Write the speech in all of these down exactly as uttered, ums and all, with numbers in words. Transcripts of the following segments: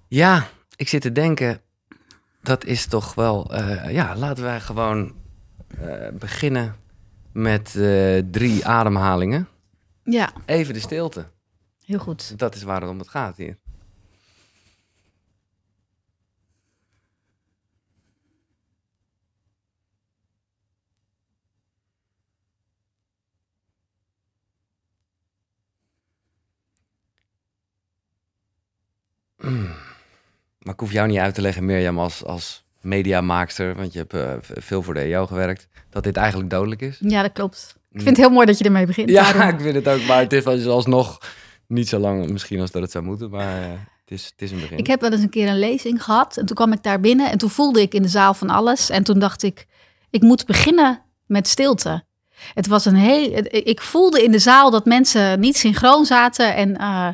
Ja, ik zit te denken, dat is toch wel... Uh, ja, laten wij gewoon uh, beginnen met uh, drie ademhalingen. Ja. Even de stilte. Heel goed. Dat is waarom het gaat hier. Mm. Maar ik hoef jou niet uit te leggen, Mirjam, als, als mediamaakster, want je hebt uh, veel voor de E O gewerkt, dat dit eigenlijk dodelijk is. Ja, dat klopt. Ik vind het heel mooi dat je ermee begint. Ja, daarom. Ik vind het ook, maar het is alsnog niet zo lang misschien als dat het zou moeten, maar uh, het, is, het is een begin. Ik heb wel eens een keer een lezing gehad en toen kwam ik daar binnen en toen voelde ik in de zaal van alles en toen dacht ik, ik moet beginnen met stilte. Het was een heel, ik voelde in de zaal dat mensen niet synchroon zaten en uh,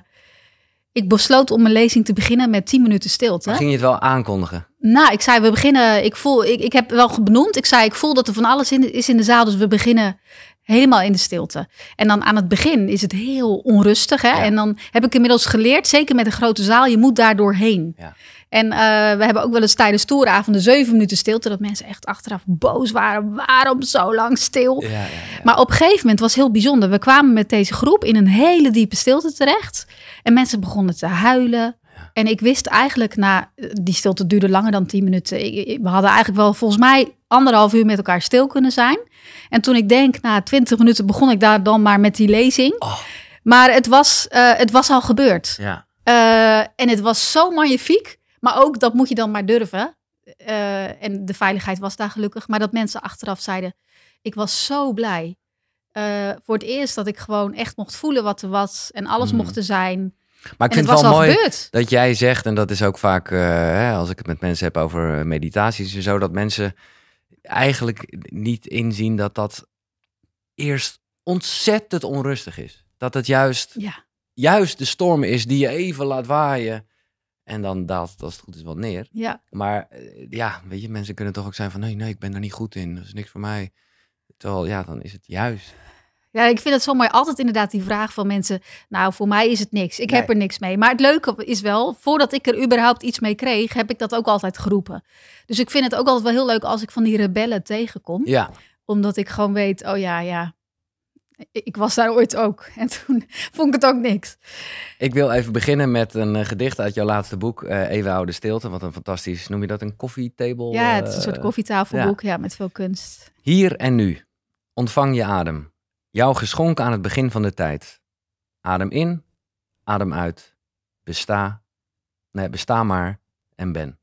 ik besloot om mijn lezing te beginnen met tien minuten stilte. Maar ging je het wel aankondigen? Nou, ik zei, we beginnen, ik voel, ik, ik heb wel benoemd, ik zei, ik voel dat er van alles in, is in de zaal, dus we beginnen helemaal in de stilte. En dan aan het begin is het heel onrustig, hè? Ja. En dan heb ik inmiddels geleerd, zeker met een grote zaal, je moet daar doorheen. Ja. En uh, we hebben ook wel eens tijdens toeravonden zeven minuten stilte, dat mensen echt achteraf boos waren. Waarom zo lang stil? Ja, ja, ja. Maar op een gegeven moment was het heel bijzonder. We kwamen met deze groep in een hele diepe stilte terecht. En mensen begonnen te huilen. Ja. En ik wist eigenlijk, na die stilte duurde langer dan tien minuten. Ik, we hadden eigenlijk wel volgens mij anderhalf uur met elkaar stil kunnen zijn. En toen ik denk, na twintig minuten begon ik daar dan maar met die lezing. Oh. Maar het was, uh, het was al gebeurd. Ja. Uh, en het was zo magnifiek. Maar ook, dat moet je dan maar durven. Uh, en de veiligheid was daar gelukkig. Maar dat mensen achteraf zeiden, ik was zo blij. Uh, voor het eerst dat ik gewoon echt mocht voelen wat er was. En alles mm. mocht er zijn. Maar ik en vind het wel mooi gebeurd. Dat jij zegt, en dat is ook vaak, uh, hè, als ik het met mensen heb over meditaties en zo, dat mensen eigenlijk niet inzien dat dat eerst ontzettend onrustig is. Dat het juist, ja. juist de storm is die je even laat waaien. En dan daalt het als het goed is wat neer. Ja. Maar ja, weet je, mensen kunnen toch ook zijn van nee, nee, ik ben er niet goed in. Dat is niks voor mij. Terwijl, ja, dan is het juist. Ja, ik vind het zo mooi. Altijd inderdaad die vraag van mensen, nou, voor mij is het niks. Ik nee. heb er niks mee. Maar het leuke is wel, voordat ik er überhaupt iets mee kreeg, heb ik dat ook altijd geroepen. Dus ik vind het ook altijd wel heel leuk als ik van die rebellen tegenkom. Ja. Omdat ik gewoon weet, oh ja, ja. Ik was daar ooit ook. En toen vond ik het ook niks. Ik wil even beginnen met een uh, gedicht uit jouw laatste boek. Uh, Eeuwenoude stilte. Wat een fantastisch, noem je dat een koffietable? Ja, het is een soort koffietafelboek. Ja. ja, met veel kunst. Hier en nu. Ontvang je adem. Jou geschonken aan het begin van de tijd. Adem in, adem uit. Besta. Nee, besta maar en ben.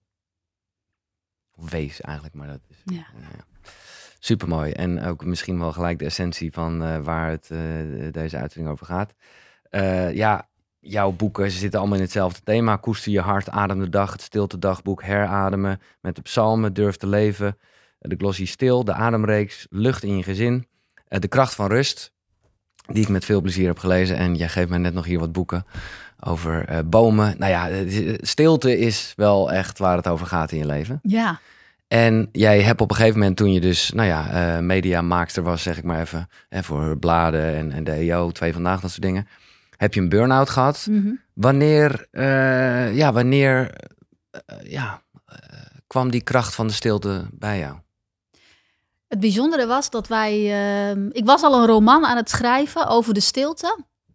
Of wees eigenlijk, maar dat is... Ja. ja. Supermooi. En ook misschien wel gelijk de essentie van uh, waar het, uh, deze uitzending over gaat. Uh, ja, jouw boeken, ze zitten allemaal in hetzelfde thema. Koester je hart, adem de dag, het stilte dagboek, herademen. Met de psalmen, durf te leven. De glossy stil, de ademreeks, lucht in je gezin. Uh, de kracht van rust, die ik met veel plezier heb gelezen. En jij geeft mij net nog hier wat boeken over uh, bomen. Nou ja, stilte is wel echt waar het over gaat in je leven. Ja. En jij hebt op een gegeven moment, toen je dus, nou ja, uh, mediamaakster was, zeg ik maar even, hè, voor bladen en, en de E O, Twee Vandaag, dat soort dingen, heb je een burn-out gehad. Mm-hmm. Wanneer, uh, ja, wanneer, uh, ja, uh, kwam die kracht van de stilte bij jou? Het bijzondere was dat wij, uh, ik was al een roman aan het schrijven over de stilte.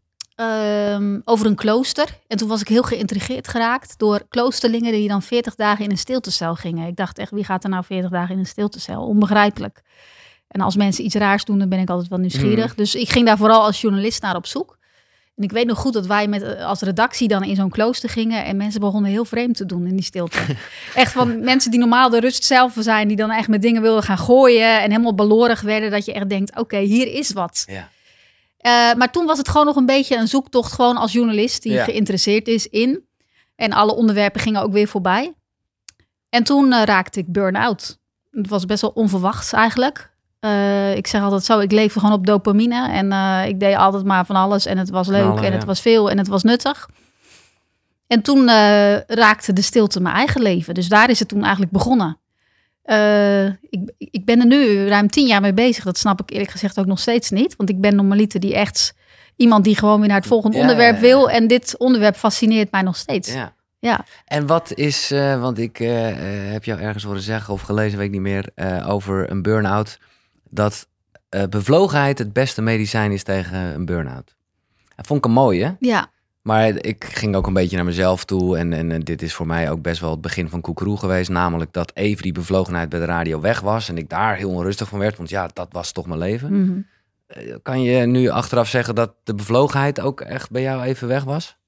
Um, over een klooster. En toen was ik heel geïntrigeerd geraakt door kloosterlingen die dan veertig dagen in een stiltecel gingen. Ik dacht echt, wie gaat er nou veertig dagen in een stiltecel? Onbegrijpelijk. En als mensen iets raars doen, dan ben ik altijd wel nieuwsgierig. Mm. Dus ik ging daar vooral als journalist naar op zoek. En ik weet nog goed dat wij met, als redactie dan in zo'n klooster gingen en mensen begonnen heel vreemd te doen in die stilte. Echt van mensen die normaal de rust zelf zijn, die dan echt met dingen wilden gaan gooien en helemaal balorig werden, dat je echt denkt, oké, okay, hier is wat. Ja. Uh, maar toen was het gewoon nog een beetje een zoektocht, gewoon als journalist die ja. geïnteresseerd is in. En alle onderwerpen gingen ook weer voorbij. En toen uh, raakte ik burn-out. Het was best wel onverwachts eigenlijk. Uh, ik zeg altijd zo, ik leefde gewoon op dopamine. En uh, ik deed altijd maar van alles. En het was leuk Knallen, en het ja. was veel en het was nuttig. En toen uh, raakte de stilte mijn eigen leven. Dus daar is het toen eigenlijk begonnen. Uh, ik, ik ben er nu ruim tien jaar mee bezig. Dat snap ik eerlijk gezegd ook nog steeds niet. Want ik ben normaliter die echt iemand die gewoon weer naar het volgende ja, onderwerp ja, ja. wil. En dit onderwerp fascineert mij nog steeds. Ja. Ja. En wat is, uh, want ik uh, uh, heb jou ergens horen zeggen of gelezen, weet ik niet meer, uh, over een burn-out, dat uh, bevlogenheid het beste medicijn is tegen een burn-out. Dat vond ik een mooie. Ja. Maar ik ging ook een beetje naar mezelf toe. En, en, en dit is voor mij ook best wel het begin van Koekeroe geweest. Namelijk dat even die bevlogenheid bij de radio weg was. En ik daar heel onrustig van werd. Want ja, dat was toch mijn leven. Mm-hmm. Kan je nu achteraf zeggen dat de bevlogenheid ook echt bij jou even weg was?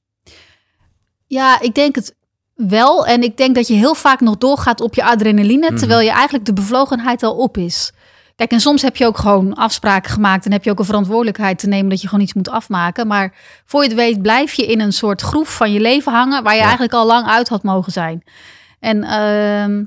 Ja, ik denk het wel. En ik denk dat je heel vaak nog doorgaat op je adrenaline. Mm-hmm. Terwijl je eigenlijk de bevlogenheid al op is. Kijk, en soms heb je ook gewoon afspraken gemaakt en heb je ook een verantwoordelijkheid te nemen dat je gewoon iets moet afmaken. Maar voor je het weet blijf je in een soort groef van je leven hangen waar je ja. eigenlijk al lang uit had mogen zijn. En uh,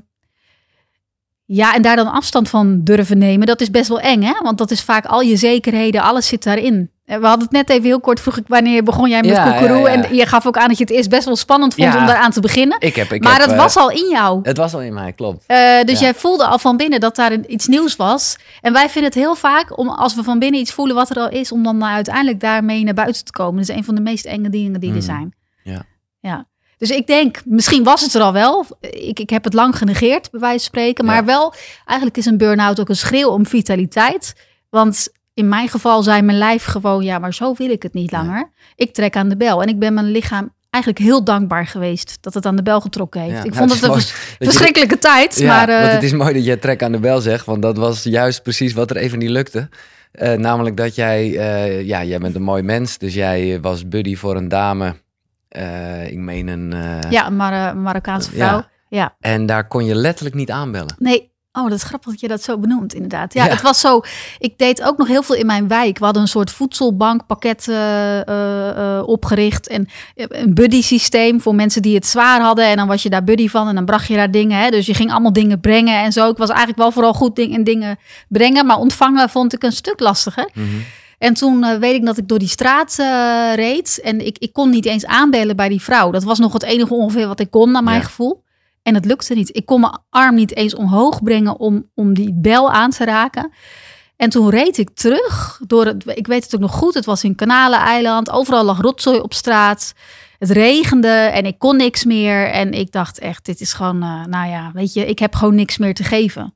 ja, en daar dan afstand van durven nemen, dat is best wel eng, hè? Want dat is vaak al je zekerheden, alles zit daarin. We hadden het net even heel kort, vroeg ik wanneer begon jij met ja, Koekeroe? Ja, ja. En je gaf ook aan dat je het eerst best wel spannend vond ja. om daaraan te beginnen. Ik heb, ik maar heb, dat was al in jou. Het was al in mij, klopt. Uh, dus ja. jij voelde al van binnen dat daar iets nieuws was. En wij vinden het heel vaak, om, als we van binnen iets voelen wat er al is, om dan uiteindelijk daarmee naar buiten te komen. Dat is een van de meest enge dingen die mm. er zijn. Ja. ja. Dus ik denk, misschien was het er al wel. Ik, ik heb het lang genegeerd, bij wijze van spreken. Maar ja. wel, eigenlijk is een burn-out ook een schreeuw om vitaliteit. Want in mijn geval zei mijn lijf gewoon, ja, maar zo wil ik het niet langer. Ja. Ik trek aan de bel. En ik ben mijn lichaam eigenlijk heel dankbaar geweest dat het aan de bel getrokken heeft. Ja, ik nou, vond het, het een mooi, verschrikkelijke je, tijd. Ja, maar, uh, want het is mooi dat je trek aan de bel zegt, want dat was juist precies wat er even niet lukte. Uh, namelijk dat jij, uh, ja, jij bent een mooi mens, dus jij was buddy voor een dame. Uh, ik meen een... Uh, ja, een Mar- Marokkaanse vrouw. Ja. ja. En daar kon je letterlijk niet aanbellen. Nee. Oh, dat is grappig dat je dat zo benoemt, inderdaad. Ja, ja, het was zo. Ik deed ook nog heel veel in mijn wijk. We hadden een soort voedselbankpakket uh, uh, opgericht. En een buddy-systeem voor mensen die het zwaar hadden. En dan was je daar buddy van en dan bracht je daar dingen. Hè? Dus je ging allemaal dingen brengen en zo. Ik was eigenlijk wel vooral goed in dingen brengen. Maar ontvangen vond ik een stuk lastiger. Mm-hmm. En toen uh, weet ik dat ik door die straat uh, reed. En ik, ik kon niet eens aanbellen bij die vrouw. Dat was nog het enige ongeveer wat ik kon, naar mijn ja. gevoel. En het lukte niet. Ik kon mijn arm niet eens omhoog brengen om, om die bel aan te raken. En toen reed ik terug. Door het, ik weet het ook nog goed. Het was in Kanaleneiland. Overal lag rotzooi op straat. Het regende en ik kon niks meer. En ik dacht echt, dit is gewoon, uh, nou ja, weet je, ik heb gewoon niks meer te geven.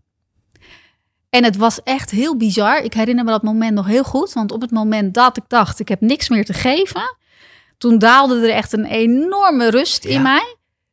En het was echt heel bizar. Ik herinner me dat moment nog heel goed. Want op het moment dat ik dacht, ik heb niks meer te geven, toen daalde er echt een enorme rust ja. in mij.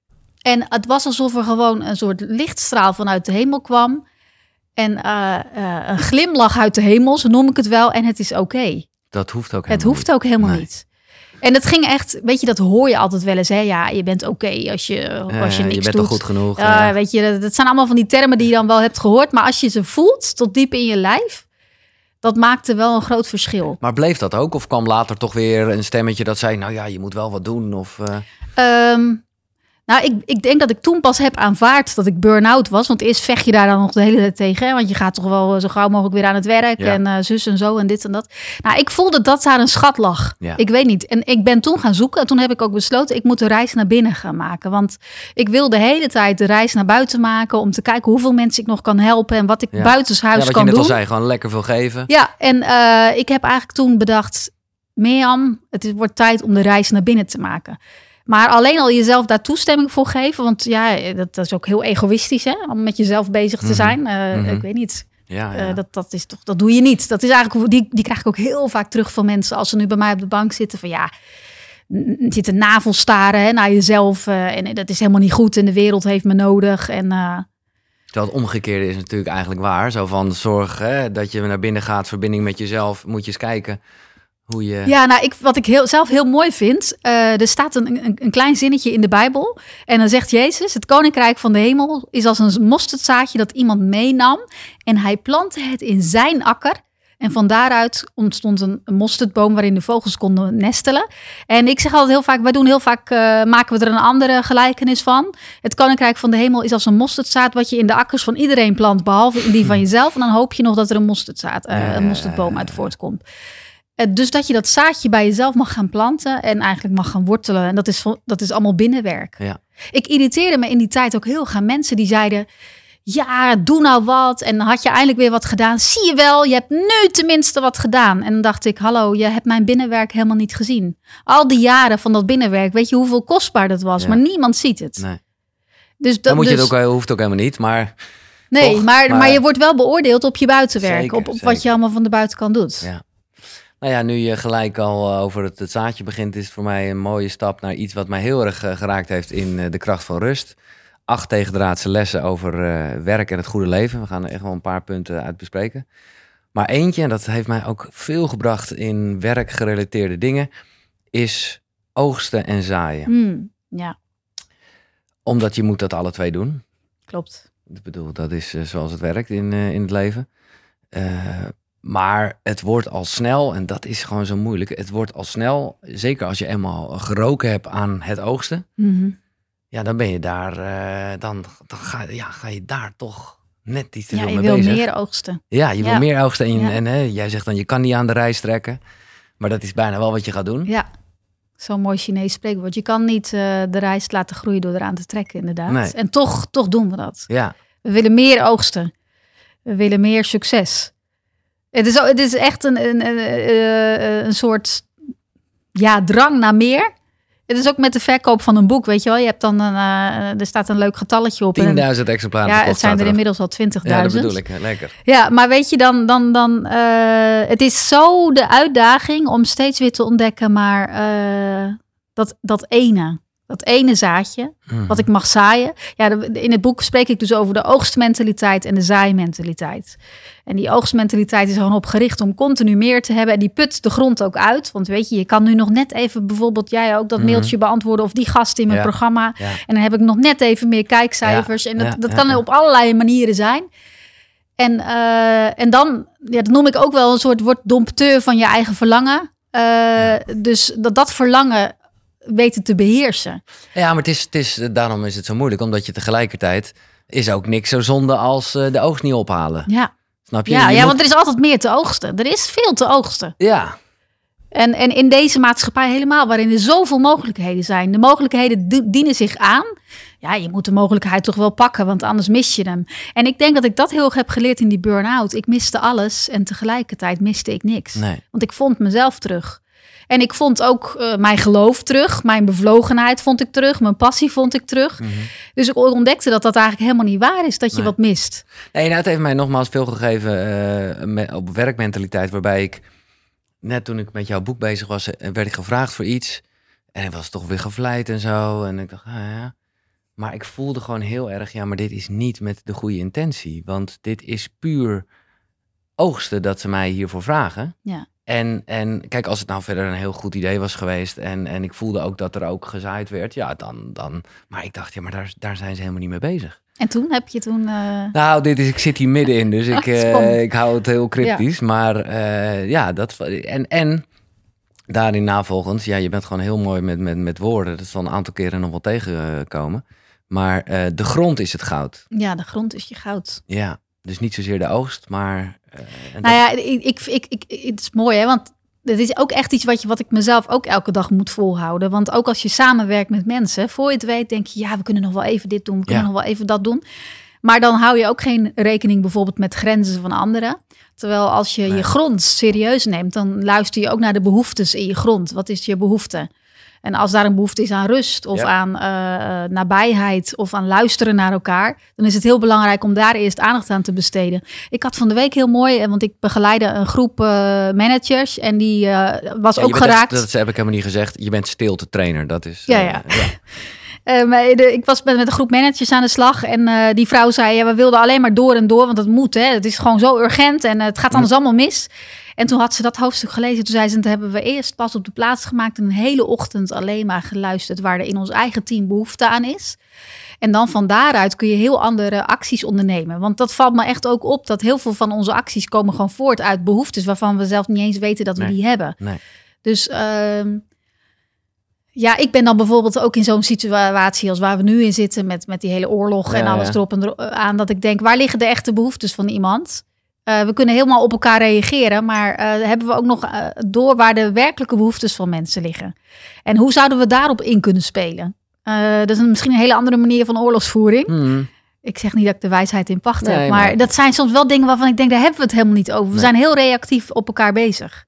En het was alsof er gewoon een soort lichtstraal vanuit de hemel kwam. En uh, uh, een glimlach uit de hemel, zo noem ik het wel. En het is oké. Okay. Dat hoeft ook helemaal Het hoeft niet. ook helemaal nee. niet. En het ging echt, weet je, dat hoor je altijd wel eens. Hè? Ja, je bent oké okay als je, uh, als je niks doet. Je bent toch goed genoeg. Uh, ja. Weet je, dat, dat zijn allemaal van die termen die je dan wel hebt gehoord. Maar als je ze voelt tot diep in je lijf, dat maakte wel een groot verschil. Maar bleef dat ook? Of kwam later toch weer een stemmetje dat zei, nou ja, je moet wel wat doen? Of, uh... um, Nou, ik, ik denk dat ik toen pas heb aanvaard dat ik burn-out was. Want eerst vecht je daar dan nog de hele tijd tegen. Hè? Want je gaat toch wel zo gauw mogelijk weer aan het werk. Ja. En uh, zus en zo en dit en dat. Nou, ik voelde dat daar een schat lag. Ja. Ik weet niet. En ik ben toen gaan zoeken. En toen heb ik ook besloten, ik moet de reis naar binnen gaan maken. Want ik wil de hele tijd de reis naar buiten maken. Om te kijken hoeveel mensen ik nog kan helpen. En wat ik ja. buitenshuis ja, wat kan je net doen. al zei, gewoon lekker veel geven. Ja, en uh, ik heb eigenlijk toen bedacht, Mirjam, het wordt tijd om de reis naar binnen te maken. Maar alleen al jezelf daar toestemming voor geven. Want ja, dat, dat is ook heel egoïstisch, hè? Om met jezelf bezig te zijn. Uh, mm-hmm. Ik weet niet. Ja, ja. Uh, dat, dat, is toch, dat doe je niet. Dat is eigenlijk, die, die krijg ik ook heel vaak terug van mensen. Als ze nu bij mij op de bank zitten. Van ja, zitten navelstaren hè, naar jezelf. Uh, en dat is helemaal niet goed. En de wereld heeft me nodig. En... Uh, Terwijl het omgekeerde is natuurlijk eigenlijk waar. Zo van zorg hè, dat je naar binnen gaat. Verbinding met jezelf. Moet je eens kijken. Hoe je... Ja, nou, ik, wat ik heel, zelf heel mooi vind, uh, er staat een, een, een klein zinnetje in de Bijbel. En dan zegt Jezus, het koninkrijk van de hemel is als een mosterdzaadje dat iemand meenam. En hij plantte het in zijn akker. En van daaruit ontstond een, een mosterdboom waarin de vogels konden nestelen. En ik zeg altijd heel vaak, wij doen heel vaak, uh, maken we er een andere gelijkenis van. Het koninkrijk van de hemel is als een mosterdzaad wat je in de akkers van iedereen plant, behalve in die van jezelf. En dan hoop je nog dat er een mosterdzaad, uh, een mosterdboom uit voortkomt. Dus dat je dat zaadje bij jezelf mag gaan planten en eigenlijk mag gaan wortelen. En dat is, dat is allemaal binnenwerk. Ja. Ik irriteerde me in die tijd ook heel gaan mensen die zeiden, ja, doe nou wat. En dan had je eindelijk weer wat gedaan. Zie je wel, je hebt nu tenminste wat gedaan. En dan dacht ik, hallo, je hebt mijn binnenwerk helemaal niet gezien. Al die jaren van dat binnenwerk, weet je hoeveel kostbaar dat was? Ja. Maar niemand ziet het. Nee. Dus dat dan moet je dus, het ook, hoeft ook helemaal niet, maar... Nee, toch, maar, maar, maar je wordt wel beoordeeld op je buitenwerk. Zeker, op op zeker. wat je allemaal van de buitenkant doet. Ja. Nou ja, nu je gelijk al over het, het zaadje begint, is het voor mij een mooie stap naar iets wat mij heel erg uh, geraakt heeft in uh, De Kracht van Rust. Acht tegendraadse lessen over uh, werk en het goede leven. We gaan er echt wel een paar punten uit bespreken. Maar eentje, en dat heeft mij ook veel gebracht in werkgerelateerde dingen, is oogsten en zaaien. Hmm, ja. Omdat je moet dat alle twee doen. Klopt. Ik bedoel, dat is uh, zoals het werkt in, uh, in het leven. Uh, maar het wordt al snel, en dat is gewoon zo moeilijk. Het wordt al snel, zeker als je eenmaal geroken hebt aan het oogsten. Mm-hmm. Ja, dan ben je daar, uh, dan, dan ga, ja, ga je daar toch net iets te ja, veel mee bezig. Ja, je wil meer oogsten. Ja, je ja. wil meer oogsten. En, ja. en hè, jij zegt dan, je kan niet aan de rijst trekken. Maar dat is bijna wel wat je gaat doen. Ja, zo'n mooi Chinees spreekwoord. Je kan niet uh, de rijst laten groeien door eraan te trekken, inderdaad. Nee. En toch, toch doen we dat. Ja. We willen meer oogsten. We willen meer succes. Het is, het is echt een, een, een, een soort ja, drang naar meer. Het is ook met de verkoop van een boek, weet je wel. Je hebt dan een, uh, er staat een leuk getalletje op. tienduizend exemplaren. Ja, het zijn er inmiddels al twintigduizend. Ja, dat bedoel ik. Lekker. Ja, maar weet je, dan, dan, dan uh, het is zo de uitdaging om steeds weer te ontdekken, maar uh, dat, dat ene. Dat ene zaadje, hmm. wat ik mag zaaien. Ja, in het boek spreek ik dus over de oogstmentaliteit en de zaaimentaliteit. En die oogstmentaliteit is gewoon op gericht om continu meer te hebben. En die put de grond ook uit. Want weet je, je kan nu nog net even bijvoorbeeld jij ook dat hmm. mailtje beantwoorden of die gast in mijn ja. programma. Ja. En dan heb ik nog net even meer kijkcijfers. Ja. En dat, ja. dat kan ja. op allerlei manieren zijn. En, uh, en dan, ja, dat noem ik ook wel een soort wordt dompteur van je eigen verlangen. Uh, ja. Dus dat dat verlangen weten te beheersen. Ja, maar het is, het is, daarom is het zo moeilijk. Omdat je tegelijkertijd is ook niks zo zonde als uh, de oogst niet ophalen. Ja, snap je? Ja, je ja moet... want er is altijd meer te oogsten. Er is veel te oogsten. Ja. En, en in deze maatschappij helemaal, waarin er zoveel mogelijkheden zijn. De mogelijkheden d- dienen zich aan. Ja, je moet de mogelijkheid toch wel pakken, want anders mis je hem. En ik denk dat ik dat heel erg heb geleerd in die burn-out. Ik miste alles en tegelijkertijd miste ik niks. Nee. Want ik vond mezelf terug. En ik vond ook uh, mijn geloof terug. Mijn bevlogenheid vond ik terug. Mijn passie vond ik terug. Mm-hmm. Dus ik ontdekte dat dat eigenlijk helemaal niet waar is. Dat je nee. wat mist. Nee, nou, het heeft mij nogmaals veel gegeven uh, me, op werkmentaliteit. Waarbij ik, net toen ik met jouw boek bezig was, werd ik gevraagd voor iets. En ik was toch weer gevleid en zo. En ik dacht, ah, ja. Maar ik voelde gewoon heel erg, ja, maar dit is niet met de goede intentie. Want dit is puur oogsten dat ze mij hiervoor vragen. Ja. En, en kijk, als het nou verder een heel goed idee was geweest en, en ik voelde ook dat er ook gezaaid werd, ja, dan, dan... Maar ik dacht, ja, maar daar, daar zijn ze helemaal niet mee bezig. En toen heb je toen... Uh... Nou, dit is, ik zit hier middenin, dus ik, uh, ik hou het heel cryptisch. Ja. Maar uh, ja, dat... En, en daarin navolgend, ja, je bent gewoon heel mooi met, met, met woorden. Dat zal een aantal keren nog wel tegenkomen. Maar uh, de grond is het goud. Ja, de grond is je goud. Ja, dus niet zozeer de oogst, maar... Uh, en nou dat... ja, ik, ik, ik, ik, het is mooi, hè, want het is ook echt iets wat, je, wat ik mezelf ook elke dag moet volhouden. Want ook als je samenwerkt met mensen, voor je het weet denk je, ja, we kunnen nog wel even dit doen, we kunnen ja. nog wel even dat doen. Maar dan hou je ook geen rekening bijvoorbeeld met grenzen van anderen. Terwijl als je nee. je grond serieus neemt, dan luister je ook naar de behoeftes in je grond. Wat is je behoefte? En als daar een behoefte is aan rust of ja. aan uh, nabijheid of aan luisteren naar elkaar, dan is het heel belangrijk om daar eerst aandacht aan te besteden. Ik had van de week heel mooi, want ik begeleide een groep uh, managers en die uh, was ja, ook geraakt. Echt, dat heb ik helemaal niet gezegd. Je bent stilte trainer, dat is. Ja, uh, ja. ja. Uh, maar de, ik was met, met een groep managers aan de slag en uh, die vrouw zei, ja, we wilden alleen maar door en door, want dat moet, hè. Het is gewoon zo urgent en uh, het gaat anders mm. allemaal mis. En toen had ze dat hoofdstuk gelezen. Toen zei ze, dat hebben we eerst pas op de plaats gemaakt en een hele ochtend alleen maar geluisterd waar er in ons eigen team behoefte aan is. En dan van daaruit kun je heel andere acties ondernemen. Want dat valt me echt ook op, dat heel veel van onze acties komen gewoon voort uit behoeftes waarvan we zelf niet eens weten dat we nee. die hebben. Nee. Dus uh, ja, ik ben dan bijvoorbeeld ook in zo'n situatie als waar we nu in zitten met, met die hele oorlog ja, en alles ja. erop en erop aan, dat ik denk, waar liggen de echte behoeftes van iemand? Uh, we kunnen helemaal op elkaar reageren, maar uh, hebben we ook nog uh, door waar de werkelijke behoeftes van mensen liggen? En hoe zouden we daarop in kunnen spelen? Uh, dat is een, misschien een hele andere manier van oorlogsvoering. Mm. Ik zeg niet dat ik de wijsheid in pacht heb, Nee, maar, maar dat zijn soms wel dingen waarvan ik denk, daar hebben we het helemaal niet over. We Nee. zijn heel reactief op elkaar bezig.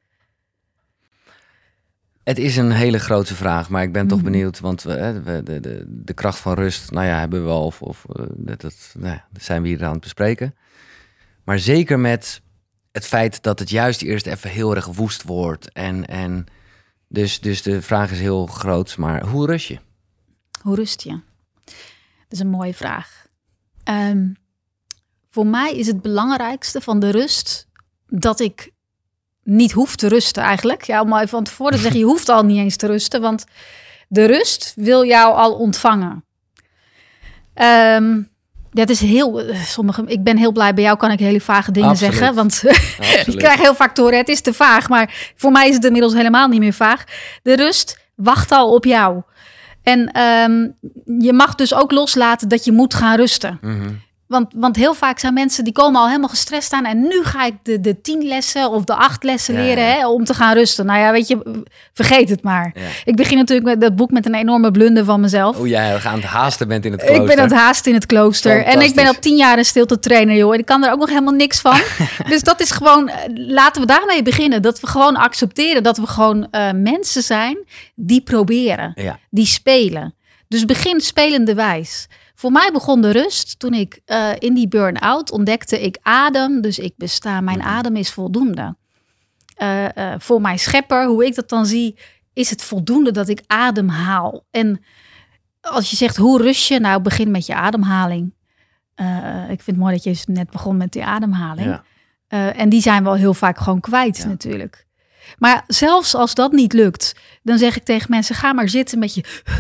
Het is een hele grote vraag, maar ik ben toch Mhm. benieuwd, want we, hè, we, de, de, de kracht van rust, nou ja, hebben we al, of, of uh, dat, dat, nou ja, dat zijn we hier aan het bespreken. Maar zeker met het feit dat het juist eerst even heel erg woest wordt. En, en dus, dus de vraag is heel groot, maar hoe rust je? Hoe rust je? Dat is een mooie vraag. Um, voor mij is het belangrijkste van de rust dat ik niet hoef te rusten eigenlijk. Ja, om maar even van tevoren te zeggen, je hoeft al niet eens te rusten, want de rust wil jou al ontvangen. Um, dat is heel, uh, sommige, ik ben heel blij, bij jou kan ik hele vage dingen Absoluut. zeggen, want ik krijg heel vaak te horen, het is te vaag, maar voor mij is het inmiddels helemaal niet meer vaag. De rust wacht al op jou. En um, je mag dus ook loslaten dat je moet gaan rusten. Mm-hmm. Want, want heel vaak zijn mensen die komen al helemaal gestrest aan. En nu ga ik de, de tien lessen of de acht lessen ja, leren ja. Hè, om te gaan rusten. Nou ja, weet je, vergeet het maar. Ja. Ik begin natuurlijk met dat boek met een enorme blunder van mezelf. Hoe jij aan het haasten bent in het klooster. Ik ben aan het haasten in het klooster. En ik ben al tien jaar een stilte trainer, joh. En ik kan er ook nog helemaal niks van. Dus dat is gewoon, laten we daarmee beginnen. Dat we gewoon accepteren dat we gewoon uh, mensen zijn die proberen. Ja. Die spelen. Dus begin spelende wijs. Voor mij begon de rust toen ik uh, in die burn-out ontdekte ik adem. Dus ik besta, mijn adem is voldoende. Uh, uh, voor mijn schepper, hoe ik dat dan zie, is het voldoende dat ik adem haal. En als je zegt, hoe rust je? Nou, begin met je ademhaling. Uh, ik vind het mooi dat je net begon met die ademhaling. Ja. Uh, en die zijn we al heel vaak gewoon kwijt ja. natuurlijk. Maar zelfs als dat niet lukt, dan zeg ik tegen mensen, ga maar zitten met je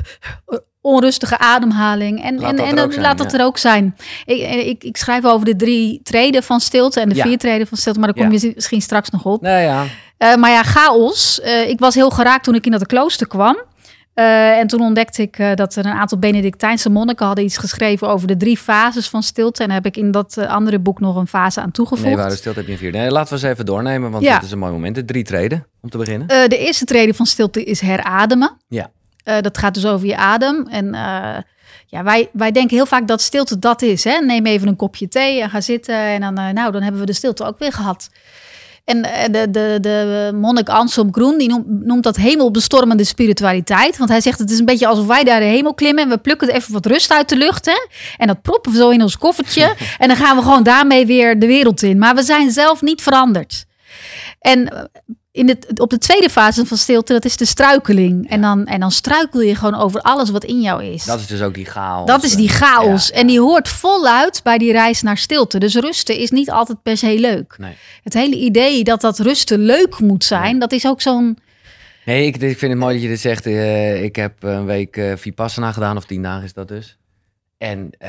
onrustige ademhaling. En, laat en, en dan zijn, laat dat ja. er ook zijn. Ik, ik, ik schrijf over de drie treden van stilte en de ja. vier treden van stilte, maar daar kom ja. je misschien straks nog op. Nou ja. Uh, maar ja, chaos. Uh, ik was heel geraakt toen ik in dat klooster kwam. Uh, en toen ontdekte ik uh, dat er een aantal Benedictijnse monniken hadden iets geschreven over de drie fases van stilte. En daar heb ik in dat uh, andere boek nog een fase aan toegevoegd. Nee, waar de stilte heb je een vier. Nee, laten we eens even doornemen, want ja. dit is een mooi moment. De drie treden, om te beginnen. Uh, de eerste trede van stilte is herademen. Ja. Uh, dat gaat dus over je adem. En uh, ja, wij, wij denken heel vaak dat stilte dat is. Hè? Neem even een kopje thee en ga zitten. En dan, uh, nou, dan hebben we de stilte ook weer gehad. En de, de, de monnik Anselm Groen, die noemt, noemt dat hemelbestormende spiritualiteit. Want hij zegt, het is een beetje alsof wij daar de hemel klimmen en we plukken even wat rust uit de lucht. Hè? En dat proppen we zo in ons koffertje. En dan gaan we gewoon daarmee weer de wereld in. Maar we zijn zelf niet veranderd. En in het, op de tweede fase van stilte, dat is de struikeling. Ja. En, dan, en dan struikel je gewoon over alles wat in jou is. Dat is dus ook die chaos. Dat is die chaos. Ja, ja. En die hoort voluit bij die reis naar stilte. Dus rusten is niet altijd per se leuk. Nee. Het hele idee dat dat rusten leuk moet zijn, nee. dat is ook zo'n... Nee, ik, ik vind het mooi dat je dit zegt. Uh, ik heb een week uh, Vipassana gedaan, of tien dagen is dat dus. En uh,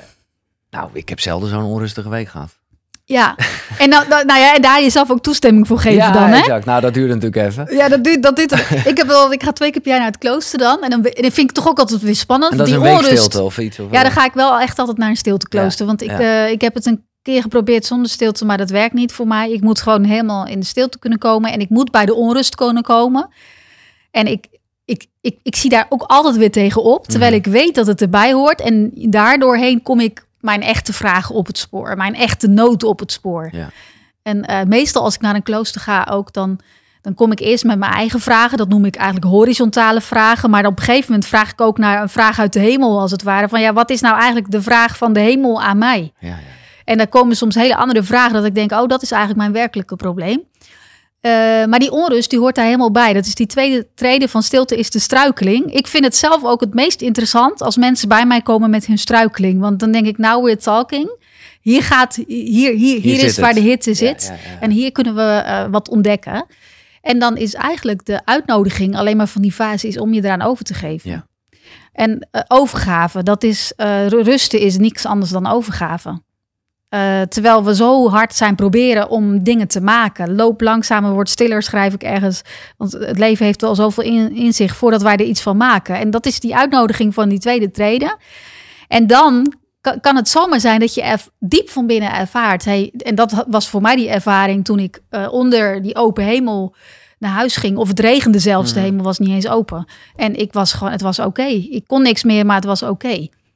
nou, ik heb zelden zo'n onrustige week gehad. Ja, en, nou, nou, nou ja, en daar jezelf ook toestemming voor geven ja, dan, hè? Exact. Nou, dat duurt natuurlijk even. Ja, dat duurt, dat duurt. ik, heb wel, ik ga twee keer per jaar naar het klooster dan. En dan, en dan vind ik toch ook altijd weer spannend. En dat is die een week onrust, stilte of iets? Of ja, dan ga ik wel echt altijd naar een stilteklooster. Ja, want ik, ja. uh, ik heb het een keer geprobeerd zonder stilte, maar dat werkt niet voor mij. Ik moet gewoon helemaal in de stilte kunnen komen. En ik moet bij de onrust kunnen komen. En ik... Ik, ik, ik zie daar ook altijd weer tegenop, terwijl mm. ik weet dat het erbij hoort. En daardoorheen kom ik mijn echte vragen op het spoor, mijn echte nood op het spoor. Ja. En uh, meestal als ik naar een klooster ga ook, dan, dan kom ik eerst met mijn eigen vragen. Dat noem ik eigenlijk horizontale vragen. Maar op een gegeven moment vraag ik ook naar een vraag uit de hemel, als het ware. Van ja, wat is nou eigenlijk de vraag van de hemel aan mij? Ja, ja. En dan komen soms hele andere vragen dat ik denk, oh, dat is eigenlijk mijn werkelijke probleem. Uh, maar die onrust, die hoort daar helemaal bij. Dat is die tweede trede van stilte, is de struikeling. Ik vind het zelf ook het meest interessant als mensen bij mij komen met hun struikeling. Want dan denk ik, now we're talking. Hier, gaat, hier, hier, hier, hier is waar de hitte zit. Ja, ja, ja. En hier kunnen we uh, wat ontdekken. En dan is eigenlijk de uitnodiging alleen maar van die fase is om je eraan over te geven. Ja. En uh, overgave, dat is, uh, rusten is niks anders dan overgave. Uh, terwijl we zo hard zijn proberen om dingen te maken. Loop langzamer, word stiller, schrijf ik ergens. Want het leven heeft wel zoveel in, in zich voordat wij er iets van maken. En dat is die uitnodiging van die tweede trede. En dan kan, kan het zomaar zijn dat je er diep van binnen ervaart. Hey, en dat was voor mij die ervaring toen ik uh, onder die open hemel naar huis ging. Of het regende zelfs, mm-hmm. De hemel was niet eens open. En ik was gewoon, het was oké. Okay. Ik kon niks meer, maar het was oké. Okay.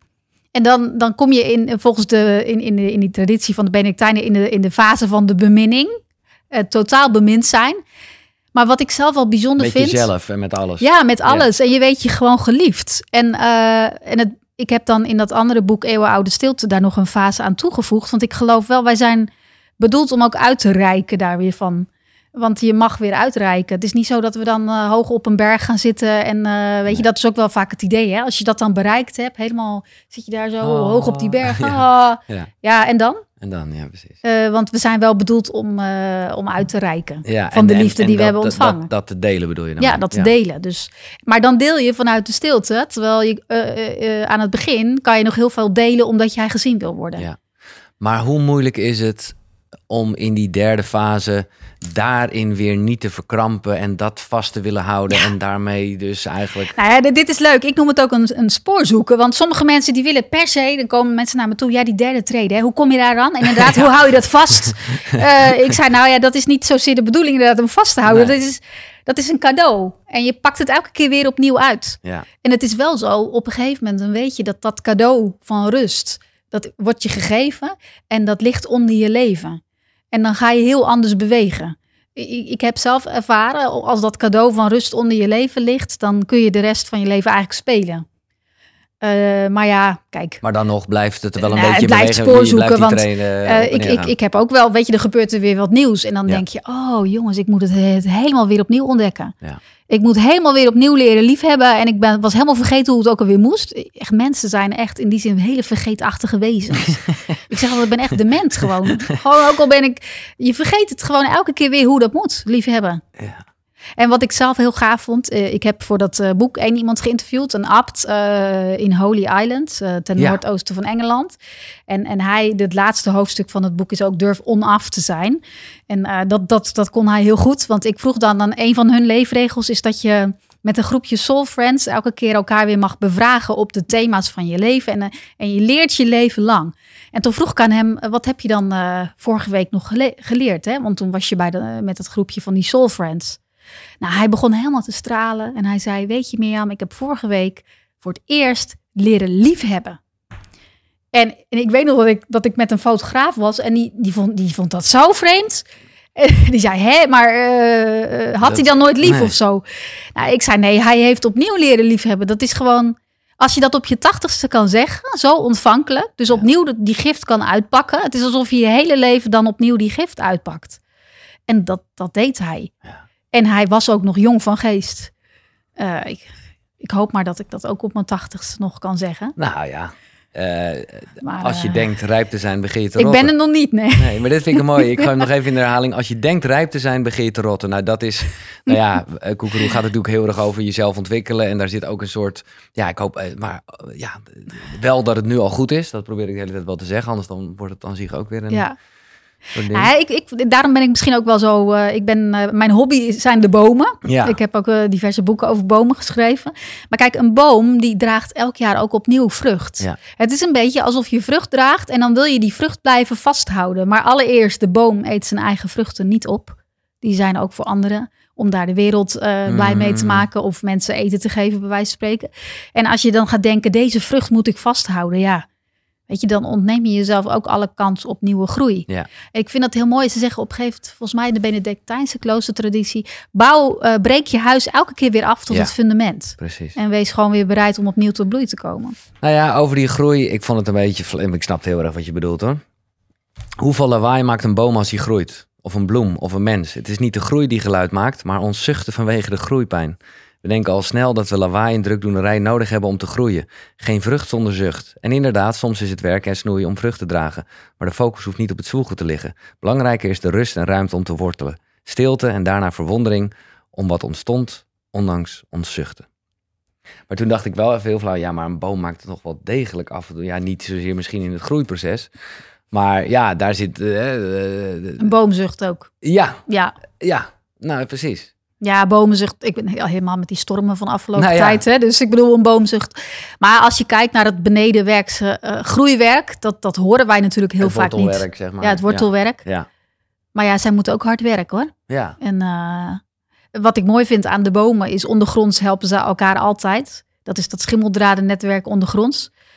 En dan, dan kom je in, volgens de, in, in, de, in die traditie van de Benedictijnen in de, in de fase van de beminning. Uh, totaal bemind zijn. Maar wat ik zelf wel bijzonder met vind... Met jezelf en met alles. Ja, met alles. Ja. En je weet je gewoon geliefd. En, uh, en het, ik heb dan in dat andere boek Eeuwenoude Stilte daar nog een fase aan toegevoegd. Want ik geloof wel, wij zijn bedoeld om ook uit te reiken daar weer van. Want je mag weer uitreiken. Het is niet zo dat we dan uh, hoog op een berg gaan zitten. En uh, weet nee. je, dat is ook wel vaak het idee. Hè? Als je dat dan bereikt hebt, helemaal zit je daar zo oh, hoog op die berg. Ja, oh. ja. ja en dan? En dan, ja, precies. Uh, want we zijn wel bedoeld om, uh, om uit te reiken ja, van en, de liefde en, die en we dat, hebben ontvangen. Dat, dat te delen bedoel je dan? Ja, dat te ja. delen. Dus, maar dan deel je vanuit de stilte. Terwijl je uh, uh, aan het begin kan je nog heel veel delen omdat jij gezien wil worden. Ja. Maar hoe moeilijk is het om in die derde fase daarin weer niet te verkrampen en dat vast te willen houden ja. en daarmee dus eigenlijk... Nou ja, dit is leuk. Ik noem het ook een, een spoor zoeken, want sommige mensen die willen per se, dan komen mensen naar me toe, ja, die derde trede, hè? Hoe kom je daar dan? En inderdaad, hoe hou je dat vast? Uh, ik zei, nou ja, dat is niet zozeer de bedoeling inderdaad om vast te houden. Nee. Dat is, dat is een cadeau. En je pakt het elke keer weer opnieuw uit. Ja. En het is wel zo, op een gegeven moment, dan weet je dat dat cadeau van rust, dat wordt je gegeven en dat ligt onder je leven. En dan ga je heel anders bewegen. Ik, ik heb zelf ervaren, als dat cadeau van rust onder je leven ligt, dan kun je de rest van je leven eigenlijk spelen. Uh, maar ja, kijk. Maar dan nog blijft het wel een nou, beetje het blijft bewegen. Spoorzoeken, want trainen, uh, ik, ik, ik heb ook wel, weet je, er gebeurt er weer wat nieuws. En dan ja. denk je, oh jongens, ik moet het, het helemaal weer opnieuw ontdekken. Ja. Ik moet helemaal weer opnieuw leren liefhebben. En ik ben, was helemaal vergeten hoe het ook alweer moest. Echt, mensen zijn echt in die zin hele vergeetachtige wezens. Ik zeg al, ik ben echt dement gewoon. Gewoon ook al ben ik... Je vergeet het gewoon elke keer weer hoe dat moet, liefhebben. Ja. En wat ik zelf heel gaaf vond, uh, ik heb voor dat uh, boek één iemand geïnterviewd, een abt uh, in Holy Island, uh, ten ja. noordoosten van Engeland. En, en hij, het laatste hoofdstuk van het boek is ook durf onaf te zijn. En uh, dat, dat, dat kon hij heel goed, want ik vroeg dan aan een van hun leefregels is dat je met een groepje soul friends elke keer elkaar weer mag bevragen op de thema's van je leven. En, uh, en je leert je leven lang. En toen vroeg ik aan hem, wat heb je dan uh, vorige week nog gele- geleerd? Hè? Want toen was je bij de, uh, met het groepje van die soul friends. Nou, hij begon helemaal te stralen en hij zei, weet je Mirjam, ik heb vorige week voor het eerst leren liefhebben. En, en ik weet nog dat ik, dat ik met een fotograaf was en die, die, vond, die vond dat zo vreemd. En die zei, hè, maar uh, had dat, hij dan nooit lief nee. of zo? Nou, ik zei, nee, hij heeft opnieuw leren liefhebben. Dat is gewoon, als je dat op je tachtigste kan zeggen, zo ontvankelijk. Dus opnieuw ja. die gift kan uitpakken. Het is alsof je je hele leven dan opnieuw die gift uitpakt. En dat, dat deed hij. Ja. En hij was ook nog jong van geest. Uh, ik, ik hoop maar dat ik dat ook op mijn tachtigste nog kan zeggen. Nou ja, uh, maar, als je uh, denkt rijp te zijn, begin je te ik rotten. Ik ben er nog niet, nee. Nee, maar dit vind ik mooi. Ik ga hem nog even in de herhaling. Als je denkt rijp te zijn, begin je te rotten. Nou, dat is, nou ja, Koekeroe gaat natuurlijk heel erg over jezelf ontwikkelen. En daar zit ook een soort, ja, ik hoop, maar ja, wel dat het nu al goed is. Dat probeer ik de hele tijd wel te zeggen. Anders dan wordt het aan zich ook weer een... Ja. Ja, ik, ik, daarom ben ik misschien ook wel zo... Uh, ik ben, uh, mijn hobby zijn de bomen. Ja. Ik heb ook uh, diverse boeken over bomen geschreven. Maar kijk, een boom die draagt elk jaar ook opnieuw vrucht. Ja. Het is een beetje alsof je vrucht draagt... en dan wil je die vrucht blijven vasthouden. Maar allereerst, de boom eet zijn eigen vruchten niet op. Die zijn ook voor anderen... om daar de wereld uh, mm. blij mee te maken... of mensen eten te geven, bij wijze van spreken. En als je dan gaat denken, deze vrucht moet ik vasthouden... ja. Weet je, dan ontneem je jezelf ook alle kans op nieuwe groei. Ja. Ik vind dat heel mooi. Ze zeggen op een gegeven moment, volgens mij in de Benedictijnse kloostertraditie, bouw, uh, breek je huis elke keer weer af tot ja, het fundament. Precies. En wees gewoon weer bereid om opnieuw tot bloei te komen. Nou ja, over die groei, ik vond het een beetje, ik snap heel erg wat je bedoelt hoor. Hoeveel lawaai maakt een boom als hij groeit? Of een bloem, of een mens? Het is niet de groei die geluid maakt, maar ons zuchten vanwege de groeipijn. We denken al snel dat we lawaai en drukdoenerij nodig hebben om te groeien. Geen vrucht zonder zucht. En inderdaad, soms is het werken en snoeien om vrucht te dragen. Maar de focus hoeft niet op het zwoegen te liggen. Belangrijker is de rust en ruimte om te wortelen. Stilte en daarna verwondering om wat ontstond, ondanks ons zuchten. Maar toen dacht ik wel even heel flauw, ja, maar een boom maakt het nog wel degelijk af en toe. Ja, niet zozeer misschien in het groeiproces. Maar ja, daar zit... Uh, uh, een boom zucht ook. Ja, ja, ja, nou precies. Ja, bomenzucht. Ik ben heel, helemaal met die stormen van afgelopen nou ja. tijd. Hè? Dus ik bedoel een boomzucht. Maar als je kijkt naar het benedenwerkse uh, groeiwerk, dat, dat horen wij natuurlijk heel het vaak niet. Zeg maar. Ja, het wortelwerk. Ja. Ja. Maar ja, zij moeten ook hard werken hoor. Ja. En uh, wat ik mooi vind aan de bomen is ondergronds helpen ze elkaar altijd. Dat is dat schimmeldradennetwerk ondergronds.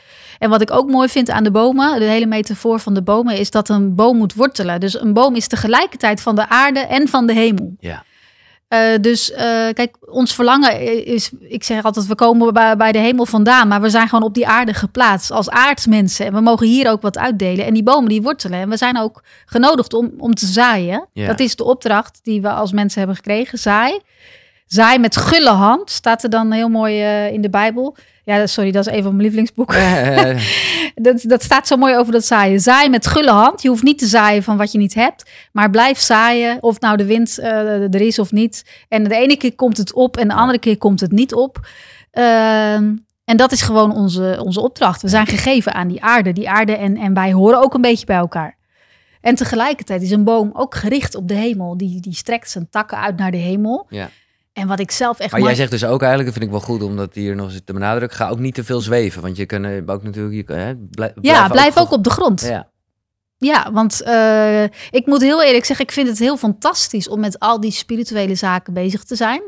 En wat ik ook mooi vind aan de bomen, de hele metafoor van de bomen, is dat een boom moet wortelen. Dus een boom is tegelijkertijd van de aarde en van de hemel. Ja. Uh, dus uh, kijk, ons verlangen is, ik zeg altijd, we komen bij, bij de hemel vandaan, maar we zijn gewoon op die aarde geplaatst als aardsmensen. En we mogen hier ook wat uitdelen. En die bomen die wortelen. En we zijn ook genodigd om, om te zaaien. Ja. Dat is de opdracht die we als mensen hebben gekregen. Zaai. Zaai met gulle hand, staat er dan heel mooi uh, in de Bijbel. Ja, sorry, dat is een van mijn lievelingsboeken. Uh, dat, dat staat zo mooi over dat zaaien. Zaai met gulle hand. Je hoeft niet te zaaien van wat je niet hebt. Maar blijf zaaien, of nou de wind uh, er is of niet. En de ene keer komt het op en de andere keer komt het niet op. Uh, en dat is gewoon onze, onze opdracht. We zijn gegeven aan die aarde. Die aarde en, en wij horen ook een beetje bij elkaar. En tegelijkertijd is een boom ook gericht op de hemel. Die, die strekt zijn takken uit naar de hemel. Ja. En wat ik zelf echt... Maar jij zegt dus ook eigenlijk, dat vind ik wel goed om dat hier nog eens te benadrukken, ga ook niet te veel zweven. Want je kan ook natuurlijk... Je, hè, blijf, ja, blijf ook, ook op de grond. Ja, ja want uh, ik moet heel eerlijk zeggen, ik vind het heel fantastisch om met al die spirituele zaken bezig te zijn.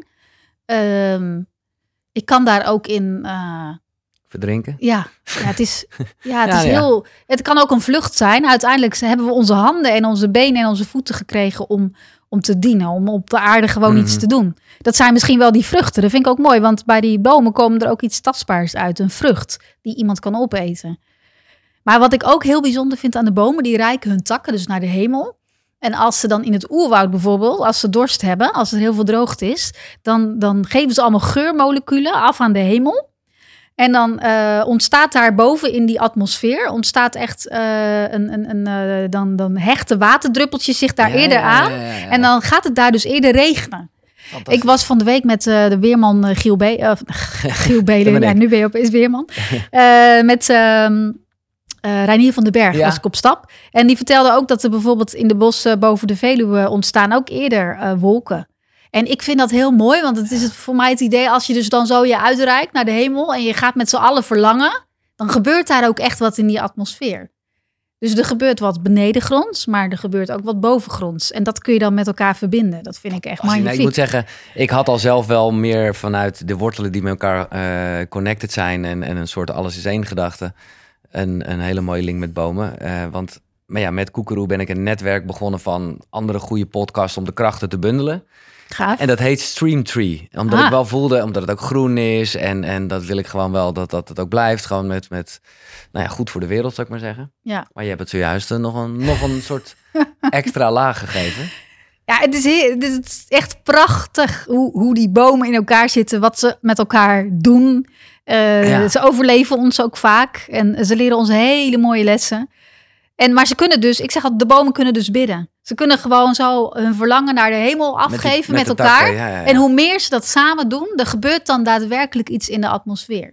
Uh, ik kan daar ook in... Uh, Verdrinken? Ja, ja, het is, ja, het, ja, is ja. heel, het kan ook een vlucht zijn. Uiteindelijk hebben we onze handen en onze benen en onze voeten gekregen om... om te dienen, om op de aarde gewoon mm-hmm. iets te doen. Dat zijn misschien wel die vruchten. Dat vind ik ook mooi, want bij die bomen komen er ook iets tastbaars uit. Een vrucht die iemand kan opeten. Maar wat ik ook heel bijzonder vind aan de bomen, die reiken hun takken dus naar de hemel. En als ze dan in het oerwoud bijvoorbeeld, als ze dorst hebben, als er heel veel droogte is, dan, dan geven ze allemaal geurmoleculen af aan de hemel. En dan uh, ontstaat daar boven in die atmosfeer, ontstaat echt uh, een, een, een uh, dan, dan hechten waterdruppeltjes zich daar ja, eerder aan. Ja, ja, ja, ja. En dan gaat het daar dus eerder regenen. Ik was van de week met uh, de weerman uh, Giel, Be- uh, Giel Belen, ja, nu ben je opeens weerman. Uh, met uh, uh, Reinier van den Berg ja. was ik op stap. En die vertelde ook dat er bijvoorbeeld in de bossen boven de Veluwe ontstaan ook eerder uh, wolken. En ik vind dat heel mooi, want het is het voor mij het idee... als je dus dan zo je uitreikt naar de hemel... en je gaat met z'n allen verlangen... dan gebeurt daar ook echt wat in die atmosfeer. Dus er gebeurt wat benedengronds... maar er gebeurt ook wat bovengronds. En dat kun je dan met elkaar verbinden. Dat vind ik echt magnifiek. Nee, ik moet zeggen, ik had al zelf wel meer vanuit de wortelen... die met elkaar uh, connected zijn... en, en een soort alles is één gedachte... een, een hele mooie link met bomen. Uh, want maar ja, met Koekeroe ben ik een netwerk begonnen... van andere goede podcasts om de krachten te bundelen... Gaaf. En dat heet Streamtree. Omdat ah. ik wel voelde, omdat het ook groen is. En, en dat wil ik gewoon wel, dat, dat het ook blijft. Gewoon met, met, nou ja, goed voor de wereld, zou ik maar zeggen. Ja. Maar je hebt het zojuist uh, nog, een, nog een soort extra laag gegeven. Ja, het is, heel, het is echt prachtig hoe, hoe die bomen in elkaar zitten. Wat ze met elkaar doen. Uh, ja. Ze overleven ons ook vaak. En ze leren ons hele mooie lessen. En, maar ze kunnen dus, ik zeg altijd, de bomen kunnen dus bidden. Ze kunnen gewoon zo hun verlangen naar de hemel afgeven met, die, met, met elkaar. Takken, ja, ja, ja. En hoe meer ze dat samen doen, er gebeurt dan daadwerkelijk iets in de atmosfeer.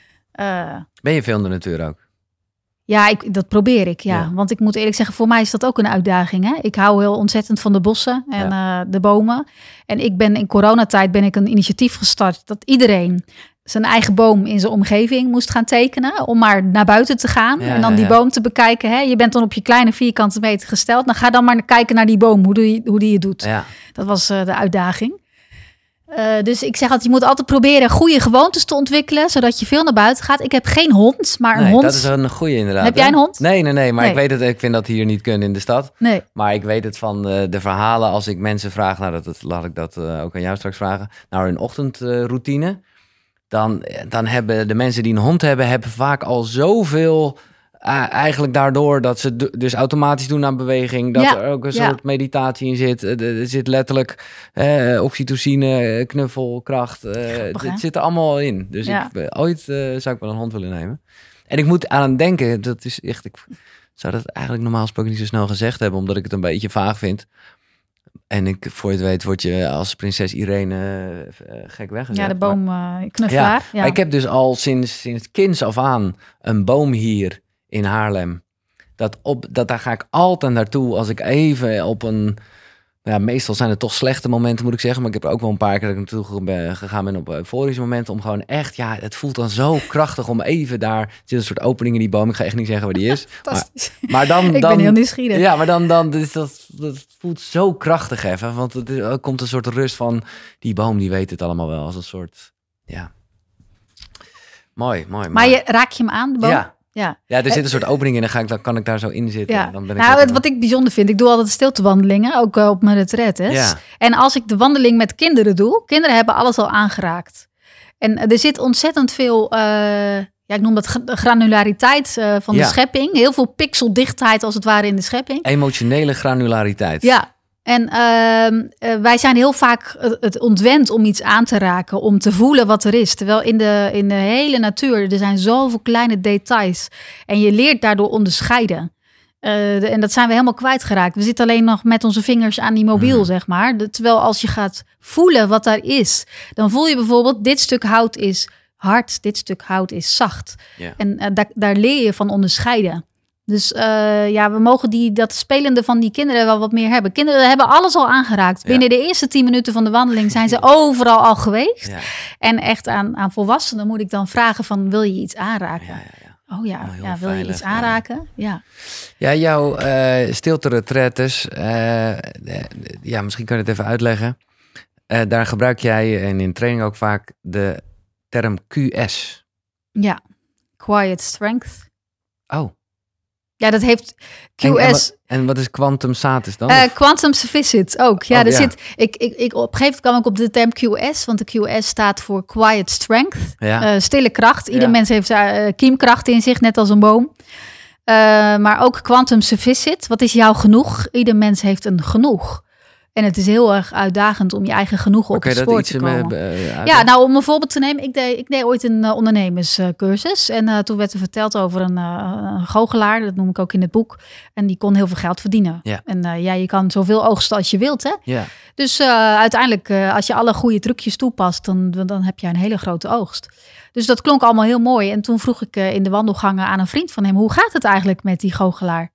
Uh, ben je veel in de natuur ook? Ja, ik, dat probeer ik, ja. ja. Want ik moet eerlijk zeggen, voor mij is dat ook een uitdaging. Hè? Ik hou heel ontzettend van de bossen en ja. uh, de bomen. En ik ben in coronatijd ben ik een initiatief gestart dat iedereen zijn eigen boom in zijn omgeving moest gaan tekenen... om maar naar buiten te gaan ja, en dan die ja, ja. boom te bekijken. Hè? Je bent dan op je kleine vierkante meter gesteld. Dan ga dan maar kijken naar die boom, hoe die, hoe die het doet. Ja. Dat was uh, de uitdaging. Uh, dus ik zeg altijd, je moet altijd proberen goede gewoontes te ontwikkelen... zodat je veel naar buiten gaat. Ik heb geen hond, maar een nee, hond... dat is een goede inderdaad. Heb jij een hond? Nee, nee, nee. Maar nee. ik weet het, ik vind dat hier niet kunnen in de stad. Nee. Maar ik weet het van uh, de verhalen als ik mensen vraag... nou, dat, dat, laat ik dat uh, ook aan jou straks vragen... naar hun ochtendroutine... Uh, Dan, dan hebben de mensen die een hond hebben, hebben vaak al zoveel uh, eigenlijk daardoor dat ze d- dus automatisch doen aan beweging. Dat ja, er ook een ja. soort meditatie in zit. Uh, er zit letterlijk uh, oxytocine, knuffelkracht. Uh, het zit er allemaal in. Dus ja. ik, uh, ooit uh, zou ik wel een hond willen nemen. En ik moet aan het denken, dat is echt, ik zou dat eigenlijk normaal gesproken niet zo snel gezegd hebben, omdat ik het een beetje vaag vind. En ik, voor je het weet, word je als prinses Irene uh, gek weggezet. Ja, de boomknuffelaar. Uh, ja, ja. Ik heb dus al sinds, sinds kinds af aan een boom hier in Haarlem. Dat, op, dat daar ga ik altijd naartoe als ik even op een... Ja, meestal zijn het toch slechte momenten, moet ik zeggen. Maar ik heb er ook wel een paar keer dat ik naartoe ben gegaan ben op euforische momenten. Om gewoon echt, ja, het voelt dan zo krachtig om even daar... Er zit een soort opening in die boom. Ik ga echt niet zeggen waar die is. Fantastisch. Maar, maar dan, ik dan, ben heel nieuwsgierig. Ja, maar dan, dan dat, dat, dat voelt zo krachtig even. Want het, er komt een soort rust van... Die boom, die weet het allemaal wel. Als een soort, ja... Mooi, mooi, mooi. Maar je, raak je hem aan, de boom? Ja. Ja, ja er zit een soort opening in, dan, ga ik, dan kan ik daar zo in zitten. Ja. Dan ben ik nou, ook, wat ik bijzonder vind, ik doe altijd stiltewandelingen, ook uh, op mijn retraites. Ja. En als ik de wandeling met kinderen doe, kinderen hebben alles al aangeraakt. En uh, er zit ontzettend veel, uh, ja, ik noem dat granulariteit uh, van ja. de schepping. Heel veel pixeldichtheid als het ware in de schepping. Emotionele granulariteit. Ja. En uh, uh, wij zijn heel vaak het ontwend om iets aan te raken, om te voelen wat er is. Terwijl in de, in de hele natuur, er zijn zoveel kleine details. En je leert daardoor onderscheiden. Uh, de, en dat zijn we helemaal kwijtgeraakt. We zitten alleen nog met onze vingers aan die mobiel, mm. zeg maar. De, terwijl als je gaat voelen wat daar is, dan voel je bijvoorbeeld, dit stuk hout is hard, dit stuk hout is zacht. Yeah. En uh, da- daar leer je van onderscheiden. Dus uh, ja, we mogen die, dat spelende van die kinderen wel wat meer hebben. Kinderen hebben alles al aangeraakt. Ja. Binnen de eerste tien minuten van de wandeling zijn ze overal al geweest. Ja. En echt aan, aan volwassenen moet ik dan vragen van, wil je iets aanraken? Ja, ja, ja. Oh ja, oh, ja wil veilig, je iets aanraken? Ja, ja. ja jouw uh, stilte-retretes, uh, ja, misschien kan je het even uitleggen. Uh, daar gebruik jij, en in training ook vaak, de term Q S. Ja, Quiet Strength. Oh. Ja, dat heeft Q S. En, en, wat, en wat is quantum satis dan? Uh, quantum sufficit ook. Ja, oh, er ja. zit. Ik, ik, ik op een gegeven moment kwam ik op de term Q S, want de Q S staat voor quiet strength, ja. uh, stille kracht. Ieder ja. mens heeft uh, kiemkracht in zich, net als een boom. Uh, maar ook quantum sufficit. Wat is jouw genoeg? Ieder mens heeft een genoeg. En het is heel erg uitdagend om je eigen genoegen op het spoor te komen. Me, uh, ja, nou om een voorbeeld te nemen. Ik deed, ik deed ooit een uh, ondernemerscursus. En uh, toen werd er verteld over een, uh, een goochelaar. Dat noem ik ook in het boek. En die kon heel veel geld verdienen. Ja. En uh, ja, je kan zoveel oogsten als je wilt. Hè? Ja. Dus uh, uiteindelijk, uh, als je alle goede trucjes toepast, dan, dan heb je een hele grote oogst. Dus dat klonk allemaal heel mooi. En toen vroeg ik uh, in de wandelgangen aan een vriend van hem, hoe gaat het eigenlijk met die goochelaar?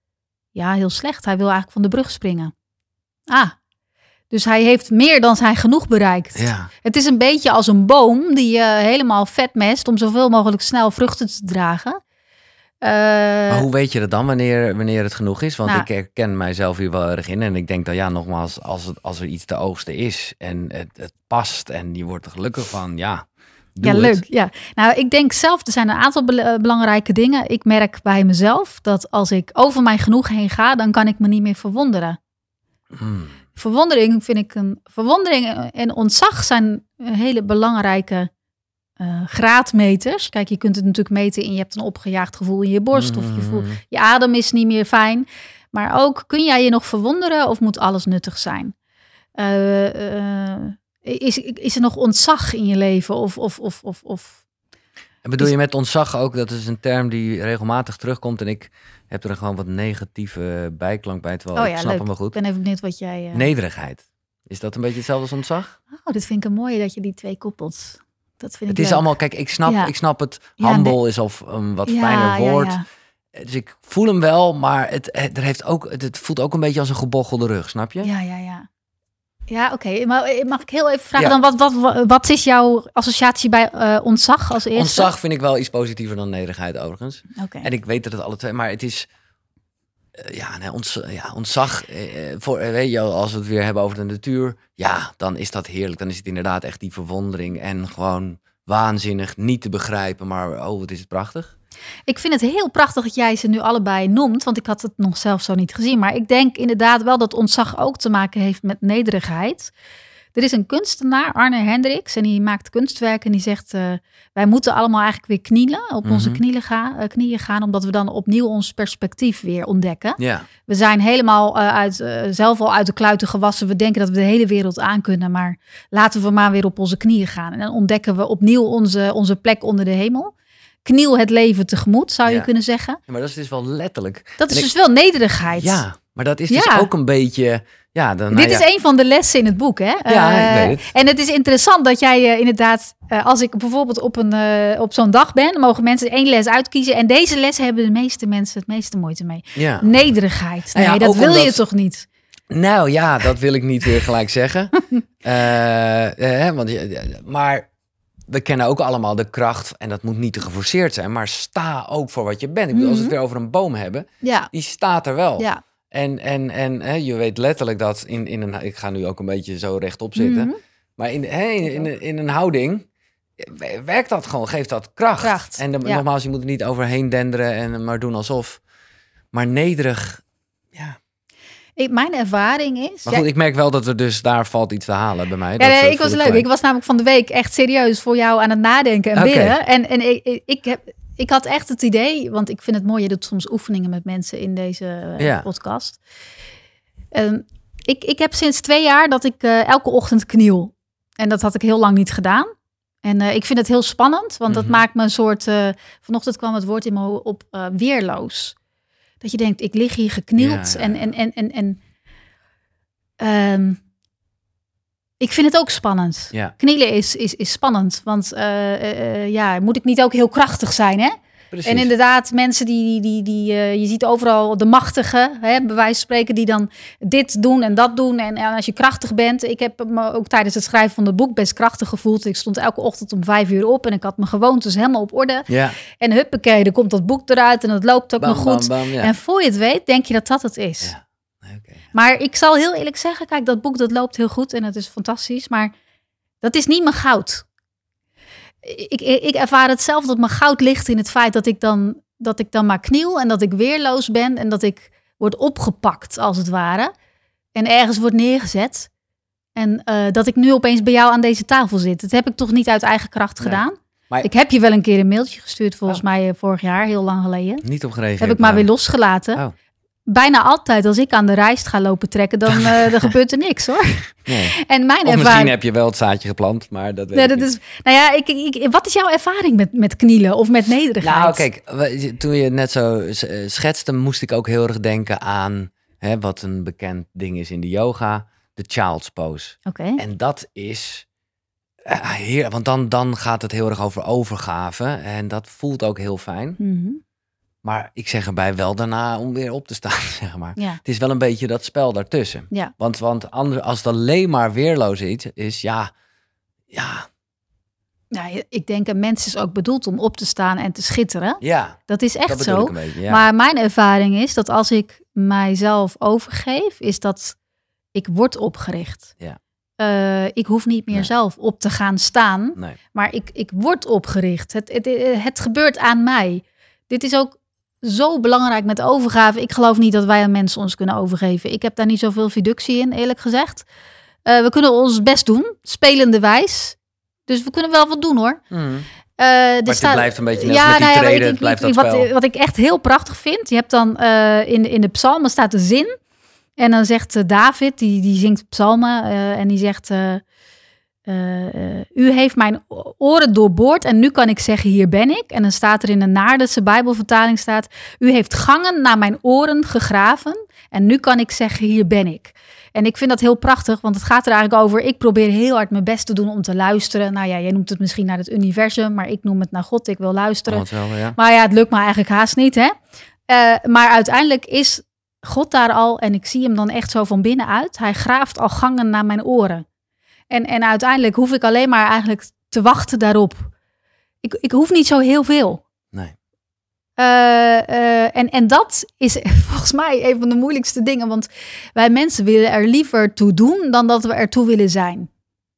Ja, heel slecht. Hij wil eigenlijk van de brug springen. Ah, dus hij heeft meer dan zijn genoeg bereikt. Ja. Het is een beetje als een boom die je uh, helemaal vet mest om zoveel mogelijk snel vruchten te dragen. Uh, maar hoe weet je dat dan, wanneer, wanneer het genoeg is? Want nou, ik herken mijzelf hier wel erg in. En ik denk dat ja, nogmaals, als, het, als er iets te oogsten is en het, het past en je wordt er gelukkig van, ja, doe ja, het. leuk. Ja. Nou, ik denk zelf, er zijn een aantal be- belangrijke dingen. Ik merk bij mezelf dat als ik over mijn genoeg heen ga, dan kan ik me niet meer verwonderen. Hmm. Verwondering vind ik een verwondering en ontzag zijn hele belangrijke uh, graadmeters. Kijk, je kunt het natuurlijk meten in je hebt een opgejaagd gevoel in je borst mm. of je, voel, je adem is niet meer fijn. Maar ook, kun jij je nog verwonderen of moet alles nuttig zijn? Uh, uh, is, is er nog ontzag in je leven of of of of, of en bedoel je met ontzag ook, dat is een term die regelmatig terugkomt en ik heb er gewoon wat negatieve bijklank bij, terwijl oh ja, ik snap leuk. hem wel goed. Ik ben even benieuwd wat jij... Uh... Nederigheid. Is dat een beetje hetzelfde als ontzag? Oh, dat vind ik een mooie dat je die twee koppelt. Dat vind ik Het is leuk. allemaal, kijk, ik snap, ja. ik snap het. Ja, humble nee. is of een wat ja, fijner woord. Ja, ja. Dus ik voel hem wel, maar het, het, er heeft ook, het, het voelt ook een beetje als een gebochelde rug, snap je? Ja, ja, ja. Ja, oké. Okay. Maar mag ik heel even vragen ja. dan, wat, wat, wat is jouw associatie bij uh, ontzag als eerste? Ontzag vind ik wel iets positiever dan nederigheid overigens. Okay. En ik weet dat het alle twee, maar het is... Uh, ja, nee, ons, ja, ontzag, uh, voor, uh, weet je, als we het weer hebben over de natuur, ja, dan is dat heerlijk. Dan is het inderdaad echt die verwondering en gewoon waanzinnig, niet te begrijpen, maar oh, wat is het prachtig. Ik vind het heel prachtig dat jij ze nu allebei noemt, want ik had het nog zelf zo niet gezien. Maar ik denk inderdaad wel dat ontzag ook te maken heeft met nederigheid. Er is een kunstenaar, Arne Hendricks, en die maakt kunstwerken en die zegt, uh, wij moeten allemaal eigenlijk weer knielen, op mm-hmm. onze knieën gaan, uh, knieën gaan, omdat we dan opnieuw ons perspectief weer ontdekken. Ja. We zijn helemaal uh, uit, uh, zelf al uit de kluiten gewassen. We denken dat we de hele wereld aan kunnen, maar laten we maar weer op onze knieën gaan. En dan ontdekken we opnieuw onze, onze plek onder de hemel. Kniel het leven tegemoet, zou je ja. kunnen zeggen. Ja, maar dat is dus wel letterlijk. Dat is en dus ik... wel nederigheid. Ja, maar dat is ja. dus ook een beetje... Ja, dan, Dit nou ja. is een van de lessen in het boek, hè? Ja, uh, ik weet het. En het is interessant dat jij uh, inderdaad... Uh, als ik bijvoorbeeld op, een, uh, op zo'n dag ben... mogen mensen één les uitkiezen. En deze les hebben de meeste mensen het meeste moeite mee. Ja. Nederigheid. Nee, nou ja, dat wil omdat... je toch niet? Nou ja, dat wil ik niet weer gelijk zeggen. uh, uh, want, uh, maar... We kennen ook allemaal de kracht, en dat moet niet te geforceerd zijn, maar sta ook voor wat je bent. Ik bedoel, mm-hmm. als we het weer over een boom hebben, ja. die staat er wel. Ja. En, en, en hè, je weet letterlijk dat in, in een... Ik ga nu ook een beetje zo rechtop zitten. Mm-hmm. Maar in, hè, in, in, in een houding werkt dat gewoon, geeft dat kracht. kracht en de, ja. nogmaals, je moet er niet overheen denderen en maar doen alsof. Maar nederig, ja. Ik, mijn ervaring is... Maar goed, ja, ik merk wel dat er dus daar valt iets te halen bij mij. Ja, dat, nee, uh, ik was leuk. gelijk. Ik was namelijk van de week echt serieus voor jou aan het nadenken en Okay. bidden. En, en ik, ik, ik, heb, ik had echt het idee, want ik vind het mooi, je doet soms oefeningen met mensen in deze uh, Ja. podcast. Um, ik, ik heb sinds twee jaar dat ik uh, elke ochtend kniel. En dat had ik heel lang niet gedaan. En uh, ik vind het heel spannend, want dat Mm-hmm. maakt me een soort... Uh, vanochtend kwam het woord in me op uh, weerloos. Dat je denkt, ik lig hier geknield Ja. en... en, en, en, en um, ik vind het ook spannend. Ja. Knielen is, is, is spannend, want uh, uh, ja, moet ik niet ook heel krachtig zijn, hè? Precies. En inderdaad, mensen die, die, die uh, je ziet overal de machtigen, hè, bij wijze van spreken, die dan dit doen en dat doen. En, en als je krachtig bent, ik heb me ook tijdens het schrijven van het boek best krachtig gevoeld. Ik stond elke ochtend om vijf uur op en ik had mijn gewoontes helemaal op orde. Ja. En huppakee, er komt dat boek eruit en het loopt ook Bam, nog goed. bam, bam, ja. En voor je het weet, denk je dat dat het is. Ja. Okay. Maar ik zal heel eerlijk zeggen, kijk, dat boek dat loopt heel goed en het is fantastisch, maar dat is niet mijn goud. Ik, ik, ik ervaar het zelf dat mijn goud ligt in het feit dat ik dan, dat ik dan maar kniel en dat ik weerloos ben en dat ik word opgepakt, als het ware, en ergens wordt neergezet. En uh, dat ik nu opeens bij jou aan deze tafel zit. Dat heb ik toch niet uit eigen kracht Nee. gedaan. Maar ik heb je wel een keer een mailtje gestuurd, volgens oh. mij vorig jaar, heel lang geleden. Niet op gereageerd. Heb ik maar weer losgelaten. Oh. Bijna altijd als ik aan de rijst ga lopen trekken, dan, uh, dan gebeurt er niks, hoor. Nee. En mijn Of ervaring... misschien heb je wel het zaadje geplant, maar dat weet Nee, ik dat niet. is, nou ja, ik, ik, wat is jouw ervaring met, met knielen of met nederigheid? Nou, kijk, we- toen je het net zo s- schetste, moest ik ook heel erg denken aan hè, wat een bekend ding is in de yoga, de child's pose. Oké. Okay. En dat is uh, heer, want dan, dan gaat het heel erg over overgave en dat voelt ook heel fijn. Mm-hmm. Maar ik zeg erbij wel daarna om weer op te staan, zeg maar. Ja. Het is wel een beetje dat spel daartussen. Ja. Want, want anders, als het alleen maar weerloos is, is ja, ja, Nou, ik denk een mens is ook bedoeld om op te staan en te schitteren. ja. Dat is echt Dat bedoel zo. ik een beetje, ja. Maar mijn ervaring is dat als ik mijzelf overgeef, is dat ik word opgericht. Ja. Uh, ik hoef niet meer Nee. zelf op te gaan staan, Nee. maar ik, ik word opgericht. Het, het, het gebeurt aan mij. Dit is ook zo belangrijk met overgave. Ik geloof niet dat wij aan mensen ons kunnen overgeven. Ik heb daar niet zoveel fiducie in, eerlijk gezegd. Uh, we kunnen ons best doen, spelende wijs. Dus we kunnen wel wat doen, hoor. Mm. Uh, maar staat, het blijft een beetje net ja, als met die nou ja, treden, ik, het blijft ik, dat wat, spel. wat ik echt heel prachtig vind, je hebt dan uh, in, in de psalmen staat een zin. En dan zegt uh, David, die, die zingt psalmen, uh, en die zegt... Uh, uh, uh, u heeft mijn oren doorboord en nu kan ik zeggen, hier ben ik. En dan staat er in de Naardense Bijbelvertaling staat... U heeft gangen naar mijn oren gegraven en nu kan ik zeggen, hier ben ik. En ik vind dat heel prachtig, want het gaat er eigenlijk over... ik probeer heel hard mijn best te doen om te luisteren. Nou ja, jij noemt het misschien naar het universum, maar ik noem het naar God. Ik wil luisteren. Wel, ja. Maar ja, het lukt me eigenlijk haast niet, hè. Uh, maar uiteindelijk is God daar al en ik zie hem dan echt zo van binnenuit. Hij graaft al gangen naar mijn oren. En, en uiteindelijk hoef ik alleen maar eigenlijk te wachten daarop. Ik, ik hoef niet zo heel veel. Nee. Uh, uh, en, en dat is volgens mij een van de moeilijkste dingen. Want wij mensen willen er liever toe doen dan dat we ertoe willen zijn.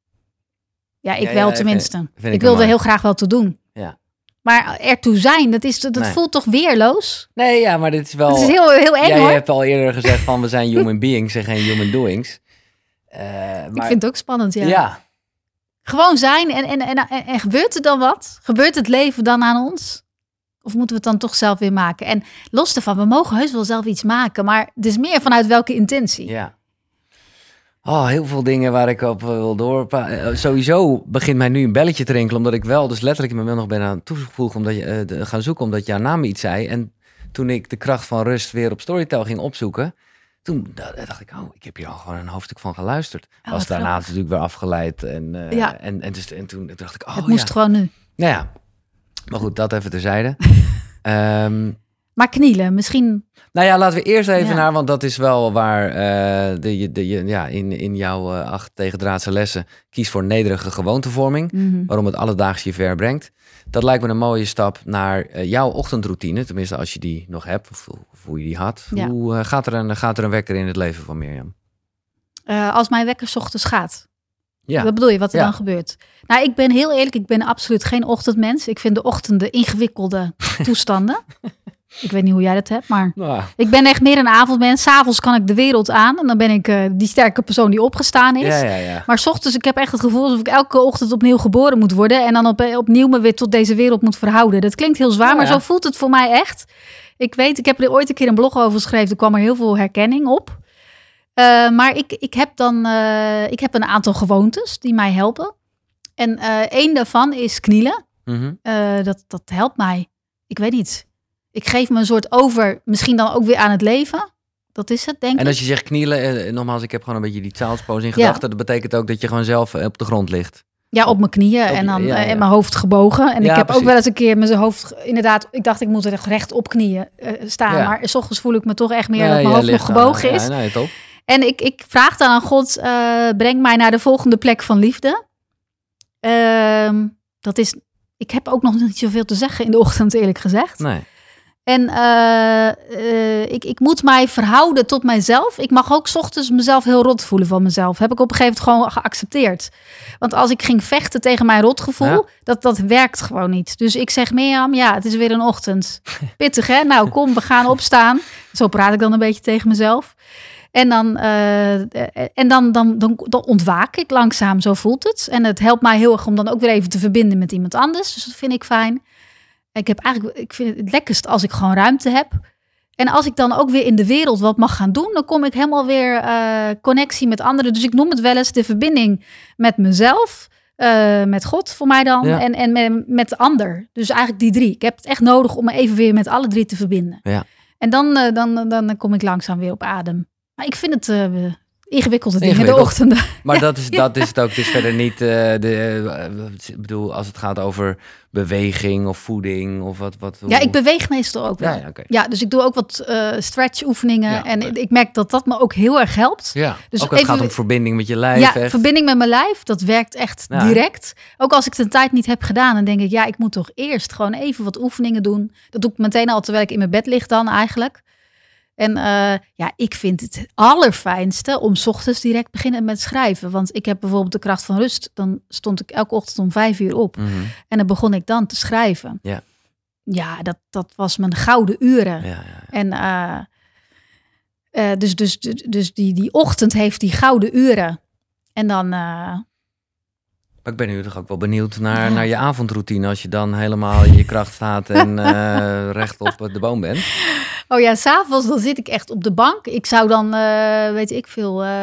Ja, ik ja, wel ja, tenminste. Vind, vind ik, ik wil er mooi. heel graag wel toe doen. Ja. Maar ertoe zijn, dat, is, dat Nee. voelt toch weerloos? Nee, ja, maar dit is wel... Dat is heel, heel eng, Jij hoor. hebt al eerder gezegd van we zijn human beings en geen human doings. Uh, maar... Ik vind het ook spannend, ja. Ja. Gewoon zijn en, en, en, en, en gebeurt er dan wat? Gebeurt het leven dan aan ons? Of moeten we het dan toch zelf weer maken? En los daarvan, we mogen heus wel zelf iets maken, maar het is meer vanuit welke intentie. Ja. Oh, heel veel dingen waar ik op wil door. Uh, sowieso begint mij nu een belletje te rinkelen, omdat ik wel dus letterlijk in mijn mail nog ben aan het toevoegen, omdat je uh, de, gaan zoeken, omdat jouw naam iets zei. En toen ik de kracht van rust weer op Storytel ging opzoeken, toen dacht ik, oh, ik heb hier al gewoon een hoofdstuk van geluisterd. Oh, was daarna grappig. natuurlijk weer afgeleid. En, uh, Ja. en, en, dus, en toen dacht ik, oh het moest ja. gewoon nu. Nou ja, maar goed, dat even terzijde. um, Maar knielen, misschien... Nou ja, laten we eerst even Ja. naar, want dat is wel waar uh, de, de, ja, in, in jouw uh, acht tegendraadse lessen kies voor nederige gewoontevorming. Mm-hmm. Waarom het alledaags je ver brengt. Dat lijkt me een mooie stap naar uh, jouw ochtendroutine. Tenminste, als je die nog hebt of, of hoe je die had. Ja. Hoe uh, gaat, er een, gaat er een wekker in het leven van Mirjam? Uh, als mijn wekker 's ochtends gaat. Ja. Dat bedoel je, wat er Ja. dan gebeurt? Nou, ik ben heel eerlijk, ik ben absoluut geen ochtendmens. Ik vind de ochtenden ingewikkelde toestanden. Ik weet niet hoe jij dat hebt, maar Nou, ik ben echt meer een avondmens. 's Avonds kan ik de wereld aan en dan ben ik uh, die sterke persoon die opgestaan is. ja, ja, ja. Maar 's ochtends, ik heb echt het gevoel alsof ik elke ochtend opnieuw geboren moet worden en dan op, opnieuw me weer tot deze wereld moet verhouden. Dat klinkt heel zwaar, Ja, maar ja. zo voelt het voor mij echt. Ik weet, ik heb er ooit een keer een blog over geschreven. Er kwam er heel veel herkenning op. Uh, maar ik, ik heb dan uh, ik heb een aantal gewoontes die mij helpen. En uh, één daarvan is knielen. Mm-hmm. Uh, dat, dat helpt mij. Ik weet niet. Ik geef me een soort over, misschien dan ook weer aan het leven. Dat is het, denk ik. En als je zegt knielen, eh, nogmaals, ik heb gewoon een beetje die child's pose in gedachten. Ja. Dat betekent ook dat je gewoon zelf op de grond ligt. Ja, op mijn knieën op, en dan ja, ja. en mijn hoofd gebogen. En ja, ik heb precies. ook wel eens een keer mijn hoofd, inderdaad, ik dacht ik moet er recht op knieën uh, staan. Ja. Maar 's ochtends voel ik me toch echt meer ja, dat mijn hoofd nog gebogen aan, is. Ja, nee, top. En ik, ik vraag dan aan God, uh, breng mij naar de volgende plek van liefde. Uh, dat is, ik heb ook nog niet zoveel te zeggen in de ochtend, eerlijk gezegd. Nee. En uh, uh, ik, ik moet mij verhouden tot mijzelf. Ik mag ook 's ochtends mezelf heel rot voelen van mezelf. Heb ik op een gegeven moment gewoon geaccepteerd. Want als ik ging vechten tegen mijn rotgevoel, ja. dat, dat werkt gewoon niet. Dus ik zeg Mirjam, ja, het is weer een ochtend. Pittig, hè? Nou, kom, we gaan opstaan. Zo praat ik dan een beetje tegen mezelf. En dan, uh, en dan, dan, dan, dan ontwaak ik langzaam, zo voelt het. En het helpt mij heel erg om dan ook weer even te verbinden met iemand anders. Dus dat vind ik fijn. Ik, heb eigenlijk, ik vind het het lekkerst als ik gewoon ruimte heb. En als ik dan ook weer in de wereld wat mag gaan doen, dan kom ik helemaal weer uh, connectie met anderen. Dus ik noem het wel eens de verbinding met mezelf, uh, met God voor mij dan, ja. en, en met, met de ander. Dus eigenlijk die drie. Ik heb het echt nodig om me even weer met alle drie te verbinden. Ja. En dan, uh, dan, dan, dan kom ik langzaam weer op adem. Maar ik vind het uh, ingewikkelde dingen in de ochtenden. Maar ja. dat, is, dat is het ook. Het is verder niet, uh, de, uh, ik bedoel, als het gaat over beweging of voeding of wat. wat ja, ik beweeg meestal ook wel. Ja, ja, okay. ja dus ik doe ook wat uh, stretch oefeningen. Ja, en okay. ik merk dat dat me ook heel erg helpt. Ja, dus ook het even, gaat om verbinding met je lijf. Ja, echt. verbinding met mijn lijf, dat werkt echt ja. direct. Ook als ik het een tijd niet heb gedaan, dan denk ik, ja, ik moet toch eerst gewoon even wat oefeningen doen. Dat doe ik meteen al terwijl ik in mijn bed lig dan eigenlijk. En uh, ja, ik vind het allerfijnste om 's ochtends direct beginnen met schrijven. Want ik heb bijvoorbeeld de kracht van rust. Dan stond ik elke ochtend om vijf uur op. Mm-hmm. En dan begon ik dan te schrijven. Ja, ja dat, dat was mijn gouden uren. Ja, ja, ja. En uh, uh, dus, dus, dus die, die ochtend heeft die gouden uren. En dan... Uh, Maar ik ben nu toch ook wel benieuwd naar, ja. naar je avondroutine. Als je dan helemaal in je kracht staat en uh, recht op de boom bent. Oh ja, 's avonds dan zit ik echt op de bank. Ik zou dan, uh, weet ik veel... Uh,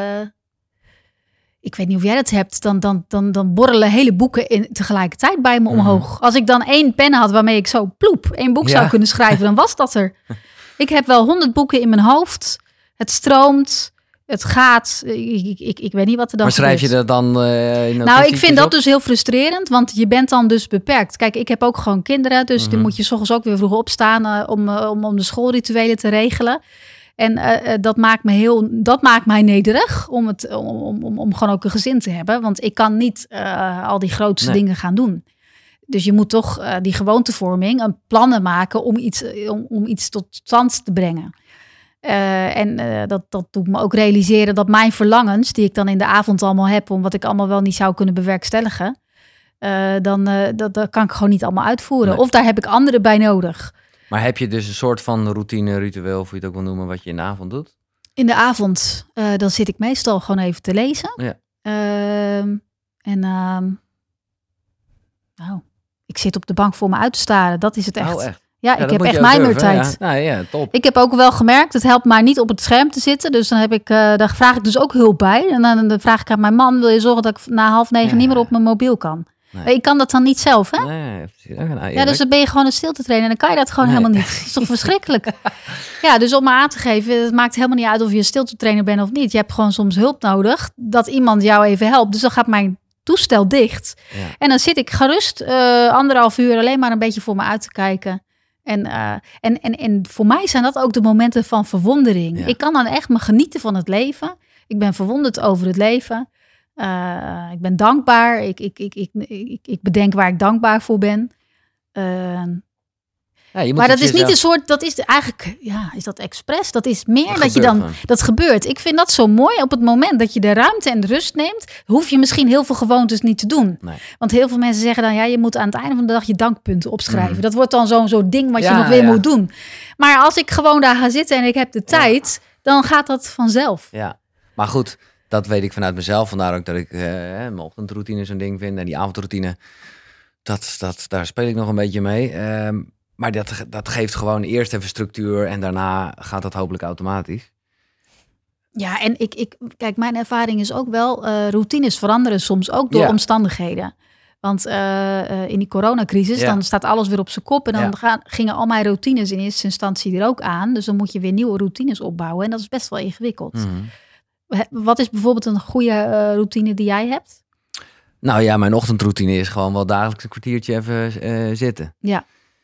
ik weet niet of jij dat hebt. Dan, dan, dan, dan borrelen hele boeken in, tegelijkertijd bij me omhoog. Mm. Als ik dan één pen had waarmee ik zo ploep... één boek ja. zou kunnen schrijven, dan was dat er. Ik heb wel honderd boeken in mijn hoofd. Het stroomt... Het gaat, ik, ik, ik, ik weet niet wat er dan Maar schrijf gebeurt. je dat dan uh, in Nou, ik vind dat op? dus heel frustrerend, want je bent dan dus beperkt. Kijk, ik heb ook gewoon kinderen, dus mm-hmm. dan moet je 's ochtends ook weer vroeg opstaan uh, om, uh, om, om de schoolrituelen te regelen. En uh, uh, dat maakt me heel, dat maakt mij nederig om, het, om, om, om gewoon ook een gezin te hebben. Want ik kan niet uh, al die grootste nee. dingen gaan doen. Dus je moet toch uh, die gewoontevorming, een plannen maken om iets, om, om iets tot stand te brengen. Uh, en uh, dat, dat doet me ook realiseren dat mijn verlangens, die ik dan in de avond allemaal heb, om wat ik allemaal wel niet zou kunnen bewerkstelligen, uh, dan uh, dat, dat kan ik gewoon niet allemaal uitvoeren. Nee. Of daar heb ik anderen bij nodig. Maar heb je dus een soort van routine, ritueel, of je het ook wil noemen, wat je in de avond doet? In de avond, uh, dan zit ik meestal gewoon even te lezen. Ja. Uh, en uh, nou, ik zit op de bank voor me uit te staren. Dat is het echt. Oh, echt? Ja, ja, ik heb echt mijmertijd. Ja. Nou, ja, top. Ik heb ook wel gemerkt, het helpt mij niet op het scherm te zitten. Dus dan heb ik, uh, daar vraag ik dus ook hulp bij. En dan, dan vraag ik aan mijn man, wil je zorgen dat ik na half negen ja. niet meer op mijn mobiel kan? Nee. Ik kan dat dan niet zelf, hè? Nee, precies. Nou, ja, dus dan ben je gewoon een stilte trainer en dan kan je dat gewoon nee. helemaal niet. Dat is toch verschrikkelijk? Ja, dus om me aan te geven, het maakt helemaal niet uit of je een stilte trainer bent of niet. Je hebt gewoon soms hulp nodig, dat iemand jou even helpt. Dus dan gaat mijn toestel dicht. Ja. En dan zit ik gerust uh, anderhalf uur alleen maar een beetje voor me uit te kijken. En, uh, en, en, en voor mij zijn dat ook de momenten van verwondering. Ja. Ik kan dan echt me genieten van het leven. Ik ben verwonderd over het leven. Uh, ik ben dankbaar. Ik, ik, ik, ik, ik, ik bedenk waar ik dankbaar voor ben. Uh, Ja, je moet maar dat is jezelf... niet een soort, dat is de, eigenlijk, ja, is dat expres? Dat is meer dat, dat je dan, gewoon. dat gebeurt. Ik vind dat zo mooi. Op het moment dat je de ruimte en de rust neemt, hoef je misschien heel veel gewoontes niet te doen. Nee. Want heel veel mensen zeggen dan, ja, je moet aan het einde van de dag je dankpunten opschrijven. Mm. Dat wordt dan zo'n zo'n ding wat Ja, je nog weer ja. moet doen. Maar als ik gewoon daar ga zitten en ik heb de tijd, ja. dan gaat dat vanzelf. Ja, maar goed, dat weet ik vanuit mezelf. Vandaar ook dat ik uh, mijn ochtendroutine zo'n ding vind en die avondroutine. Dat, dat, daar speel ik nog een beetje mee. Um, maar dat, dat geeft gewoon eerst even structuur en daarna gaat dat hopelijk automatisch. Ja, en ik, ik kijk, mijn ervaring is ook wel, uh, routines veranderen soms ook door ja. omstandigheden. Want uh, uh, in die coronacrisis, ja. dan staat alles weer op zijn kop. En dan ja. gaan, gingen al mijn routines in eerste instantie er ook aan. Dus dan moet je weer nieuwe routines opbouwen. En dat is best wel ingewikkeld. Mm-hmm. Wat is bijvoorbeeld een goede uh, routine die jij hebt? Nou ja, mijn ochtendroutine is gewoon wel dagelijks een kwartiertje even uh, zitten. Ja.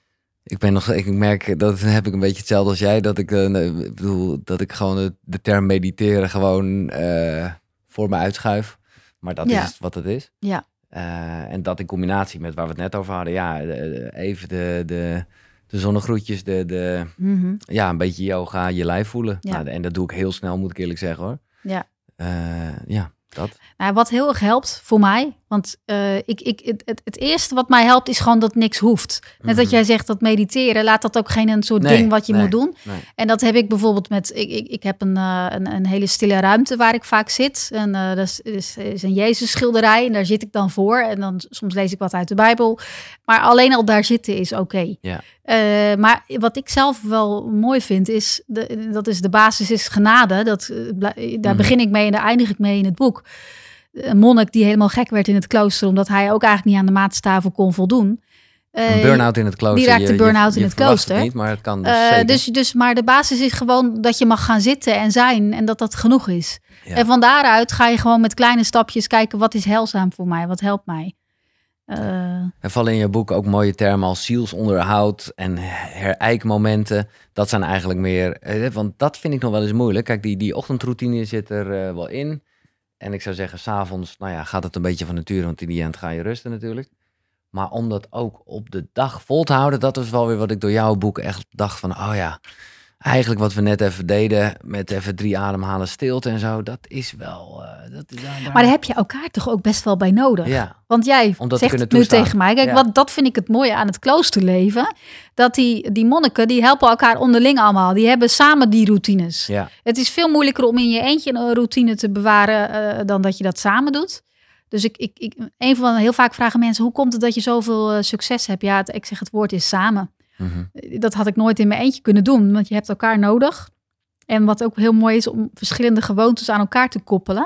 Ik ben nog, ik merk, dat heb ik een beetje hetzelfde als jij. Dat ik, uh, ik bedoel, dat ik gewoon de, de term mediteren gewoon uh, voor me uitschuif. Maar dat ja. is wat het is. Ja. Uh, en dat in combinatie met waar we het net over hadden. Ja, de, even de, de, de zonnegroetjes, de, de, mm-hmm. ja, een beetje yoga, je lijf voelen. Ja. Nou, en dat doe ik heel snel, moet ik eerlijk zeggen hoor. Ja. Uh, ja, dat. Nou, wat heel erg helpt voor mij, want uh, ik, ik, het, het eerste wat mij helpt is gewoon dat niks hoeft. Net mm-hmm. dat jij zegt dat mediteren, laat dat ook geen een soort nee, ding wat je nee, moet doen. Nee. En dat heb ik bijvoorbeeld met, ik, ik, ik heb een, uh, een, een hele stille ruimte waar ik vaak zit. En uh, dat is, is, is een Jezus schilderij en daar zit ik dan voor. En dan soms lees ik wat uit de Bijbel. Maar alleen al daar zitten is oké. Okay. Ja. Uh, maar wat ik zelf wel mooi vind is, de, dat is de basis is genade. Dat, uh, daar mm-hmm. begin ik mee en daar eindig ik mee in het boek. Een monnik die helemaal gek werd in het klooster, omdat hij ook eigenlijk niet aan de maatstaven kon voldoen. Uh, een burn-out in het klooster. Die raakte je, burn-out je, in je het klooster. Het niet, maar het kan dus, uh, dus, dus Maar de basis is gewoon dat je mag gaan zitten en zijn en dat dat genoeg is. Ja. En van daaruit ga je gewoon met kleine stapjes kijken, wat is heilzaam voor mij, wat helpt mij. Uh, er vallen in je boek ook mooie termen als zielsonderhoud en herijkmomenten. Dat zijn eigenlijk meer, eh, want dat vind ik nog wel eens moeilijk. Kijk, die, die ochtendroutine zit er uh, wel in. En ik zou zeggen, 's avonds, nou ja, gaat het een beetje van nature, want in die end ga je rusten natuurlijk. Maar om dat ook op de dag vol te houden, dat is wel weer wat ik door jouw boek echt dacht van, oh ja, eigenlijk wat we net even deden, met even drie ademhalen stilte en zo, dat is wel... Uh, dat is daar, daar... Maar daar heb je elkaar toch ook best wel bij nodig? Ja. Want jij zegt het nu tegen mij. Kijk, ja. wat, dat vind ik het mooie aan het kloosterleven. Dat die, die monniken, die helpen elkaar onderling allemaal. Die hebben samen die routines. Ja. Het is veel moeilijker om in je eentje een routine te bewaren uh, dan dat je dat samen doet. Dus ik, ik, ik, een van heel vaak vragen mensen, hoe komt het dat je zoveel uh, succes hebt? Ja, het, ik zeg het woord is samen. Mm-hmm. Dat had ik nooit in mijn eentje kunnen doen, want je hebt elkaar nodig. En wat ook heel mooi is, om verschillende gewoontes aan elkaar te koppelen.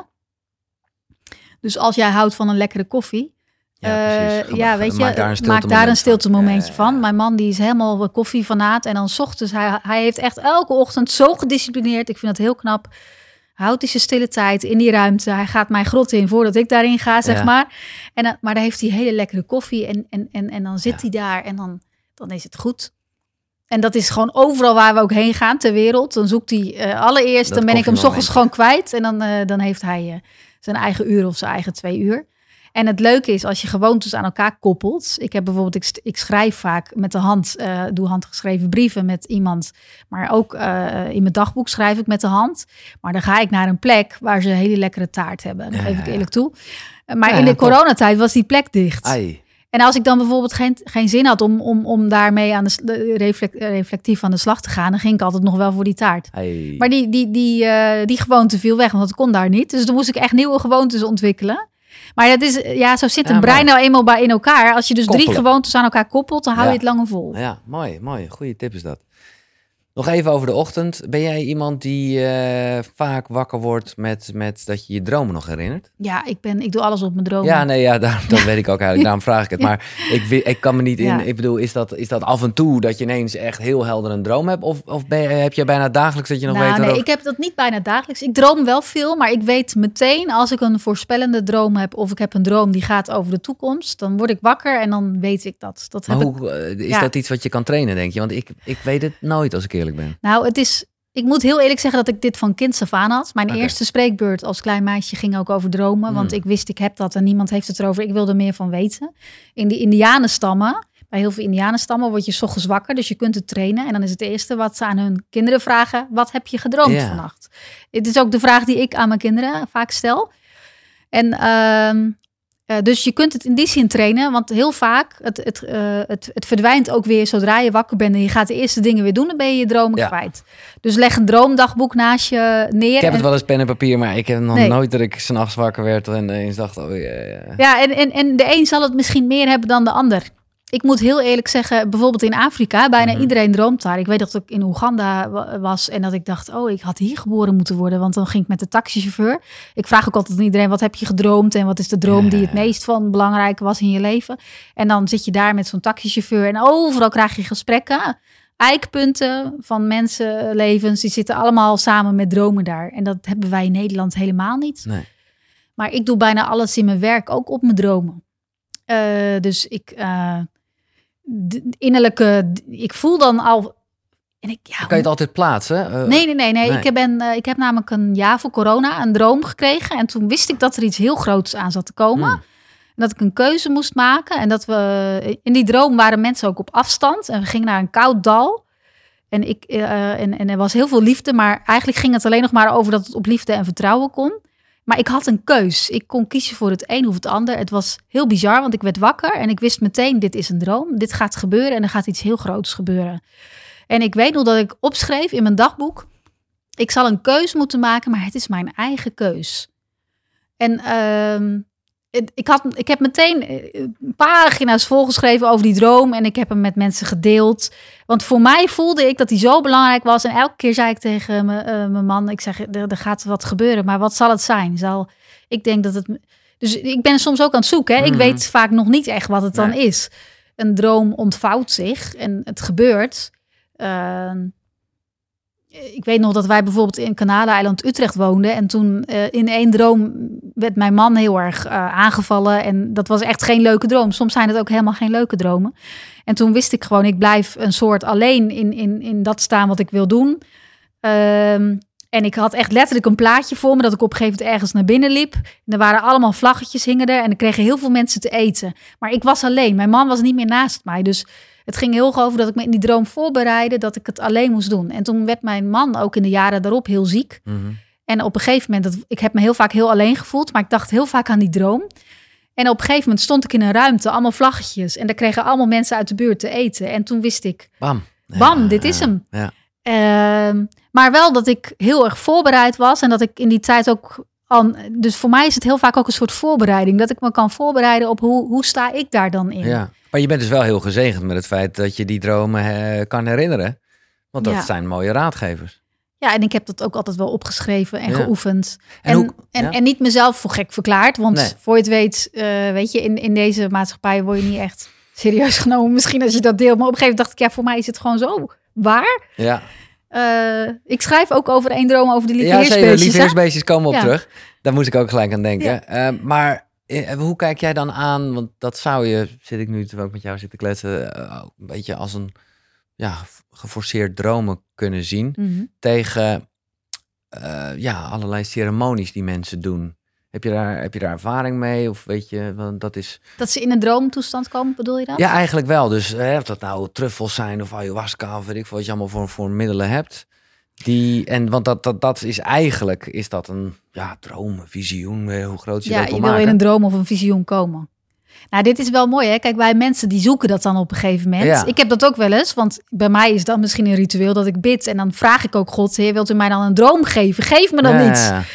Dus als jij houdt van een lekkere koffie, ja, precies. Uh, ja weet je, maak daar een stilte, maak daar een stilte momentje van. van. Ja, ja, ja. Mijn man die is helemaal koffiefanaat en dan 's ochtends, hij, hij heeft echt elke ochtend zo gedisciplineerd. Ik vind dat heel knap. Houdt hij zijn stille tijd in die ruimte. Hij gaat mijn grot in voordat ik daarin ga, zeg ja. maar. En dan, maar dan heeft hij hele lekkere koffie en, en, en, en dan zit ja. hij daar en dan, dan is het goed. En dat is gewoon overal waar we ook heen gaan ter wereld. Dan zoekt hij uh, allereerst, dat dan ben ik hem 's ochtends gewoon kwijt. En dan, uh, dan heeft hij uh, zijn eigen uur of zijn eigen twee uur. En het leuke is als je gewoontes aan elkaar koppelt. Ik heb bijvoorbeeld, ik, ik schrijf vaak met de hand, uh, doe handgeschreven brieven met iemand. Maar ook uh, in mijn dagboek schrijf ik met de hand. Maar dan ga ik naar een plek waar ze hele lekkere taart hebben. Dat geef ja, ik eerlijk toe. Maar ja, in de coronatijd was die plek dicht. Ai. En als ik dan bijvoorbeeld geen, geen zin had om, om, om daarmee aan de reflect, reflectief aan de slag te gaan, dan ging ik altijd nog wel voor die taart. Ai. Maar die, die, die, uh, die gewoonte viel weg, want dat kon daar niet. Dus dan moest ik echt nieuwe gewoontes ontwikkelen. Maar dat is, ja, zo zit een ja, brein nou eenmaal bij in elkaar. Als je dus Koppelen. drie gewoontes aan elkaar koppelt, dan hou ja. je het langer vol. Ja, mooi, mooi. Goeie tip is dat. Nog even over de ochtend. Ben jij iemand die uh, vaak wakker wordt met, met dat je je dromen nog herinnert? Ja, ik, ben, ik doe alles op mijn dromen. Ja, nee, ja, daar, dat weet ik ook eigenlijk. Daarom vraag ik het. Maar ik, ik kan me niet in... Ja. Ik bedoel, is dat, is dat af en toe dat je ineens echt heel helder een droom hebt? Of, of ben je, heb je bijna dagelijks dat je nog nou, weet... Nee, erover... ik heb dat niet bijna dagelijks. Ik droom wel veel, maar ik weet meteen als ik een voorspellende droom heb... of ik heb een droom die gaat over de toekomst... dan word ik wakker en dan weet ik dat. dat maar heb hoe, ik, is ja. dat iets wat je kan trainen, denk je? Want ik, ik weet het nooit, als ik eerlijk ben. Nou, het is... Ik moet heel eerlijk zeggen dat ik dit van kinds af aan had. Mijn okay. eerste spreekbeurt als klein meisje ging ook over dromen. Mm. Want ik wist, ik heb dat en niemand heeft het erover. Ik wilde meer van weten. In de indianenstammen Bij heel veel indianenstammen word je 's ochtends wakker, dus je kunt het trainen. En dan is het eerste wat ze aan hun kinderen vragen, wat heb je gedroomd Ja. vannacht? Het is ook de vraag die ik aan mijn kinderen vaak stel. En uh, uh, dus je kunt het in die zin trainen, want heel vaak, het, het, uh, het, het verdwijnt ook weer zodra je wakker bent en je gaat de eerste dingen weer doen, dan ben je je dromen Ja. kwijt. Dus leg een droomdagboek naast je neer. Ik heb en, het wel eens pen en papier, maar ik heb nog Nee. nooit dat ik 's nachts wakker werd en eens dacht, oh ja, ja. Ja, en, en, en de een zal het misschien meer hebben dan de ander. Ik moet heel eerlijk zeggen, bijvoorbeeld in Afrika, bijna Mhm. iedereen droomt daar. Ik weet dat ik in Oeganda wa- was en dat ik dacht, oh, ik had hier geboren moeten worden, want dan ging ik met de taxichauffeur. Ik vraag ook altijd aan iedereen, wat heb je gedroomd en wat is de droom Ja. die het meest van belangrijk was in je leven? En dan zit je daar met zo'n taxichauffeur en overal krijg je gesprekken. Eikpunten van mensenlevens, die zitten allemaal samen met dromen daar. En dat hebben wij in Nederland helemaal niet. Nee. Maar ik doe bijna alles in mijn werk, ook op mijn dromen. Uh, dus ik uh, de innerlijke, ik voel dan al. En ik, ja, Kan je het altijd plaatsen? Uh, nee, nee, nee, nee. nee. Ik, ben, uh, ik heb namelijk een jaar voor corona een droom gekregen. En toen wist ik dat er iets heel groots aan zat te komen. Hmm. En dat ik een keuze moest maken. En dat we in die droom waren mensen ook op afstand. En we gingen naar een koud dal. En, ik, uh, en, en er was heel veel liefde. Maar eigenlijk ging het alleen nog maar over dat het op liefde en vertrouwen kon. Maar ik had een keus. Ik kon kiezen voor het een of het ander. Het was heel bizar, want ik werd wakker en ik wist meteen, dit is een droom. Dit gaat gebeuren en er gaat iets heel groots gebeuren. En ik weet nog dat ik opschreef in mijn dagboek, ik zal een keus moeten maken, maar het is mijn eigen keus. En uh, ik, had, ik heb meteen pagina's volgeschreven over die droom en ik heb hem met mensen gedeeld. Want voor mij voelde ik dat die zo belangrijk was. En elke keer zei ik tegen mijn, uh, mijn man, ik zeg, er, er gaat wat gebeuren, maar wat zal het zijn? Zal, ik denk dat het... Dus ik ben soms ook aan het zoeken. Hè? Mm-hmm. Ik weet vaak nog niet echt wat het dan Nee. is. Een droom ontvouwt zich en het gebeurt. Uh, ik weet nog dat wij bijvoorbeeld in Kanaleiland Utrecht woonden. En toen uh, in één droom werd mijn man heel erg uh, aangevallen. En dat was echt geen leuke droom. Soms zijn het ook helemaal geen leuke dromen. En toen wist ik gewoon, ik blijf een soort alleen in, in, in dat staan wat ik wil doen. Um, en ik had echt letterlijk een plaatje voor me dat ik op een gegeven moment ergens naar binnen liep. En er waren allemaal vlaggetjes hingen er en er kregen heel veel mensen te eten. Maar ik was alleen. Mijn man was niet meer naast mij. Dus het ging heel erg over dat ik me in die droom voorbereidde dat ik het alleen moest doen. En toen werd mijn man ook in de jaren daarop heel ziek. Mm-hmm. En op een gegeven moment, dat, ik heb me heel vaak heel alleen gevoeld, maar ik dacht heel vaak aan die droom. En op een gegeven moment stond ik in een ruimte, allemaal vlaggetjes. En daar kregen allemaal mensen uit de buurt te eten. En toen wist ik, bam, bam, ja, dit is hem. Ja. Uh, maar wel dat ik heel erg voorbereid was. En dat ik in die tijd ook... Al, dus voor mij is het heel vaak ook een soort voorbereiding. Dat ik me kan voorbereiden op hoe, hoe sta ik daar dan in. Ja. Maar je bent dus wel heel gezegend met het feit dat je die dromen he, kan herinneren. Want dat ja. zijn mooie raadgevers. Ja, en ik heb dat ook altijd wel opgeschreven en ja. geoefend. En, en, hoe, en, ja? en niet mezelf voor gek verklaard. Want nee. voor je het weet, uh, weet je, in, in deze maatschappij word je niet echt serieus genomen. Misschien als je dat deelt. Maar op een gegeven moment dacht ik, ja, voor mij is het gewoon zo waar. Ja. Uh, ik schrijf ook over één droom over de lieve ja, heersbeestjes. Ja, lieve heersbeestjes komen op ja. terug. Daar moest ik ook gelijk aan denken. Ja. Uh, maar uh, hoe kijk jij dan aan? Want dat zou je, zit ik nu terwijl ik met jou zit te kletsen, uh, een beetje als een ja, geforceerd dromen kunnen zien. Mm-hmm. Tegen uh, ja, allerlei ceremonies die mensen doen. Heb je, daar, heb je daar ervaring mee? Of weet je, want dat is... Dat ze in een droomtoestand komen, bedoel je dat? Ja, eigenlijk wel. Dus hè, of dat nou truffels zijn of ayahuasca of weet ik veel wat je allemaal voor, voor middelen hebt. Die, en want dat, dat, dat is eigenlijk, is dat een ja, droom, een visioen, hoe groot je ja, dat wil je wil maken. in een droom of een visioen komen. Nou, dit is wel mooi, hè? Kijk, wij mensen die zoeken dat dan op een gegeven moment. Ja. Ik heb dat ook wel eens, want bij mij is dat misschien een ritueel dat ik bid. En dan vraag ik ook God, Heer, wilt u mij dan een droom geven? Geef me dan ja, iets. Ja.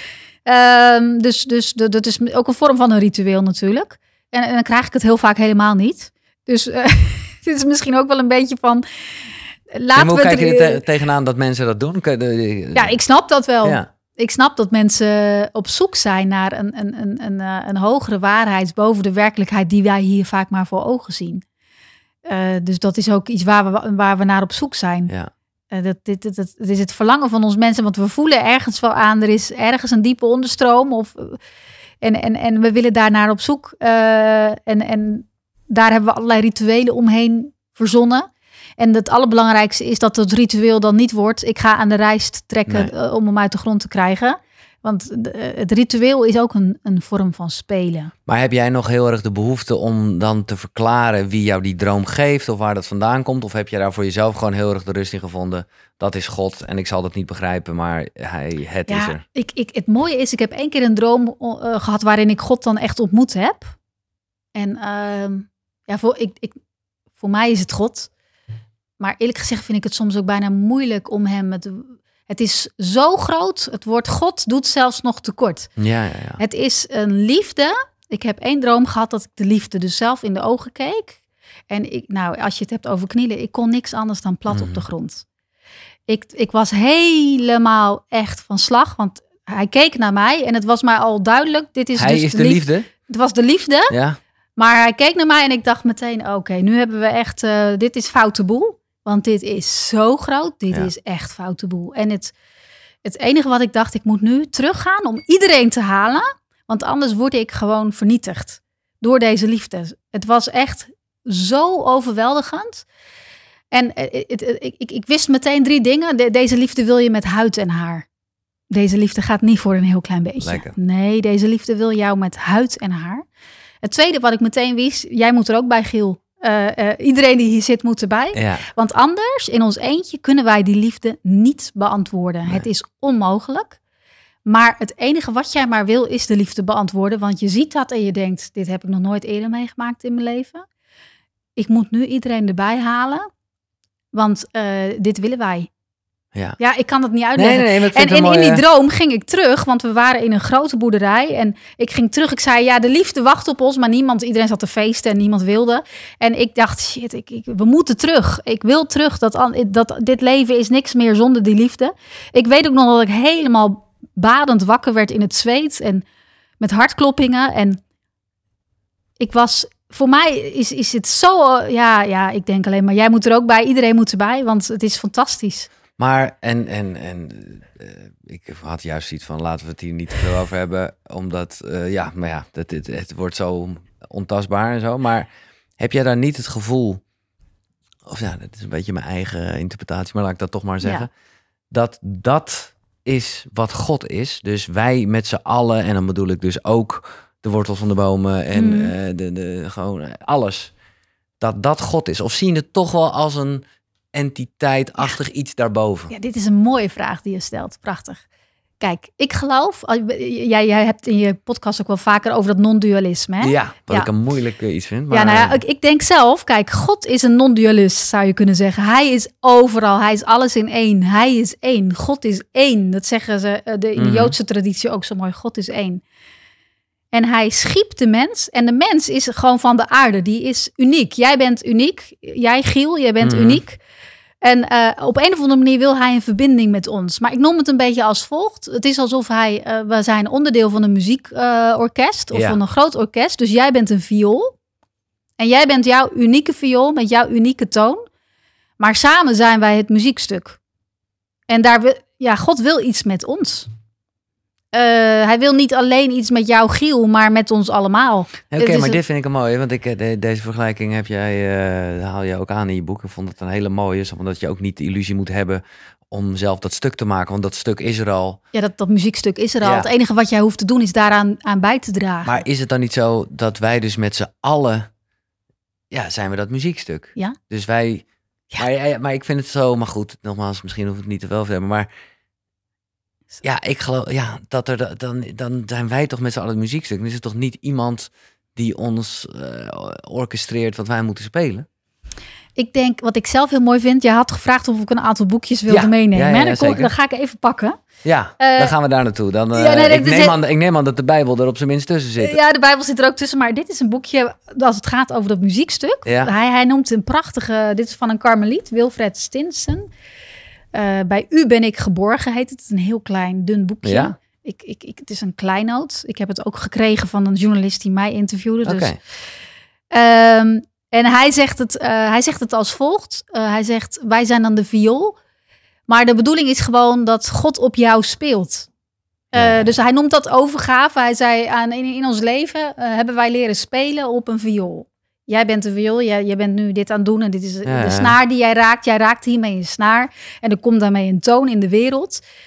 Um, dus dus de, dat is ook een vorm van een ritueel natuurlijk. En, en dan krijg ik het heel vaak helemaal niet. Dus uh, dit is misschien ook wel een beetje van... Laten hoe we kijk je er te- tegenaan dat mensen dat doen? Ja, ik snap dat wel. Ja. Ik snap dat mensen op zoek zijn naar een, een, een, een, een hogere waarheid boven de werkelijkheid die wij hier vaak maar voor ogen zien. Uh, dus dat is ook iets waar we, waar we naar op zoek zijn. Ja. Uh, dat, dit, dit, dat, dat is het verlangen van ons mensen, want we voelen ergens wel aan, er is ergens een diepe onderstroom. Of, en, en, en we willen daar naar op zoek. Uh, en, en daar hebben we allerlei rituelen omheen verzonnen. En het allerbelangrijkste is dat het ritueel dan niet wordt, ik ga aan de rijst trekken nee. uh, om hem uit de grond te krijgen. Want de, het ritueel is ook een, een vorm van spelen. Maar heb jij nog heel erg de behoefte om dan te verklaren wie jou die droom geeft of waar dat vandaan komt? Of heb je daar voor jezelf gewoon heel erg de rust in gevonden? Dat is God en ik zal dat niet begrijpen, maar hij, het ja, is er. Ik, ik, het mooie is, ik heb één keer een droom uh, gehad waarin ik God dan echt ontmoet heb. En uh, ja, voor, ik, ik, voor mij is het God. Maar eerlijk gezegd vind ik het soms ook bijna moeilijk om hem... Het, het is zo groot, het woord God doet zelfs nog tekort. Ja, ja, ja. Het is een liefde. Ik heb één droom gehad dat ik de liefde dus zelf in de ogen keek. En ik, nou, als je het hebt over knielen, ik kon niks anders dan plat mm. op de grond. Ik, ik was helemaal echt van slag, want hij keek naar mij en het was mij al duidelijk. Dit is hij dus is de de liefde? liefde. Het was de liefde, ja. Maar hij keek naar mij en ik dacht meteen, oké, okay, nu hebben we echt, uh, dit is foute boel. Want dit is zo groot, dit ja. is echt foute boel. En het, het enige wat ik dacht, ik moet nu teruggaan om iedereen te halen. Want anders word ik gewoon vernietigd door deze liefde. Het was echt zo overweldigend. En het, het, het, ik, ik wist meteen drie dingen. De, deze liefde wil je met huid en haar. Deze liefde gaat niet voor een heel klein beetje. Lekker. Nee, deze liefde wil jou met huid en haar. Het tweede wat ik meteen wist, jij moet er ook bij, Giel. Uh, uh, iedereen die hier zit moet erbij. Ja. Want anders, in ons eentje, kunnen wij die liefde niet beantwoorden. Nee. Het is onmogelijk. Maar het enige wat jij maar wil, is de liefde beantwoorden. Want je ziet dat en je denkt, dit heb ik nog nooit eerder meegemaakt in mijn leven. Ik moet nu iedereen erbij halen. Want uh, dit willen wij. Ja. ja, ik kan het niet uitleggen. Nee, nee, nee, en in, mooie... in die droom ging ik terug, want we waren in een grote boerderij. En ik ging terug, ik zei, ja, de liefde wacht op ons. Maar niemand, iedereen zat te feesten en niemand wilde. En ik dacht, shit, ik, ik, we moeten terug. Ik wil terug, dat, dat dit leven is niks meer zonder die liefde. Ik weet ook nog dat ik helemaal badend wakker werd in het zweet. En met hartkloppingen. En ik was... Voor mij is, is het zo... Ja, ja, ik denk alleen maar, jij moet er ook bij. Iedereen moet erbij, want het is fantastisch. Maar, en, en, en uh, ik had juist iets van, laten we het hier niet te veel over hebben. Omdat, uh, ja, maar ja, het, het, het wordt zo ontastbaar en zo. Maar heb jij daar niet het gevoel... Of ja, dat is een beetje mijn eigen interpretatie, maar laat ik dat toch maar zeggen. Ja. Dat dat is wat God is. Dus wij met z'n allen, en dan bedoel ik dus ook... de wortels van de bomen en mm. uh, de, de, gewoon alles. Dat dat God is. Of zie je het toch wel als een entiteit-achtig ja. iets daarboven? Ja, dit is een mooie vraag die je stelt. Prachtig. Kijk, ik geloof... Jij, jij hebt in je podcast ook wel vaker over dat non-dualisme. Hè? Ja, wat ja. ik een moeilijk uh, iets vind. Maar... Ja, nou ja, ik, ik denk zelf... Kijk, God is een non-dualist, zou je kunnen zeggen. Hij is overal. Hij is alles in één. Hij is één. God is één. Dat zeggen ze uh, de, in de mm-hmm. Joodse traditie ook zo mooi. God is één. En hij schiep de mens. En de mens is gewoon van de aarde. Die is uniek. Jij bent uniek. Jij, Giel, jij bent mm-hmm. uniek. En uh, op een of andere manier wil hij een verbinding met ons. Maar ik noem het een beetje als volgt. Het is alsof hij... Uh, we zijn onderdeel van een muziekorkest. Uh, of ja. van een groot orkest. Dus jij bent een viool. En jij bent jouw unieke viool met jouw unieke toon. Maar samen zijn wij het muziekstuk. En daar wil... Ja, God wil iets met ons. Uh, hij wil niet alleen iets met jou, Giel, maar met ons allemaal. Oké, okay, maar een... dit vind ik een mooie, want ik, de, deze vergelijking heb jij, uh, haal je ook aan in je boek. Ik vond het een hele mooie, omdat je ook niet de illusie moet hebben om zelf dat stuk te maken, want dat stuk is er al. Ja, dat, dat muziekstuk is er al. Ja. Het enige wat jij hoeft te doen is daaraan aan bij te dragen. Maar is het dan niet zo dat wij dus met z'n allen, ja, zijn we dat muziekstuk? Ja. Dus wij, ja. Maar, maar ik vind het zo, maar goed, nogmaals, misschien hoef ik het niet te veel te hebben, maar... Ja, ik geloof, ja, dat er dan, dan zijn wij toch met z'n allen het muziekstuk. Dan is het toch niet iemand die ons uh, orchestreert wat wij moeten spelen? Ik denk, wat ik zelf heel mooi vind, je had gevraagd of ik een aantal boekjes wilde ja, meenemen. Ja, ja, dan, kom, dan ga ik even pakken. Ja, uh, dan gaan we daar naartoe. Dan, uh, ja, nee, ik, neem het, aan, ik neem aan dat de Bijbel er op zijn minst tussen zit. Ja, de Bijbel zit er ook tussen, maar dit is een boekje als het gaat over dat muziekstuk. Ja. Hij, hij noemt een prachtige, dit is van een karmeliet, Wilfred Stinson. Uh, bij U ben ik geborgen, heet het. Het is een heel klein, dun boekje. Ja? Ik, ik, ik, het is een kleinoot. Ik heb het ook gekregen van een journalist die mij interviewde. Dus. Okay. Um, en hij zegt, het, uh, hij zegt het als volgt. Uh, hij zegt, wij zijn dan de viool. Maar de bedoeling is gewoon dat God op jou speelt. Uh, ja. Dus hij noemt dat overgave. Hij zei, aan, in, in ons leven uh, hebben wij leren spelen op een viool. Jij bent de viool, jij, jij bent nu dit aan het doen en dit is ja, de snaar die jij raakt. Jij raakt hiermee een snaar en er komt daarmee een toon in de wereld.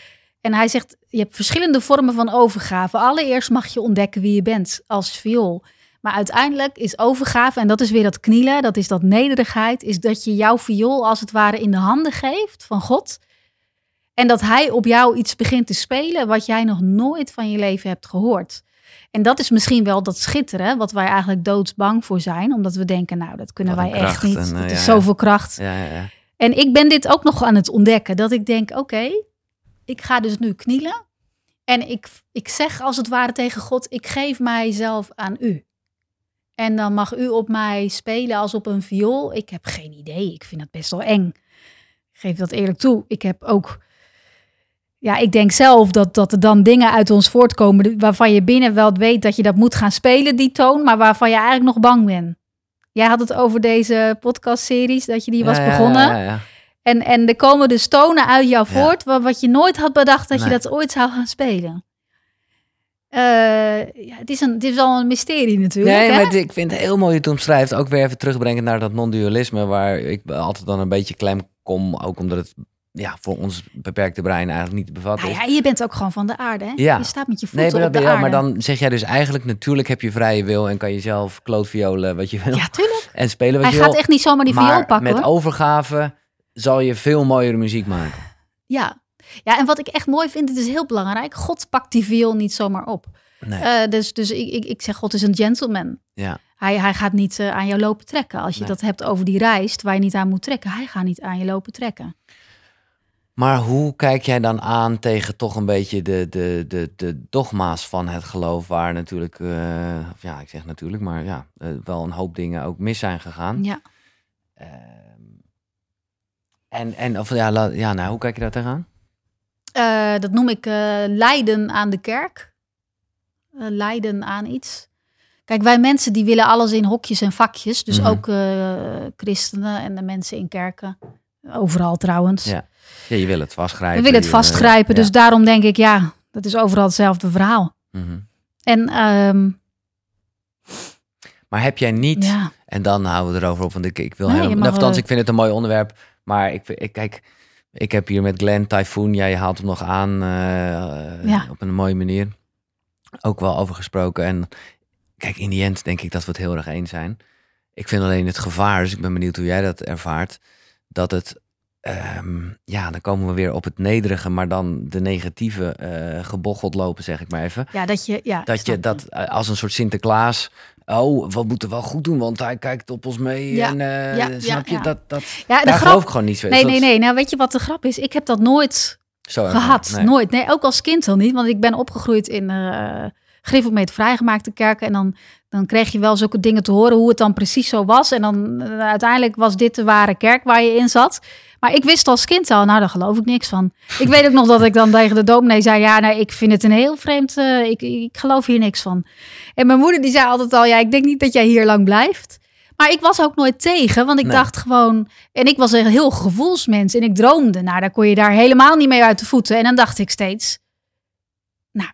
En hij zegt, je hebt verschillende vormen van overgave. Allereerst mag je ontdekken wie je bent als viool. Maar uiteindelijk is overgave, en dat is weer dat knielen, dat is dat nederigheid, is dat je jouw viool als het ware in de handen geeft van God. En dat hij op jou iets begint te spelen wat jij nog nooit van je leven hebt gehoord. En dat is misschien wel dat schitteren, wat wij eigenlijk doodsbang voor zijn. Omdat we denken, nou, dat kunnen wij echt niet. Het uh, is ja, zoveel kracht. Ja, ja, ja. En ik ben dit ook nog aan het ontdekken. Dat ik denk, oké, okay, ik ga dus nu knielen. En ik, ik zeg als het ware tegen God, ik geef mijzelf aan u. En dan mag u op mij spelen als op een viool. Ik heb geen idee, ik vind dat best wel eng. Ik geef dat eerlijk toe. Ik heb ook... Ja, ik denk zelf dat, dat er dan dingen uit ons voortkomen waarvan je binnen wel weet dat je dat moet gaan spelen, die toon, maar waarvan je eigenlijk nog bang bent. Jij had het over deze podcastseries, dat je die was ja, begonnen. Ja, ja, ja. En, en er komen dus tonen uit jou voort, ja. wat je nooit had bedacht dat nee. je dat ooit zou gaan spelen. Uh, ja, het, is een, het is wel een mysterie natuurlijk. Nee, hè? maar ik vind het heel mooi dat je het omschrijft. Ook weer even terugbrengen naar dat non-dualisme, waar ik altijd dan een beetje klem kom, ook omdat het ja, voor ons beperkte brein eigenlijk niet te bevatten is. Nou ja, je bent ook gewoon van de aarde, hè? Ja. Je staat met je voeten nee, maar op de ja, aarde. Maar dan zeg jij dus eigenlijk, natuurlijk heb je vrije wil en kan je zelf klootviolen wat je wil. Ja, tuurlijk. En spelen wat Hij je wil. Hij gaat echt niet zomaar die maar viool pakken, met hoor. overgave zal je veel mooiere muziek maken. Ja. Ja, en wat ik echt mooi vind, het is heel belangrijk. God pakt die viool niet zomaar op. Nee. Uh, dus dus ik, ik, ik zeg, God is een gentleman. Ja. Hij, hij gaat niet uh, aan jou lopen trekken. Als je nee. dat hebt over die reis waar je niet aan moet trekken. Hij gaat niet aan je lopen trekken. Maar hoe kijk jij dan aan tegen toch een beetje de, de, de, de dogma's van het geloof, waar natuurlijk, uh, ja, ik zeg natuurlijk, maar ja, uh, wel een hoop dingen ook mis zijn gegaan. Ja. Uh, en, en of, ja, la, ja, nou, hoe kijk je daar tegenaan? Uh, dat noem ik uh, lijden aan de kerk. Uh, lijden aan iets. Kijk, wij mensen die willen alles in hokjes en vakjes. Dus mm-hmm. ook uh, christenen en de mensen in kerken. Overal trouwens. Ja. Ja, je wil het vastgrijpen. We willen het vastgrijpen, uh, dus ja. daarom denk ik, ja, dat is overal hetzelfde verhaal. Mm-hmm. En, um, maar heb jij niet, ja. en dan houden we erover op, want ik, ik wil nee, helemaal, mag, althans, ik vind het een mooi onderwerp, maar ik, ik kijk, ik heb hier met Glenn Typhoon, jij haalt hem nog aan uh, ja. op een mooie manier, ook wel over gesproken. En kijk, in die end denk ik dat we het heel erg eens zijn. Ik vind alleen het gevaar, dus ik ben benieuwd hoe jij dat ervaart, dat het Um, ja, dan komen we weer op het nederige, maar dan de negatieve uh, gebocheld lopen, zeg ik maar even. Ja, dat je, ja, dat je dat uh, als een soort Sinterklaas. Oh, we moeten wel goed doen, want hij kijkt op ons mee. Ja, en uh, ja, snap ja, je ja. dat? dat ja, daar grap, geloof ik gewoon niet zo. Nee, nee, nee. Nou, weet je wat de grap is? Ik heb dat nooit zo gehad. Nee. Nooit. Nee, ook als kind al niet, want ik ben opgegroeid in uh, Griffelmeet vrijgemaakte kerken en dan. Dan kreeg je wel zulke dingen te horen hoe het dan precies zo was. En dan uh, uiteindelijk was dit de ware kerk waar je in zat. Maar ik wist als kind al, nou daar geloof ik niks van. Ik weet ook nog dat ik dan tegen de dominee zei, ja, nou, ik vind het een heel vreemd, uh, ik, ik geloof hier niks van. En mijn moeder die zei altijd al, ja, ik denk niet dat jij hier lang blijft. Maar ik was ook nooit tegen, want ik nee. dacht gewoon, en ik was een heel gevoelsmens en ik droomde. Nou, daar kon je daar helemaal niet mee uit de voeten. En dan dacht ik steeds, nou,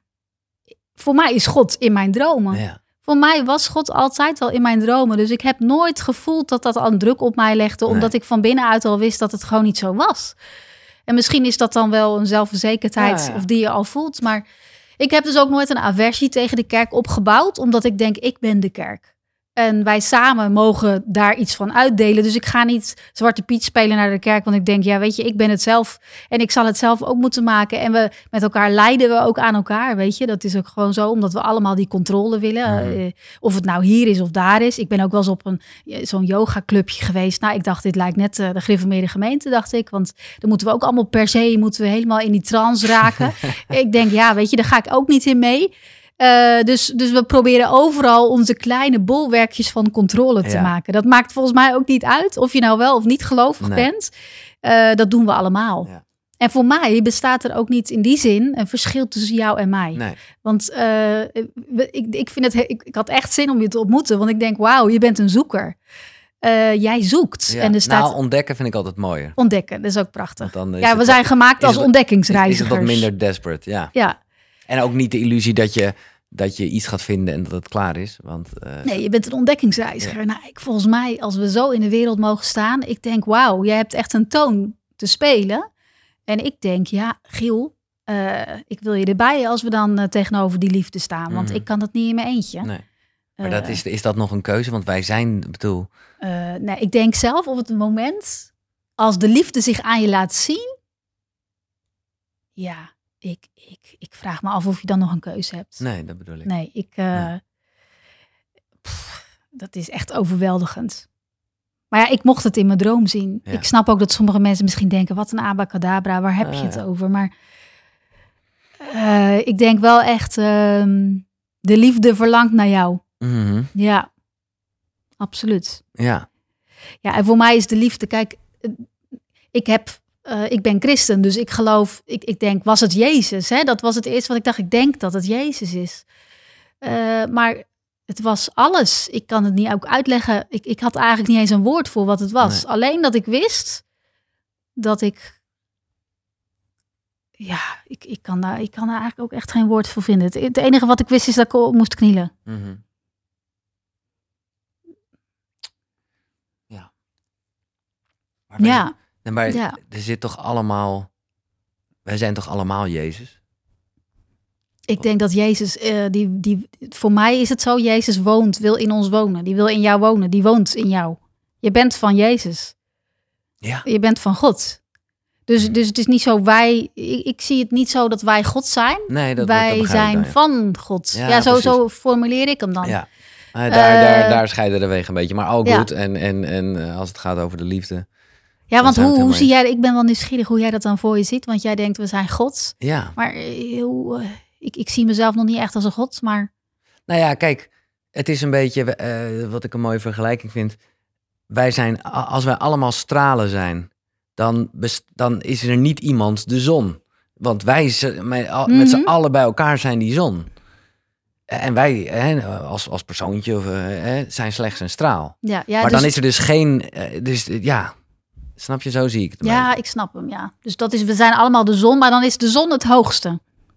voor mij is God in mijn dromen. Ja. Voor mij was God altijd wel in mijn dromen. Dus ik heb nooit gevoeld dat dat al een druk op mij legde. Omdat nee. ik van binnenuit al wist dat het gewoon niet zo was. En misschien is dat dan wel een zelfverzekerdheid ja, ja. of die je al voelt. Maar ik heb dus ook nooit een aversie tegen de kerk opgebouwd. Omdat ik denk, ik ben de kerk. En wij samen mogen daar iets van uitdelen. Dus ik ga niet Zwarte Piet spelen naar de kerk. Want ik denk, ja, weet je, ik ben het zelf. En ik zal het zelf ook moeten maken. En we met elkaar lijden we ook aan elkaar, weet je. Dat is ook gewoon zo, omdat we allemaal die controle willen. Mm. Uh, of het nou hier is of daar is. Ik ben ook wel eens op een zo'n yoga-clubje geweest. Nou, ik dacht, dit lijkt net uh, de gereformeerde gemeente, dacht ik. Want dan moeten we ook allemaal per se, moeten we helemaal in die trance raken. Ik denk, ja, weet je, daar ga ik ook niet in mee. Uh, dus, dus we proberen overal onze kleine bolwerkjes van controle te ja. maken. Dat maakt volgens mij ook niet uit of je nou wel of niet gelovig nee. bent. Uh, dat doen we allemaal. Ja. En voor mij bestaat er ook niet in die zin een verschil tussen jou en mij. Nee. Want uh, ik, ik, vind het, ik, ik had echt zin om je te ontmoeten. Want ik denk, wauw, je bent een zoeker. Uh, jij zoekt. Ja. En er staat... Nou, ontdekken vind ik altijd mooier. Ontdekken, dat is ook prachtig. Dan is ja, we het zijn wat, gemaakt als het, ontdekkingsreizigers. Is het wat minder desperate, ja. Ja. En ook niet de illusie dat je, dat je iets gaat vinden en dat het klaar is. Want, uh... nee, je bent een ontdekkingsreiziger. Ja. Nou, ik, volgens mij, als we zo in de wereld mogen staan, ik denk, wauw, jij hebt echt een toon te spelen. En ik denk, ja, Giel, uh, ik wil je erbij als we dan uh, tegenover die liefde staan. Want mm. ik kan dat niet in mijn eentje. Nee. Maar uh, dat is, is dat nog een keuze? Want wij zijn, bedoel... Uh, nee, ik denk zelf op het moment, als de liefde zich aan je laat zien... Ja, ik, ik, ik vraag me af of je dan nog een keuze hebt. Nee, dat bedoel ik. Nee, ik... Uh, nee. Pff, dat is echt overweldigend. Maar ja, ik mocht het in mijn droom zien. Ja. Ik snap ook dat sommige mensen misschien denken... wat een abacadabra, waar heb uh, je het ja. over? Maar uh, ik denk wel echt... Uh, de liefde verlangt naar jou. Mm-hmm. Ja, absoluut. Ja. Ja, en voor mij is de liefde... Kijk, ik heb... Uh, ik ben christen, dus ik geloof... Ik, ik denk, was het Jezus? Hè? Dat was het eerste wat ik dacht. Ik denk dat het Jezus is. Uh, maar... Het was alles. Ik kan het niet ook uitleggen. Ik, ik had eigenlijk niet eens een woord voor wat het was. Nee. Alleen dat ik wist dat ik... Ja, ik, ik, kan daar, ik kan daar eigenlijk ook echt geen woord voor vinden. Het, het enige wat ik wist is dat ik op moest knielen. Mm-hmm. Ja. Maar, ja. Wij, maar ja. er zit toch allemaal... Wij zijn toch allemaal Jezus? Ik denk dat Jezus, uh, die, die, voor mij is het zo, Jezus woont, wil in ons wonen. Die wil in jou wonen, die woont in jou. Je bent van Jezus. Ja. Je bent van God. Dus, dus het is niet zo, wij, ik, ik zie het niet zo dat wij God zijn. Nee, dat, wij dat zijn dan, ja. van God. Ja, ja zo, zo formuleer ik hem dan. Ja. Uh, daar, uh, daar, daar scheiden de wegen een beetje. Maar al goed. Ja. En, en, en uh, als het gaat over de liefde... Ja, want hoe, hoe zie jij, ik ben wel nieuwsgierig hoe jij dat dan voor je ziet. Want jij denkt, we zijn God. Ja. Maar hoe... Uh, Ik, ik zie mezelf nog niet echt als een god, maar... Nou ja, kijk, het is een beetje uh, wat ik een mooie vergelijking vind. Wij zijn, als wij allemaal stralen zijn, dan, best, dan is er niet iemand de zon. Want wij met, mm-hmm. met z'n allen bij elkaar zijn die zon. En wij, hè, als, als persoontje, of, uh, zijn slechts een straal. Ja, ja, maar dus... dan is er dus geen... Uh, dus ja, snap je, zo zie ik het. Ja, beetje. Ik snap hem, ja. Dus dat is, we zijn allemaal de zon, maar dan is de zon het hoogste.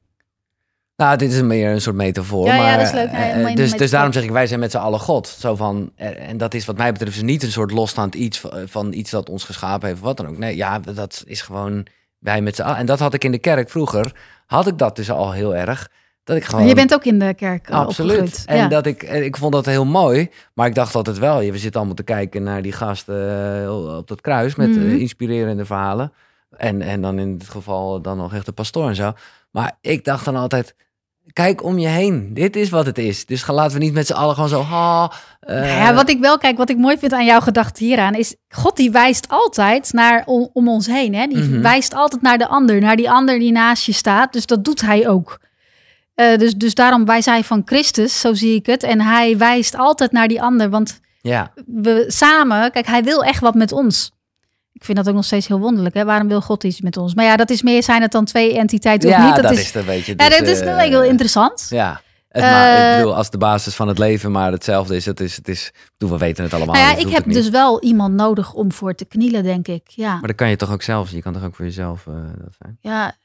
Nou, dit is meer een soort metafoor. Ja, maar, ja, dat is leuk. Nee, uh, dus, dus daarom zeg ik, wij zijn met z'n allen God. Zo van, en dat is wat mij betreft niet een soort losstaand iets van, van iets dat ons geschapen heeft of wat dan ook. Nee, ja, dat is gewoon wij met z'n allen. En dat had ik in de kerk vroeger, had ik dat dus al heel erg. Dat ik gewoon... Je bent ook in de kerk uh, Absoluut. Opgegroeid. En ja. dat ik, ik vond dat heel mooi, maar ik dacht altijd wel, we zitten allemaal te kijken naar die gasten uh, op dat kruis met mm-hmm. uh, inspirerende verhalen. En, en dan in dit geval dan nog echt de pastoor en zo. Maar ik dacht dan altijd... Kijk om je heen. Dit is wat het is. Dus laten we niet met z'n allen gewoon zo... Ha, uh... Ja, wat ik wel kijk, wat ik mooi vind aan jouw gedachte hieraan... is God die wijst altijd naar om, om ons heen. Hè? Die mm-hmm. wijst altijd naar de ander. Naar die ander die naast je staat. Dus dat doet hij ook. Uh, dus, dus daarom, wij zijn van Christus, zo zie ik het. En hij wijst altijd naar die ander. Want ja. we samen... Kijk, hij wil echt wat met ons. Ik vind dat ook nog steeds heel wonderlijk. Hè? Waarom wil God iets met ons? Maar ja, dat is meer, zijn het dan twee entiteiten ja, of niet? Dat, dat is, is een beetje... Dus, ja, dat uh, is wel heel interessant. Ja, het uh, maar, ik bedoel, als de basis van het leven maar hetzelfde is. Het is, het is bedoel, we weten het allemaal. Nou ja, dus ik heb dus wel iemand nodig om voor te knielen, denk ik. Ja. Maar dan kan je toch ook zelf, je kan toch ook voor jezelf uh, dat zijn? Ja.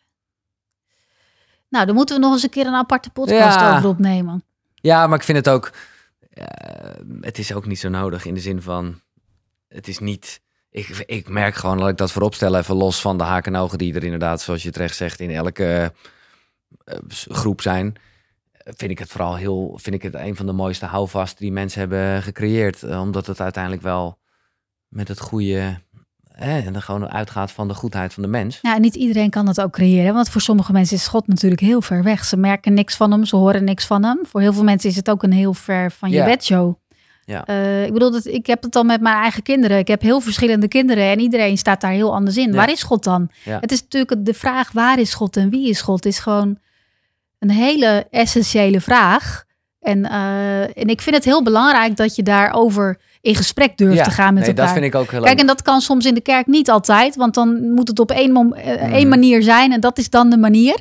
Nou, dan moeten we nog eens een keer een aparte podcast ja. over opnemen. Ja, maar ik vind het ook... Uh, het is ook niet zo nodig in de zin van... Het is niet... Ik, ik merk gewoon, laat ik dat voorop stellen, even los van de haken en ogen die er inderdaad, zoals je terecht zegt, in elke uh, groep zijn. Vind ik het vooral heel, vind ik het een van de mooiste houvasten die mensen hebben gecreëerd. Uh, omdat het uiteindelijk wel met het goede, eh, en dan gewoon uitgaat van de goedheid van de mens. Ja, en niet iedereen kan dat ook creëren, want voor sommige mensen is God natuurlijk heel ver weg. Ze merken niks van hem, ze horen niks van hem. Voor heel veel mensen is het ook een heel ver van je ja. bedshow. Ja. Uh, ik bedoel, dat, ik heb het al met mijn eigen kinderen. Ik heb heel verschillende kinderen en iedereen staat daar heel anders in. Ja. Waar is God dan? Ja. Het is natuurlijk de vraag, waar is God en wie is God? Is gewoon een hele essentiële vraag. En, uh, en ik vind het heel belangrijk dat je daarover in gesprek durft ja. te gaan met nee, elkaar. Dat vind ik ook heel Kijk, leuk. En dat kan soms in de kerk niet altijd, want dan moet het op één, mom- uh, mm. één manier zijn en dat is dan de manier.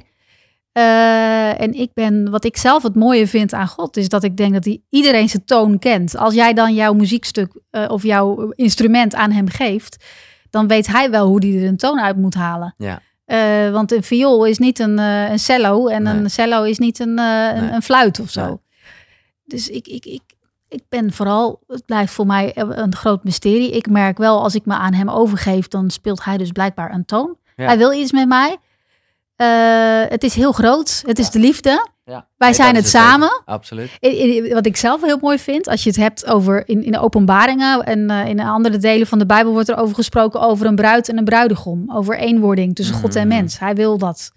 Uh, en ik ben, wat ik zelf het mooie vind aan God, is dat ik denk dat hij iedereen zijn toon kent. Als jij dan jouw muziekstuk uh, of jouw instrument aan hem geeft, dan weet hij wel hoe hij er een toon uit moet halen. Ja. Uh, want een viool is niet een, uh, een cello en nee. een cello is niet een, uh, nee. een, een fluit of zo. Nee. Dus ik, ik, ik, ik ben vooral, het blijft voor mij een groot mysterie. Ik merk wel, als ik me aan hem overgeef, dan speelt hij dus blijkbaar een toon. Ja. Hij wil iets met mij. Uh, het is heel groot. Het is ja. de liefde. Ja. Wij nee, zijn het, het samen. Zeker. Absoluut. I, I, wat ik zelf heel mooi vind, als je het hebt over in, in de openbaringen en uh, in andere delen van de Bijbel wordt er over gesproken over een bruid en een bruidegom. Over eenwording tussen mm. God en mens. Hij wil dat.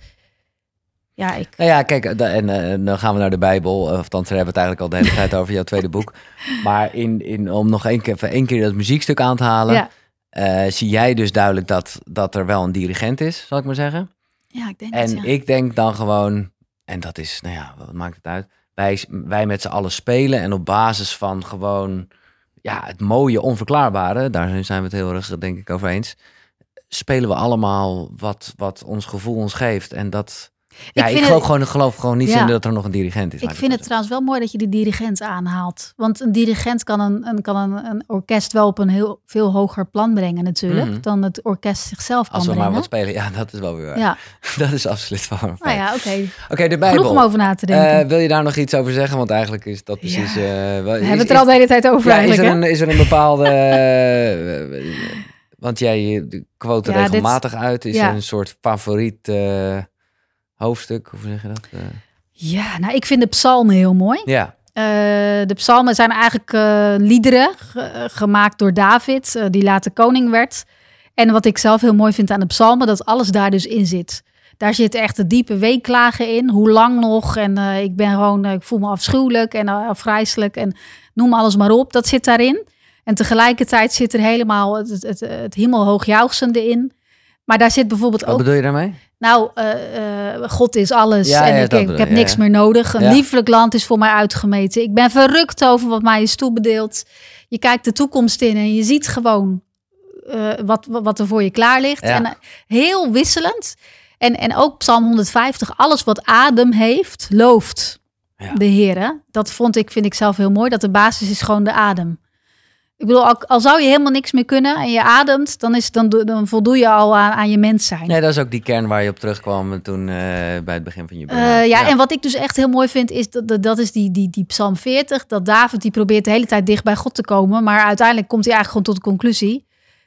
Ja, ik... Nou ja, kijk, en uh, dan gaan we naar de Bijbel. Of dan hebben we het eigenlijk al de hele tijd over jouw tweede boek. Maar in, in, om nog één keer, even één keer dat muziekstuk aan te halen, ja. uh, zie jij dus duidelijk dat, dat er wel een dirigent is, zal ik maar zeggen. Ja, ik denk En het, ja. ik denk dan gewoon, en dat is, nou ja, wat maakt het uit? Wij, wij met z'n allen spelen en op basis van gewoon, ja, het mooie, onverklaarbare, daar zijn we het heel erg, denk ik, over eens, spelen we allemaal wat, wat ons gevoel ons geeft. En dat... Ja, ik, ik geloof, het, gewoon, ik geloof gewoon niet ja. in dat er nog een dirigent is. Ik vind het trouwens wel mooi dat je de dirigent aanhaalt. Want een dirigent kan een, een, kan een, een orkest wel op een heel veel hoger plan brengen natuurlijk. Mm-hmm. Dan het orkest zichzelf kan Als we brengen. maar wat spelen, ja, dat is wel weer waar. Ja. Dat is absoluut waar. Nou ja, oké. Okay. Okay, de Bijbel. Genoeg om over na te denken. Uh, wil je daar nog iets over zeggen? Want eigenlijk is dat precies... Ja. Uh, wel, we is, hebben het er al de hele tijd over ja, eigenlijk. Is er, een, is er een bepaalde... uh, want jij quote ja, regelmatig dit, uit. Is ja. er een soort favoriet... Uh, hoofdstuk, hoe zeg je dat? Uh... Ja, nou, ik vind de psalmen heel mooi. Ja. Uh, de psalmen zijn eigenlijk uh, liederen ge- gemaakt door David, uh, die later koning werd. En wat ik zelf heel mooi vind aan de psalmen, dat alles daar dus in zit. Daar zit echt de diepe weeklagen in. Hoe lang nog? En uh, ik ben gewoon, uh, ik voel me afschuwelijk en uh, afgrijselijk en noem alles maar op. Dat zit daarin. En tegelijkertijd zit er helemaal het, het, het, het hemelhoogjuichsende in. Maar daar zit bijvoorbeeld wat ook... Wat bedoel je daarmee? Nou, uh, uh, God is alles ja, en ja, ik, ik heb ja, niks ja. meer nodig. Een ja. lieflijk land is voor mij uitgemeten. Ik ben verrukt over wat mij is toebedeeld. Je kijkt de toekomst in en je ziet gewoon uh, wat, wat er voor je klaar ligt. Ja. En uh, heel wisselend. En, en ook Psalm honderdvijftig, alles wat adem heeft, looft ja. de Heer. Dat vond ik, vind ik zelf heel mooi, dat de basis is gewoon de adem. Ik bedoel, al, al zou je helemaal niks meer kunnen en je ademt, dan, is, dan, dan voldoe je al aan, aan je mens zijn. Nee, dat is ook die kern waar je op terugkwam toen uh, bij het begin van je burn-out. Uh, ja, ja, en wat ik dus echt heel mooi vind, is dat, dat, dat is die, die, die Psalm veertig, dat David die probeert de hele tijd dicht bij God te komen, maar uiteindelijk komt hij eigenlijk gewoon tot de conclusie,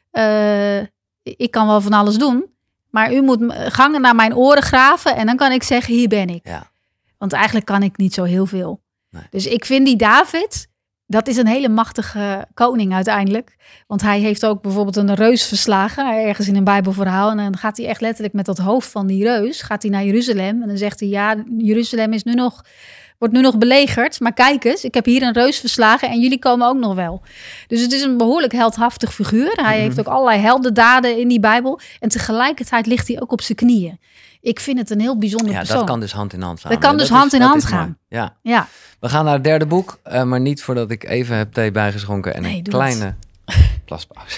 uh, ik kan wel van alles doen, maar u moet gangen naar mijn oren graven en dan kan ik zeggen, hier ben ik. Ja. Want eigenlijk kan ik niet zo heel veel. Nee. Dus ik vind die David... Dat is een hele machtige koning uiteindelijk. Want hij heeft ook bijvoorbeeld een reus verslagen. Ergens in een Bijbelverhaal. En dan gaat hij echt letterlijk met dat hoofd van die reus. Gaat hij naar Jeruzalem. En dan zegt hij, ja, Jeruzalem is nu nog, wordt nu nog belegerd. Maar kijk eens, ik heb hier een reus verslagen. En jullie komen ook nog wel. Dus het is een behoorlijk heldhaftig figuur. Hij mm-hmm. heeft ook allerlei heldendaden in die Bijbel. En tegelijkertijd ligt hij ook op zijn knieën. Ik vind het een heel bijzonder ja, persoon. Dat kan dus hand in hand gaan. Dat kan dus dat hand is, in hand gaan. Ja. ja. We gaan naar het derde boek. Uh, maar niet voordat ik even heb thee bijgeschonken. En nee, een kleine plaspauze.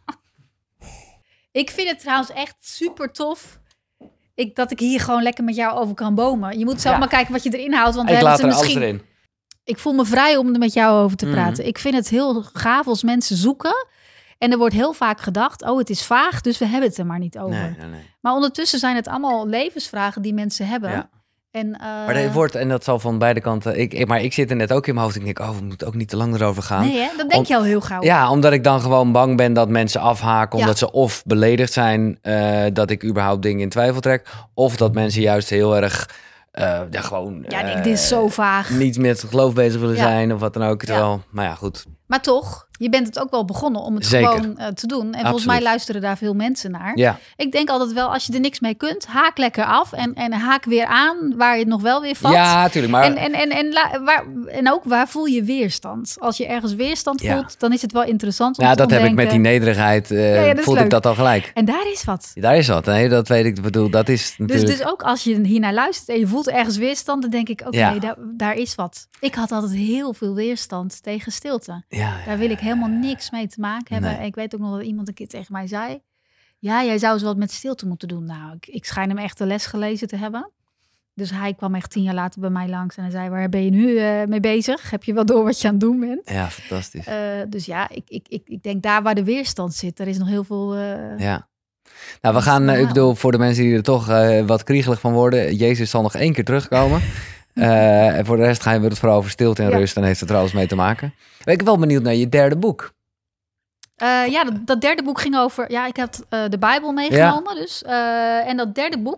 Ik vind het trouwens echt super tof. Ik, dat ik hier gewoon lekker met jou over kan bomen. Je moet zelf ja. maar kijken wat je erin houdt. Want ik we laat hebben er het misschien... alles erin. Ik voel me vrij om er met jou over te praten. Mm. Ik vind het heel gaaf als mensen zoeken. En er wordt heel vaak gedacht, oh, het is vaag, dus we hebben het er maar niet over. Nee, nee, nee. Maar ondertussen zijn het allemaal levensvragen die mensen hebben. Ja. En, uh... Maar dat wordt, en dat zal van beide kanten... Ik, ik, maar ik zit er net ook in mijn hoofd. Ik denk, oh, we moeten ook niet te lang erover gaan. Nee, hè? Dat denk Om, je al heel gauw. Ja, omdat ik dan gewoon bang ben dat mensen afhaken. Omdat ja. ze of beledigd zijn uh, dat ik überhaupt dingen in twijfel trek. Of dat mensen juist heel erg... Uh, ja, gewoon... Ja, uh, dit is zo vaag. Niet met geloof bezig willen ja. zijn of wat dan ook. Terwijl, ja. Maar ja, goed. Maar toch, je bent het ook wel begonnen om het Zeker. gewoon uh, te doen. En Absoluut. volgens mij luisteren daar veel mensen naar. Ja. Ik denk altijd wel, als je er niks mee kunt, haak lekker af. En, en haak weer aan waar je het nog wel weer vat. Ja, natuurlijk. Maar... En, en, en, en, la, waar, en ook, waar voel je weerstand? Als je ergens weerstand ja. voelt, dan is het wel interessant om ja, te dat ontdenken. heb ik met die nederigheid. Uh, ja, ja, voelde ik dat al gelijk. En daar is wat. Daar is wat. Nee, dat weet ik. Ik bedoel, dat is natuurlijk... Dus, dus ook als je hiernaar luistert en je voelt ergens weerstand, dan denk ik, oké, okay, ja. daar, daar is wat. Ik had altijd heel veel weerstand tegen stilte. Ja, ja, daar wil ik helemaal niks mee te maken hebben. Nee. Ik weet ook nog dat iemand een keer tegen mij zei, ja, jij zou eens wat met stilte moeten doen. Nou, ik, ik schijn hem echt de les gelezen te hebben. Dus hij kwam echt tien jaar later bij mij langs en hij zei, waar ben je nu uh, mee bezig? Heb je wel door wat je aan het doen bent? Ja, fantastisch. Uh, dus ja, ik, ik, ik, ik denk daar waar de weerstand zit, er is nog heel veel... Uh, ja. Nou, we gaan, uh, ik bedoel, voor de mensen die er toch uh, wat kriegelig van worden, Jezus zal nog één keer terugkomen. uh, en voor de rest gaan we het vooral over stilte en ja. rust en heeft het er alles mee te maken. Ik ben wel benieuwd naar je derde boek. Uh, ja, dat, dat derde boek ging over... Ja, ik heb uh, de Bijbel meegenomen. Ja. Dus, uh, en dat derde boek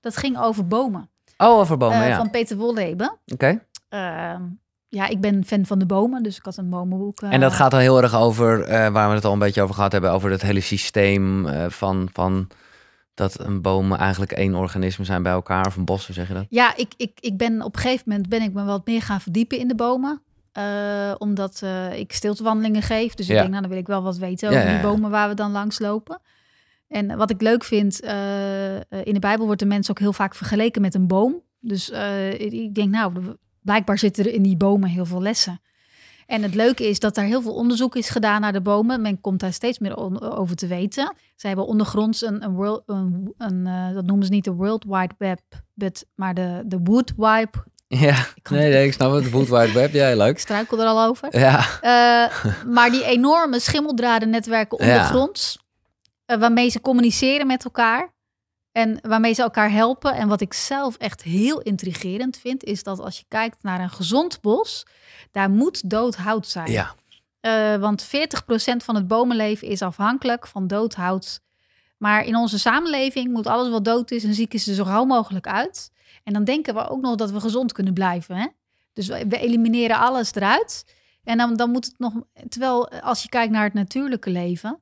Dat ging over bomen. Oh, over bomen, uh, ja. Van Peter Wolleben. Oké. Okay. Uh, ja, ik ben fan van de bomen, dus ik had een bomenboek. Uh... En dat gaat al heel erg over, uh, waar we het al een beetje over gehad hebben, over het hele systeem uh, van, van dat een bomen eigenlijk één organisme zijn bij elkaar, of een bos, hoe zeg je dat? Ja, ik, ik, ik ben op een gegeven moment ben ik me wat meer gaan verdiepen in de bomen. Uh, omdat uh, ik stiltewandelingen geef. Dus ik ja. denk, nou, dan wil ik wel wat weten over ja, ja, ja. die bomen waar we dan langs lopen. En wat ik leuk vind, uh, in de Bijbel wordt de mens ook heel vaak vergeleken met een boom. Dus uh, ik denk, nou, blijkbaar zitten er in die bomen heel veel lessen. En het leuke is dat er heel veel onderzoek is gedaan naar de bomen. Men komt daar steeds meer on- over te weten. Ze hebben ondergronds een, een, world, een, een uh, dat noemen ze niet de World Wide Web, but, maar de, de Wood Wide. Ja, ik nee, nee, ik snap het. De Wood Wide Web, ja, leuk. Ik struikel er al over. Ja. Uh, maar die enorme schimmeldradennetwerken ondergronds, ja. uh, waarmee ze communiceren met elkaar. En waarmee ze elkaar helpen. En wat ik zelf echt heel intrigerend vind, is dat als je kijkt naar een gezond bos, daar moet dood hout zijn. Ja. Uh, want veertig procent van het bomenleven is afhankelijk van dood hout. Maar in onze samenleving moet alles wat dood is en ziek is er zo gauw mogelijk uit. En dan denken we ook nog dat we gezond kunnen blijven. Hè? Dus we, we elimineren alles eruit. En dan, dan moet het nog, terwijl als je kijkt naar het natuurlijke leven,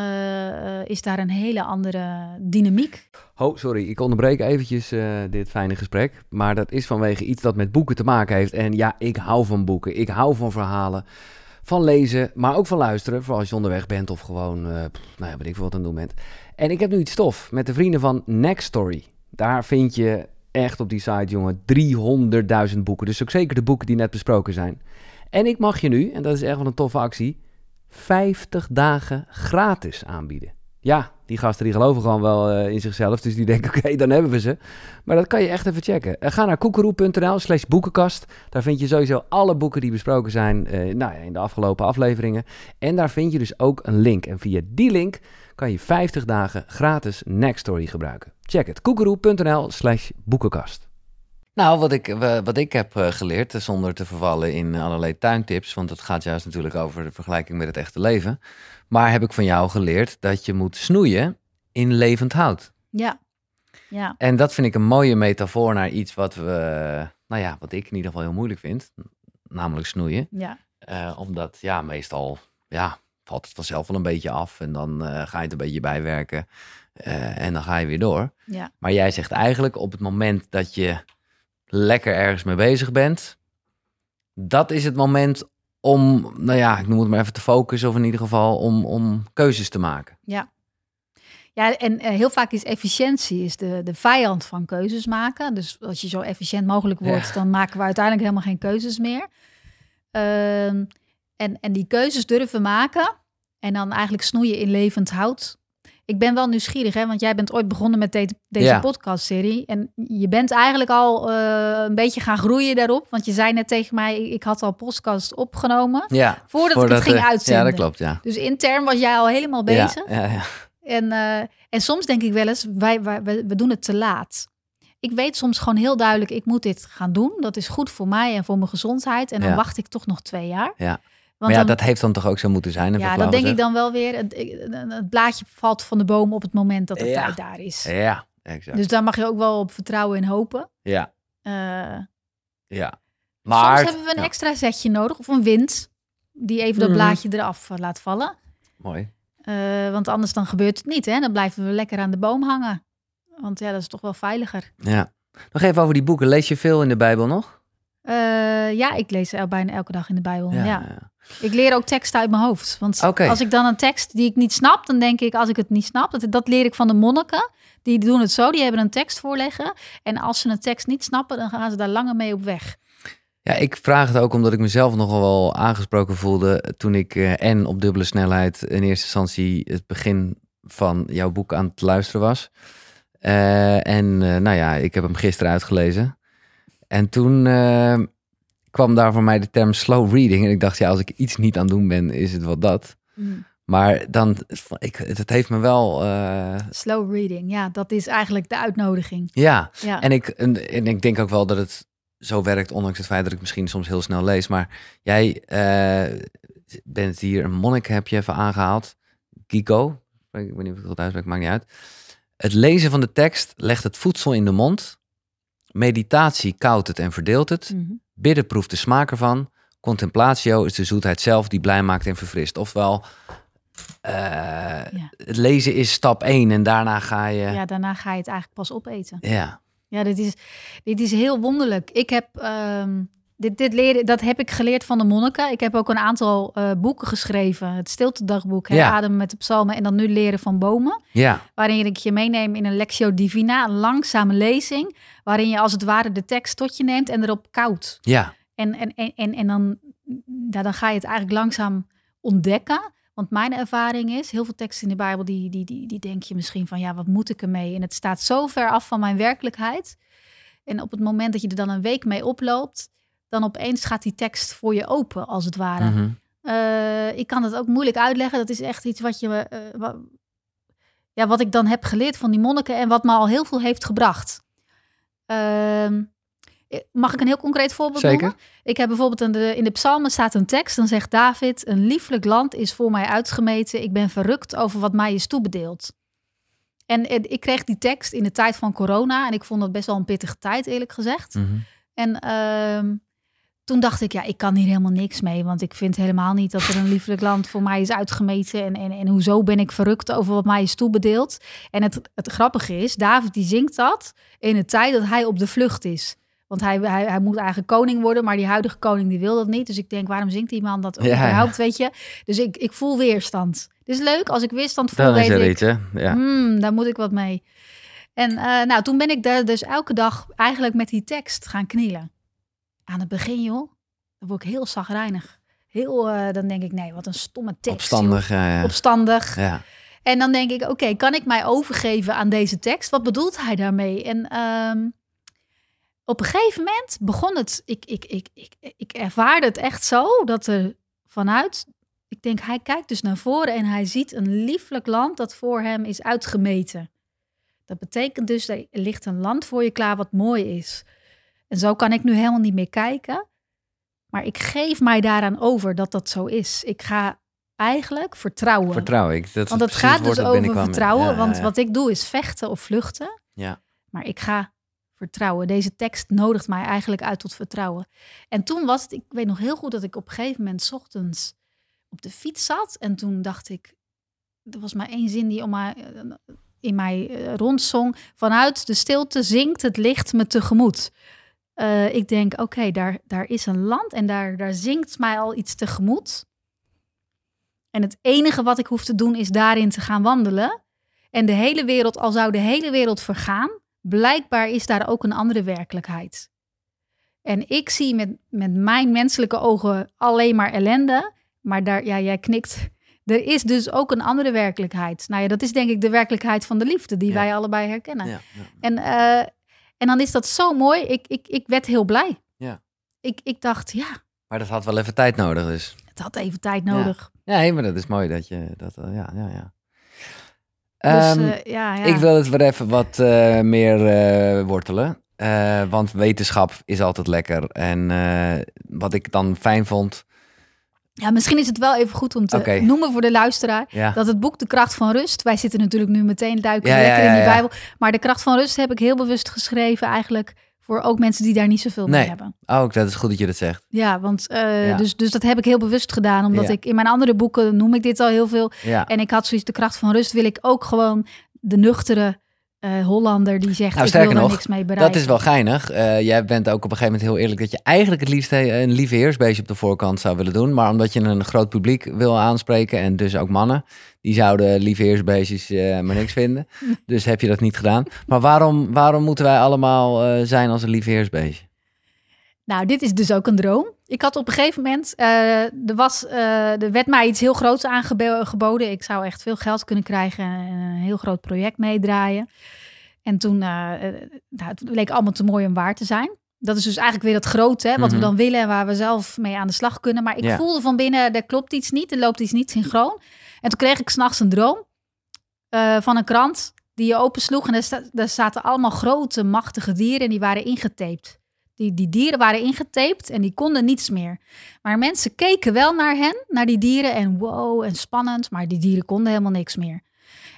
Uh, is daar een hele andere dynamiek. Oh, sorry, ik onderbreek eventjes uh, dit fijne gesprek. Maar dat is vanwege iets dat met boeken te maken heeft. En ja, ik hou van boeken. Ik hou van verhalen. Van lezen, maar ook van luisteren. Vooral als je onderweg bent of gewoon, uh, pff, nou ja, weet ik veel wat aan het doen bent. En ik heb nu iets tof met de vrienden van Next Story. Daar vind je echt op die site, jongen, driehonderdduizend boeken. Dus ook zeker de boeken die net besproken zijn. En ik mag je nu, en dat is echt wel een toffe actie, vijftig dagen gratis aanbieden. Ja, die gasten die geloven gewoon wel uh, in zichzelf. Dus die denken, oké, okay, dan hebben we ze. Maar dat kan je echt even checken. Uh, ga naar koekeroe.nl slash boekenkast. Daar vind je sowieso alle boeken die besproken zijn uh, nou ja, in de afgelopen afleveringen. En daar vind je dus ook een link. En via die link kan je vijftig dagen gratis Next Story gebruiken. Check het. koekeroe.nl slash boekenkast. Nou, wat ik, wat ik heb geleerd, zonder te vervallen in allerlei tuintips, want het gaat juist natuurlijk over de vergelijking met het echte leven. Maar heb ik van jou geleerd dat je moet snoeien in levend hout. Ja. Ja. En dat vind ik een mooie metafoor naar iets wat we, nou ja, wat ik in ieder geval heel moeilijk vind, namelijk snoeien. Ja. Uh, omdat, ja, meestal, ja, valt het vanzelf wel een beetje af en dan uh, ga je het een beetje bijwerken uh, en dan ga je weer door. Ja. Maar jij zegt eigenlijk op het moment dat je lekker ergens mee bezig bent, dat is het moment om, nou ja, ik noem het maar even te focussen, of in ieder geval om, om keuzes te maken. Ja, ja en uh, heel vaak is efficiëntie is de, de vijand van keuzes maken. Dus als je zo efficiënt mogelijk wordt, ja. dan maken we uiteindelijk helemaal geen keuzes meer. Uh, en, en die keuzes durven maken en dan eigenlijk snoeien in levend hout. Ik ben wel nieuwsgierig, hè, want jij bent ooit begonnen met de, deze ja. podcastserie. En je bent eigenlijk al uh, een beetje gaan groeien daarop. Want je zei net tegen mij, ik had al podcast opgenomen. Ja, voordat, voordat ik het ging uh, uitzenden. Ja, dat klopt, ja. Dus intern was jij al helemaal bezig. Ja, ja, ja. En, uh, en soms denk ik wel eens, wij, wij, we doen het te laat. Ik weet soms gewoon heel duidelijk, ik moet dit gaan doen. Dat is goed voor mij en voor mijn gezondheid. En dan ja. wacht ik toch nog twee jaar. Ja. Want maar ja, dan, dat heeft dan toch ook zo moeten zijn? Ja, dat denk ik dan wel weer. Het, het blaadje valt van de boom op het moment dat de ja. tijd daar is. Ja, exact. Dus daar mag je ook wel op vertrouwen en hopen. Ja. Uh, ja. Maar soms hebben we een ja. extra zetje nodig of een wind die even dat blaadje mm. eraf laat vallen. Mooi. Uh, want anders dan gebeurt het niet, hè? Dan blijven we lekker aan de boom hangen. Want ja, dat is toch wel veiliger. Ja. Nog even over die boeken. Lees je veel in de Bijbel nog? Uh, ja, ik lees el- bijna elke dag in de Bijbel. Ja, ja. ja. Ik leer ook teksten uit mijn hoofd. Want okay. als ik dan een tekst die ik niet snap, dan denk ik, als ik het niet snap, dat, dat leer ik van de monniken. Die doen het zo, die hebben een tekst voorleggen. En als ze een tekst niet snappen, dan gaan ze daar langer mee op weg. Ja, ik vraag het ook omdat ik mezelf nogal wel aangesproken voelde toen ik uh, en op dubbele snelheid in eerste instantie het begin van jouw boek aan het luisteren was. Uh, en uh, nou ja, ik heb hem gisteren uitgelezen. En toen uh, kwam daar voor mij de term slow reading. En ik dacht, ja, als ik iets niet aan het doen ben, is het wel dat. Mm. Maar dan, ik, het heeft me wel... Uh... Slow reading, ja, dat is eigenlijk de uitnodiging. Ja, ja. En, ik, en, en ik denk ook wel dat het zo werkt, ondanks het feit dat ik misschien soms heel snel lees. Maar jij uh, bent hier, een monnik heb je even aangehaald. Kiko, ik weet niet of ik het uitspreek, maakt niet uit. Het lezen van de tekst legt het voedsel in de mond. Meditatie koudt het en verdeelt het. Mm-hmm. Bidden proeft de smaak ervan. Contemplatio is de zoetheid zelf die blij maakt en verfrist. Ofwel, uh, ja. het lezen is stap één en daarna ga je... Ja, daarna ga je het eigenlijk pas opeten. Ja. Ja, dit is, dit is heel wonderlijk. Ik heb... Um, Dit, dit leren, dat heb ik geleerd van de monniken. Ik heb ook een aantal uh, boeken geschreven. Het Stiltedagboek, ja. Ademen met de psalmen en dan nu Leren van bomen. Ja. Waarin ik je meeneem in een Lectio Divina, een langzame lezing. Waarin je als het ware de tekst tot je neemt en erop koudt. Ja. En, en, en, en, en dan, ja, dan ga je het eigenlijk langzaam ontdekken. Want mijn ervaring is, heel veel teksten in de Bijbel, die, die, die, die denk je misschien van, ja, wat moet ik ermee? En het staat zo ver af van mijn werkelijkheid. En op het moment dat je er dan een week mee oploopt, dan opeens gaat die tekst voor je open, als het ware. Mm-hmm. Uh, ik kan het ook moeilijk uitleggen. Dat is echt iets wat je, uh, wat, ja, wat ik dan heb geleerd van die monniken en wat me al heel veel heeft gebracht. Uh, mag ik een heel concreet voorbeeld Zeker. noemen? Ik heb bijvoorbeeld in de, in de psalmen staat een tekst, dan zegt David, een lieflijk land is voor mij uitgemeten. Ik ben verrukt over wat mij is toebedeeld. En, en ik kreeg die tekst in de tijd van corona en ik vond dat best wel een pittige tijd, eerlijk gezegd. Mm-hmm. En uh, toen dacht ik, ja, ik kan hier helemaal niks mee. Want ik vind helemaal niet dat er een lieflijk land voor mij is uitgemeten. En, en, en hoezo ben ik verrukt over wat mij is toebedeeld. En het, het grappige is, David die zingt dat in de tijd dat hij op de vlucht is. Want hij, hij, hij moet eigenlijk koning worden, maar die huidige koning die wil dat niet. Dus ik denk, waarom zingt die man dat ja, überhaupt, ja. weet je? Dus ik, ik voel weerstand. Het is leuk, als ik weerstand voel, Dan weet is er ik, iets, hè? Ja. Hmm, daar moet ik wat mee. En uh, nou, toen ben ik daar dus elke dag eigenlijk met die tekst gaan knielen. Aan het begin, joh, dan word ik heel chagrijnig. Heel, uh, dan denk ik, nee, wat een stomme tekst. Opstandig, ja, ja. Opstandig. Ja. En dan denk ik, oké, okay, kan ik mij overgeven aan deze tekst? Wat bedoelt hij daarmee? En um, op een gegeven moment begon het, ik, ik, ik, ik, ik ervaarde het echt zo, dat er vanuit, ik denk, hij kijkt dus naar voren en hij ziet een lieflijk land dat voor hem is uitgemeten. Dat betekent dus, er ligt een land voor je klaar wat mooi is. En zo kan ik nu helemaal niet meer kijken. Maar ik geef mij daaraan over dat dat zo is. Ik ga eigenlijk vertrouwen. Vertrouw ik. Dat want het gaat dus over vertrouwen. Ja, want ja, ja. wat ik doe is vechten of vluchten. Ja. Maar ik ga vertrouwen. Deze tekst nodigt mij eigenlijk uit tot vertrouwen. En toen was het, ik weet nog heel goed dat ik op een gegeven moment 's ochtends op de fiets zat. En toen dacht ik, er was maar één zin die om mij, in mij rondzong. Vanuit de stilte zingt het licht me tegemoet. Uh, ik denk, oké, okay, daar, daar is een land en daar, daar zingt mij al iets tegemoet. En het enige wat ik hoef te doen is daarin te gaan wandelen. En de hele wereld, al zou de hele wereld vergaan, blijkbaar is daar ook een andere werkelijkheid. En ik zie met, met mijn menselijke ogen alleen maar ellende. Maar daar, ja, jij knikt. Er is dus ook een andere werkelijkheid. Nou ja, dat is denk ik de werkelijkheid van de liefde die ja. wij allebei herkennen. Ja, ja. En... Uh, En dan is dat zo mooi. Ik, ik, ik werd heel blij. Ja. Ik, ik dacht, ja. Maar dat had wel even tijd nodig dus. Het had even tijd nodig. Ja, ja maar dat is mooi dat je dat... Uh, ja, ja, ja. Dus, um, uh, ja, ja. Ik wil het weer even wat uh, meer uh, wortelen. Uh, want wetenschap is altijd lekker. En uh, wat ik dan fijn vond... Ja, misschien is het wel even goed om te okay. noemen voor de luisteraar... Ja. dat het boek De Kracht van Rust... wij zitten natuurlijk nu meteen duiken ja, lekker ja, ja, in die ja. Bijbel... maar De Kracht van Rust heb ik heel bewust geschreven... eigenlijk voor ook mensen die daar niet zoveel nee. mee hebben. Oh, dat is goed dat je dat zegt. Ja, want uh, ja. Dus, dus dat heb ik heel bewust gedaan... omdat ja. ik in mijn andere boeken noem ik dit al heel veel... Ja. en ik had zoiets De Kracht van Rust... wil ik ook gewoon de nuchtere... Uh, Hollander die zegt, nou, ik wil er nog, niks mee bereiken. Dat is wel geinig. Uh, jij bent ook op een gegeven moment heel eerlijk... dat je eigenlijk het liefst een lieve heersbeestje op de voorkant zou willen doen. Maar omdat je een groot publiek wil aanspreken... en dus ook mannen... die zouden lieve heersbeestjes uh, maar niks vinden. Dus heb je dat niet gedaan. Maar waarom, waarom moeten wij allemaal uh, zijn als een lieve heersbeestje? Nou, dit is dus ook een droom. Ik had op een gegeven moment... Uh, er, was, uh, er werd mij iets heel groots aangeboden. Ik zou echt veel geld kunnen krijgen... en een heel groot project meedraaien. En toen... Uh, nou, het leek allemaal te mooi om waar te zijn. Dat is dus eigenlijk weer dat grote... Hè, wat mm-hmm. we dan willen en waar we zelf mee aan de slag kunnen. Maar ik ja. voelde van binnen... er klopt iets niet, er loopt iets niet synchroon. En toen kreeg ik 's nachts een droom... Uh, van een krant die je opensloeg. En daar, sta, daar zaten allemaal grote, machtige dieren... en die waren ingetaped. Die, die dieren waren ingetaped en die konden niets meer. Maar mensen keken wel naar hen, naar die dieren. En wow, en spannend. Maar die dieren konden helemaal niks meer.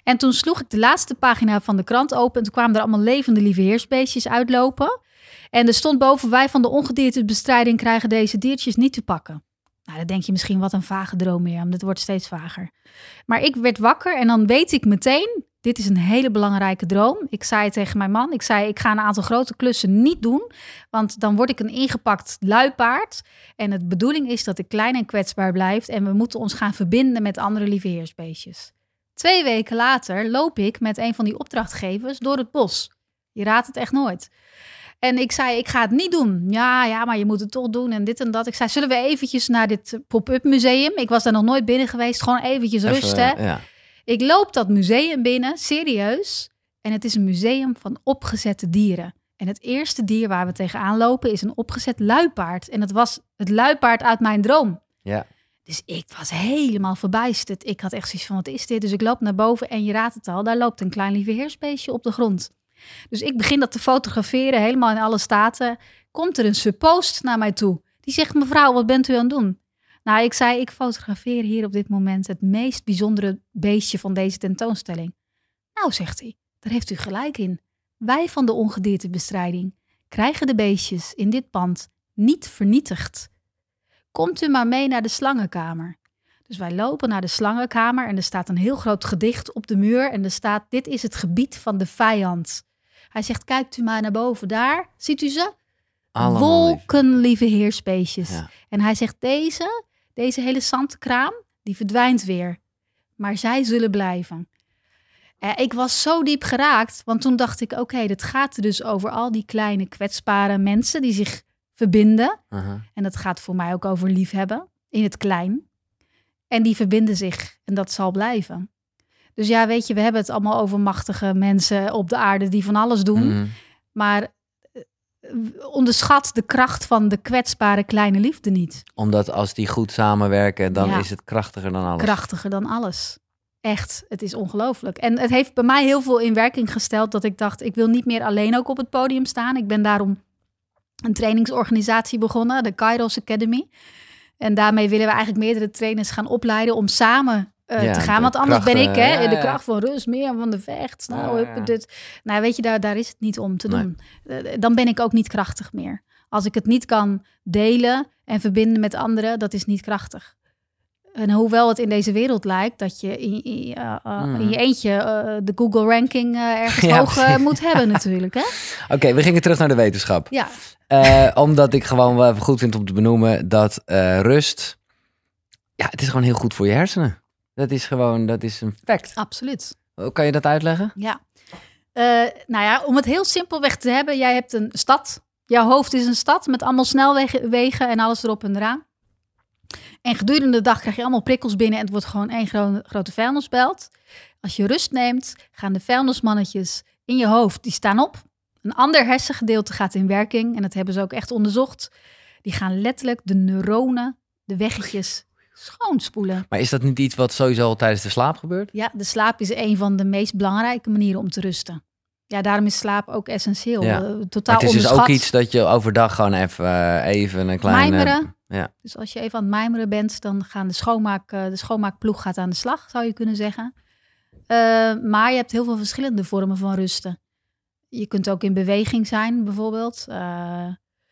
En toen sloeg ik de laatste pagina van de krant open. En toen kwamen er allemaal levende lieveheersbeestjes uitlopen. En er stond boven: wij van de ongediertebestrijding krijgen deze diertjes niet te pakken. Nou, dan denk je misschien, wat een vage droom, Mirjam. Dit wordt steeds vager. Maar ik werd wakker en dan weet ik meteen: dit is een hele belangrijke droom. Ik zei tegen mijn man, ik zei, ik ga een aantal grote klussen niet doen. Want dan word ik een ingepakt luipaard. En de bedoeling is dat ik klein en kwetsbaar blijf. En we moeten ons gaan verbinden met andere lieveheersbeestjes. Twee weken later loop ik met een van die opdrachtgevers door het bos. Je raadt het echt nooit. En ik zei, ik ga het niet doen. Ja, ja, maar je moet het toch doen en dit en dat. Ik zei, zullen we eventjes naar dit pop-up museum? Ik was daar nog nooit binnen geweest. Gewoon eventjes Even, rusten. Ja. Ik loop dat museum binnen, serieus. En het is een museum van opgezette dieren. En het eerste dier waar we tegenaan lopen is een opgezet luipaard. En dat was het luipaard uit mijn droom. Ja. Dus ik was helemaal verbijsterd. Ik had echt zoiets van, wat is dit? Dus ik loop naar boven en je raadt het al, daar loopt een klein lieveheersbeestje op de grond. Dus ik begin dat te fotograferen, helemaal in alle staten. Komt er een suppost naar mij toe. Die zegt, mevrouw, wat bent u aan het doen? Nou, ik zei, ik fotografeer hier op dit moment het meest bijzondere beestje van deze tentoonstelling. Nou, zegt hij, daar heeft u gelijk in. Wij van de ongediertebestrijding krijgen de beestjes in dit pand niet vernietigd. Komt u maar mee naar de slangenkamer. Dus wij lopen naar de slangenkamer en er staat een heel groot gedicht op de muur. En er staat, dit is het gebied van de vijand. Hij zegt, kijkt u maar naar boven daar. Ziet u ze? Allemaal wolken lieveheersbeestjes. Ja. En hij zegt, deze, deze hele zandkraam, die verdwijnt weer. Maar zij zullen blijven. Uh, ik was zo diep geraakt, want toen dacht ik, oké, okay, dit gaat er dus over al die kleine kwetsbare mensen die zich verbinden. Uh-huh. En dat gaat voor mij ook over liefhebben, in het klein. En die verbinden zich en dat zal blijven. Dus ja, weet je, we hebben het allemaal over machtige mensen op de aarde die van alles doen. Mm. Maar onderschat de kracht van de kwetsbare kleine liefde niet. Omdat als die goed samenwerken, dan ja. is het krachtiger dan alles. Krachtiger dan alles. Echt, het is ongelooflijk. En het heeft bij mij heel veel in werking gesteld dat ik dacht, ik wil niet meer alleen ook op het podium staan. Ik ben daarom een trainingsorganisatie begonnen, de Kairos Academy. En daarmee willen we eigenlijk meerdere trainers gaan opleiden om samen uh, ja, te gaan. Want anders krachten, ben ik hè, ja, ja. de kracht van rust, meer van de vecht. Nou, ja, ja. dit. nou weet je, daar, daar is het niet om te nee. doen. Uh, dan ben ik ook niet krachtig meer. Als ik het niet kan delen en verbinden met anderen, dat is niet krachtig. En hoewel het in deze wereld lijkt dat je in, in, uh, uh, mm. in je eentje uh, de Google ranking uh, ergens ja, hoog uh, moet hebben natuurlijk. Oké, okay, we gingen terug naar de wetenschap. Ja. Uh, omdat ik gewoon wel even goed vind om te benoemen dat uh, rust, ja, het is gewoon heel goed voor je hersenen. Dat is gewoon, dat is een fact. Absoluut. Kan je dat uitleggen? Ja. Uh, nou ja, om het heel simpelweg te hebben, jij hebt een stad. Jouw hoofd is een stad met allemaal snelwegen wegen en alles erop en eraan. En gedurende de dag krijg je allemaal prikkels binnen en het wordt gewoon één gro- grote vuilnisbelt. Als je rust neemt, gaan de vuilnismannetjes in je hoofd, die staan op. Een ander hersengedeelte gaat in werking en dat hebben ze ook echt onderzocht. Die gaan letterlijk de neuronen, de weggetjes schoonspoelen. Maar is dat niet iets wat sowieso al tijdens de slaap gebeurt? Ja, de slaap is een van de meest belangrijke manieren om te rusten. Ja, daarom is slaap ook essentieel. Ja. Uh, totaal maar het is onderschat. Dus ook iets dat je overdag gewoon even, uh, even een kleine... Mijmeren. Ja. Dus als je even aan het mijmeren bent, dan gaan de, schoonmaak, uh, de schoonmaakploeg gaat aan de slag, zou je kunnen zeggen. Uh, maar je hebt heel veel verschillende vormen van rusten. Je kunt ook in beweging zijn, bijvoorbeeld. Uh,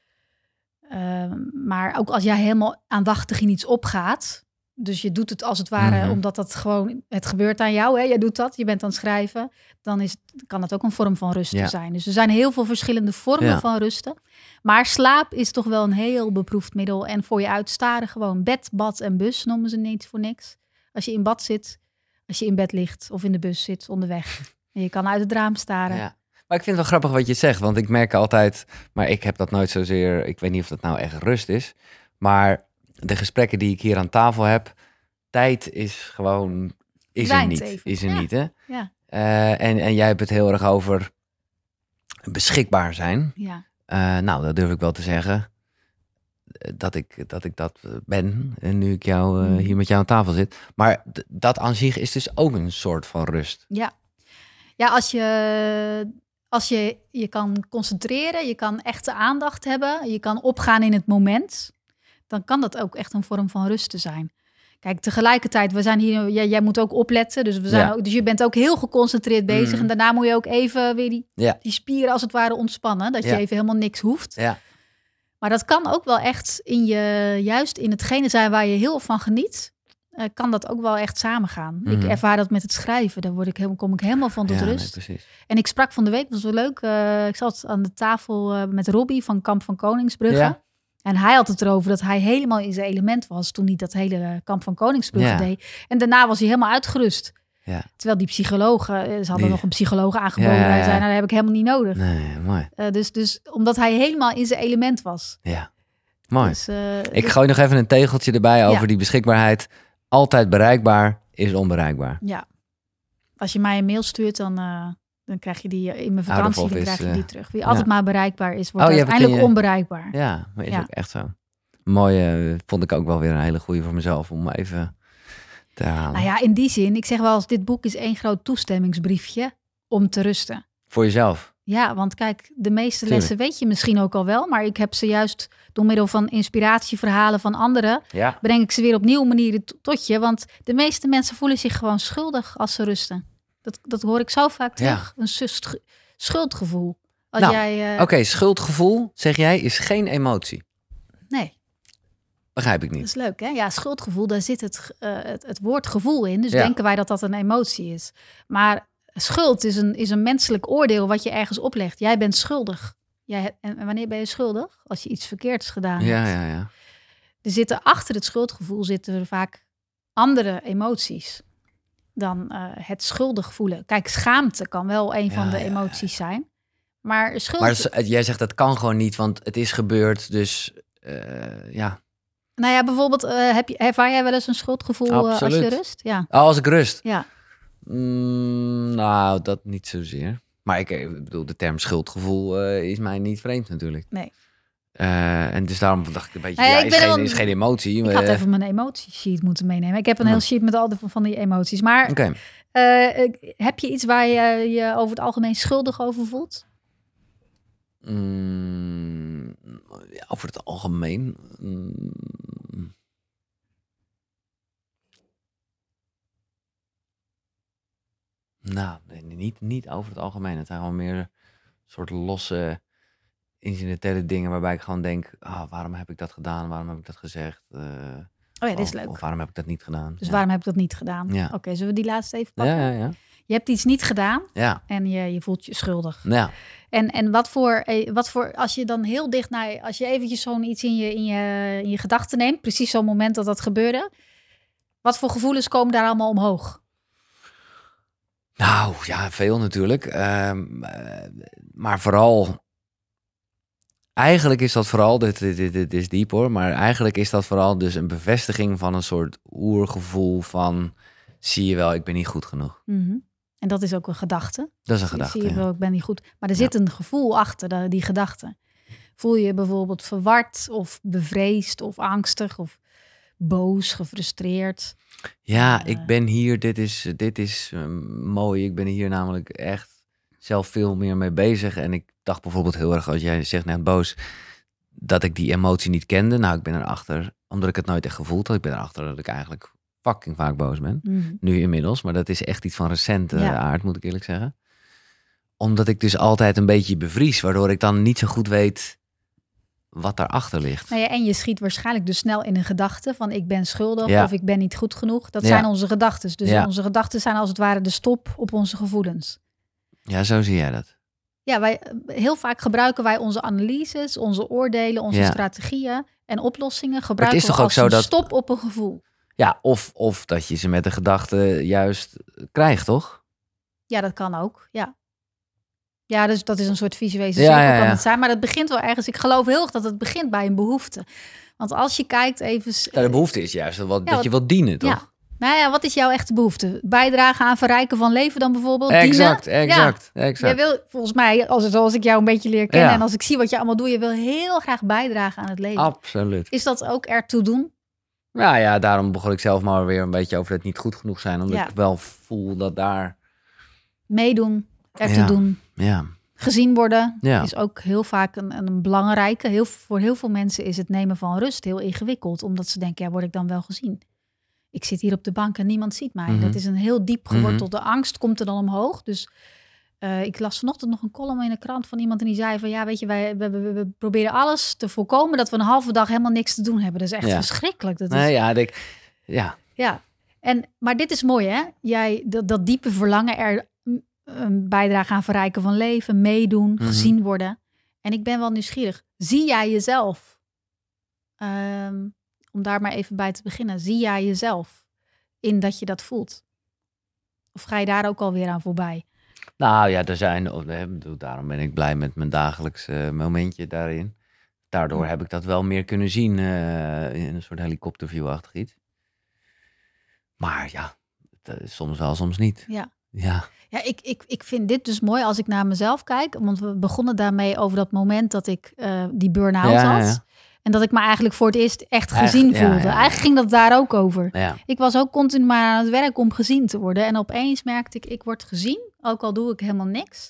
uh, maar ook als jij helemaal aandachtig in iets opgaat. Dus je doet het als het ware, mm-hmm. omdat dat gewoon, het gebeurt aan jou. Hè? Jij doet dat, je bent aan het schrijven. Dan is, kan dat ook een vorm van rusten ja. zijn. Dus er zijn heel veel verschillende vormen ja. van rusten. Maar slaap is toch wel een heel beproefd middel. En voor je uitstaren gewoon bed, bad en bus noemen ze niet voor niks. Als je in bad zit, als je in bed ligt of in de bus zit onderweg. En je kan uit het raam staren. Ja. Maar ik vind het wel grappig wat je zegt. Want ik merk altijd, maar ik heb dat nooit zozeer, ik weet niet of dat nou echt rust is. Maar de gesprekken die ik hier aan tafel heb, tijd is gewoon, is er niet. Even. Is er ja. niet, hè? Ja. Uh, en, en jij hebt het heel erg over beschikbaar zijn. Ja. Uh, nou, dat durf ik wel te zeggen. Dat ik dat, ik dat ben. En nu ik jou, uh, hier met jou aan tafel zit. Maar d- dat aan zich is dus ook een soort van rust. Ja, ja als je, als je je kan concentreren, je kan echte aandacht hebben, je kan opgaan in het moment, dan kan dat ook echt een vorm van rusten zijn. Kijk, tegelijkertijd, we zijn hier, jij, jij moet ook opletten. Dus, we zijn Ja. ook, dus je bent ook heel geconcentreerd bezig. Mhm. En daarna moet je ook even weer die, Ja. die spieren als het ware ontspannen. Dat je Ja. even helemaal niks hoeft. Ja. Maar dat kan ook wel echt in je, juist in hetgene zijn waar je heel van geniet. Uh, kan dat ook wel echt samengaan. Mhm. Ik ervaar dat met het schrijven. Daar word ik helemaal, kom ik helemaal van tot Ja, nee, rust. precies. En ik sprak van de week, was wel leuk. Uh, ik zat aan de tafel uh, met Robbie van Kamp van Koningsbrugge. Ja. En hij had het erover dat hij helemaal in zijn element was toen hij dat hele Kamp van Koningsbrugge Ja. deed. En daarna was hij helemaal uitgerust. Ja. Terwijl die psychologen, ze hadden Die- nog een psycholoog aangeboden. Ja, ja, ja. Hij zei, nou, dat heb ik helemaal niet nodig. Nee, mooi. Uh, dus, dus omdat hij helemaal in zijn element was. Ja, mooi. Dus, uh, Ik dus- gooi nog even een tegeltje erbij over Ja. die beschikbaarheid. Altijd bereikbaar is onbereikbaar. Ja. Als je mij een mail stuurt, dan, uh, dan krijg je die in mijn Out of vakantie, dan office, krijg je uh, die terug. Wie altijd ja. maar bereikbaar is, wordt Oh, je hebt het in uiteindelijk je- onbereikbaar. Ja, maar is Ja. ook echt zo. Mooi, uh, vond ik ook wel weer een hele goede voor mezelf om even te herhalen. Nou ja, in die zin, ik zeg wel eens, dit boek is één groot toestemmingsbriefje om te rusten. Voor jezelf. Ja, want kijk, de meeste Tuurlijk. lessen weet je misschien ook al wel, maar ik heb ze juist door middel van inspiratieverhalen van anderen, Ja. breng ik ze weer op nieuwe manieren t- tot je. Want de meeste mensen voelen zich gewoon schuldig als ze rusten. Dat, dat hoor ik zo vaak Ja. terug. Een sus- schuldgevoel. Als Nou, jij, uh, Oké, schuldgevoel, zeg jij, is geen emotie. Nee, Begrijp ik dat niet. is leuk hè. Ja, schuldgevoel, daar zit het, uh, het, het woord gevoel in. Dus Ja. denken wij dat dat een emotie is. Maar schuld is een, is een menselijk oordeel wat je ergens oplegt. Jij bent schuldig. Jij, hebt- en wanneer ben je schuldig? Als je iets verkeerds gedaan hebt. Ja, ja, ja. Er zitten achter het schuldgevoel zitten er vaak andere emoties dan uh, het schuldig voelen. Kijk, schaamte kan wel een van Ja, de ja, emoties zijn. Maar schuld... Maar s- jij zegt dat kan gewoon niet, want het is gebeurd. Dus uh, ja. Nou ja, bijvoorbeeld, uh, heb je, ervaar jij wel eens een schuldgevoel uh, als je Absoluut. rust? Ja. Oh, als ik rust. Ja. Mm, nou, dat niet zozeer. Maar ik, ik bedoel, de term schuldgevoel uh, is mij niet vreemd natuurlijk. Nee. Uh, en dus daarom dacht ik een beetje, Nou ja, ja, ik is, ben geen, wel- is geen emotie. Ik maar, had uh, even mijn emotiesheet moeten meenemen. Ik heb een Ja. heel sheet met al die van die emoties. Maar Oké. uh, ik- heb je iets waar je je over het algemeen schuldig over voelt? Mm, ja, over het algemeen. Mm. Nou, nee, niet, niet over het algemeen. Het zijn gewoon meer een soort losse, incidentele dingen waarbij ik gewoon denk, ah, waarom heb ik dat gedaan? Waarom heb ik dat gezegd? Uh, Oh ja, dit is of, leuk. Of waarom heb ik dat niet gedaan? Dus ja. waarom heb ik dat niet gedaan? Ja. Oké, zullen we die laatste even pakken? Ja, ja, ja. Je hebt iets niet gedaan Ja, en je, je voelt je schuldig. ja. En, en wat, voor, eh, wat voor, als je dan heel dicht naar, als je eventjes zo'n iets in je, in je, in je gedachten neemt, precies zo'n moment dat dat gebeurde, wat voor gevoelens komen daar allemaal omhoog? Nou, ja, veel natuurlijk. Um, uh, maar vooral... Eigenlijk is dat vooral, dit, dit, dit, dit is diep hoor, maar eigenlijk is dat vooral dus een bevestiging van een soort oergevoel van, zie je wel, ik ben niet goed genoeg. Mm-hmm. En dat is ook een gedachte. Dat is een Zie- gedachte, Zie je ja. wel, ik ben niet goed. Maar er Ja. zit een gevoel achter de, die gedachte. Voel je je bijvoorbeeld verward of bevreesd of angstig of boos, gefrustreerd? Ja, Eh. ik ben hier, dit is, dit is uh, mooi, ik ben hier namelijk echt zelf veel meer mee bezig. En ik dacht bijvoorbeeld heel erg, als jij zegt net boos, dat ik die emotie niet kende. Nou, ik ben erachter, omdat ik het nooit echt gevoeld had, ik ben erachter dat ik eigenlijk fucking vaak boos ben. Mm. Nu inmiddels, maar dat is echt iets van recente Ja. aard, moet ik eerlijk zeggen. Omdat ik dus altijd een beetje bevries, waardoor ik dan niet zo goed weet wat daarachter ligt. Nou ja, en je schiet waarschijnlijk dus snel in een gedachte van ik ben schuldig Ja. of ik ben niet goed genoeg. Dat Ja. zijn onze gedachten. Dus Ja. onze gedachten zijn als het ware de stop op onze gevoelens. Ja, zo zie jij dat. Ja, wij, heel vaak gebruiken wij onze analyses, onze oordelen, onze Ja. strategieën en oplossingen gebruiken toch we ook als zo een dat- stop op een gevoel. Ja, of, of dat je ze met de gedachte juist krijgt, toch? Ja, dat kan ook. Ja. Ja, dus dat is een soort visuele Ja, cirkel ja, kan ja. het zijn. Maar dat begint wel ergens. Ik geloof heel erg dat het begint bij een behoefte. Want als je kijkt even... Ja, de behoefte is juist wat, Ja, dat je wilt dienen, toch? Ja. Nou ja, wat is jouw echte behoefte? Bijdragen aan verrijken van leven dan bijvoorbeeld? Exact, Dienen? exact, Ja. exact. Jij wil volgens mij, als, zoals ik jou een beetje leer kennen... Ja. en als ik zie wat je allemaal doet... je wil heel graag bijdragen aan het leven. Absoluut. Is dat ook ertoe doen? Nou ja, daarom begon ik zelf maar weer een beetje over het niet goed genoeg zijn. Omdat Ja. ik wel voel dat daar... Meedoen, ertoe Ja. doen. Ja, Gezien worden Ja. is ook heel vaak een, een belangrijke. Heel, voor heel veel mensen is het nemen van rust heel ingewikkeld. Omdat ze denken, ja, word ik dan wel gezien? ik zit hier op de bank en niemand ziet mij. Mm-hmm. Dat is een heel diep gewortelde mm-hmm. angst, komt er dan omhoog. Dus uh, ik las vanochtend nog een column in de krant van iemand en die zei van ja, weet je, wij we, we, we proberen alles te voorkomen dat we een halve dag helemaal niks te doen hebben. Dat is echt ja. verschrikkelijk. Dat is, nee, ja, ik, ja. ja. En, maar dit is mooi, hè? Jij, dat, dat diepe verlangen er een bijdrage aan verrijken van leven, meedoen, mm-hmm. gezien worden. En ik ben wel nieuwsgierig. Zie jij jezelf? Um, om daar maar even bij te beginnen. Zie jij jezelf in dat je dat voelt? Of ga je daar ook alweer aan voorbij? Nou ja, er zijn, daarom ben ik blij met mijn dagelijkse momentje daarin. Daardoor heb ik dat wel meer kunnen zien uh, in een soort helikopterview-achtig iets. Maar ja, soms wel, soms niet. Ja. Ja, ja ik, ik, ik vind dit dus mooi als ik naar mezelf kijk. Want we begonnen daarmee over dat moment dat ik uh, die burn-out ja, had. Ja. En dat ik me eigenlijk voor het eerst echt gezien Echt, ja, voelde. ja, ja. Eigenlijk ging dat daar ook over. Ja. Ik was ook continu maar aan het werk om gezien te worden. En opeens merkte ik, ik word gezien. Ook al doe ik helemaal niks.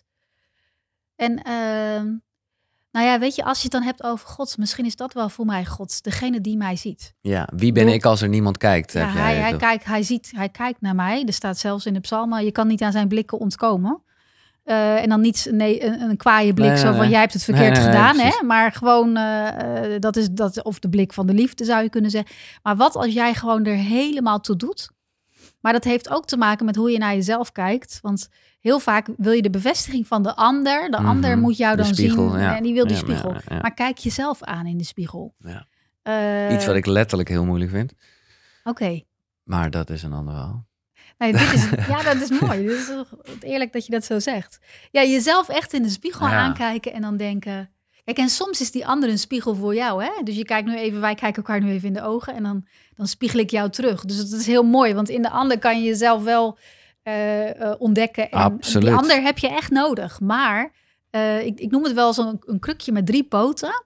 En uh, nou ja, weet je, als je het dan hebt over God, misschien is dat wel voor mij God, degene die mij ziet. Ja, wie ben ik als er niemand kijkt? Ja, heb hij, jij, hij, kijkt, hij ziet, hij kijkt naar mij. Er staat zelfs in de psalmen, je kan niet aan zijn blikken ontkomen. Uh, en dan niet nee, een, een kwaaie blik, nee, zo van nee. jij hebt het verkeerd nee, nee, gedaan, nee, hè? Maar gewoon, uh, uh, dat is dat, of de blik van de liefde zou je kunnen zeggen. Maar wat als jij gewoon er helemaal toe doet? Maar dat heeft ook te maken met hoe je naar jezelf kijkt. Want heel vaak wil je de bevestiging van de ander. De mm-hmm. ander moet jou de dan spiegel, zien ja. en die wil die ja, spiegel. Ja, ja. Maar kijk jezelf aan in de spiegel. Ja. Uh, Iets wat ik letterlijk heel moeilijk vind. Oké. Okay. Maar dat is een ander verhaal. Nee, dit is, ja, dat is mooi. Dit is eerlijk dat je dat zo zegt. Ja, jezelf echt in de spiegel ja. aankijken en dan denken... Kijk, en soms is die ander een spiegel voor jou, hè? Dus je kijkt nu even, wij kijken elkaar nu even in de ogen... en dan, dan spiegel ik jou terug. Dus dat is heel mooi, want in de ander kan je jezelf wel uh, uh, ontdekken. En Absoluut. Die ander heb je echt nodig. Maar uh, ik, ik noem het wel zo'n een krukje met drie poten...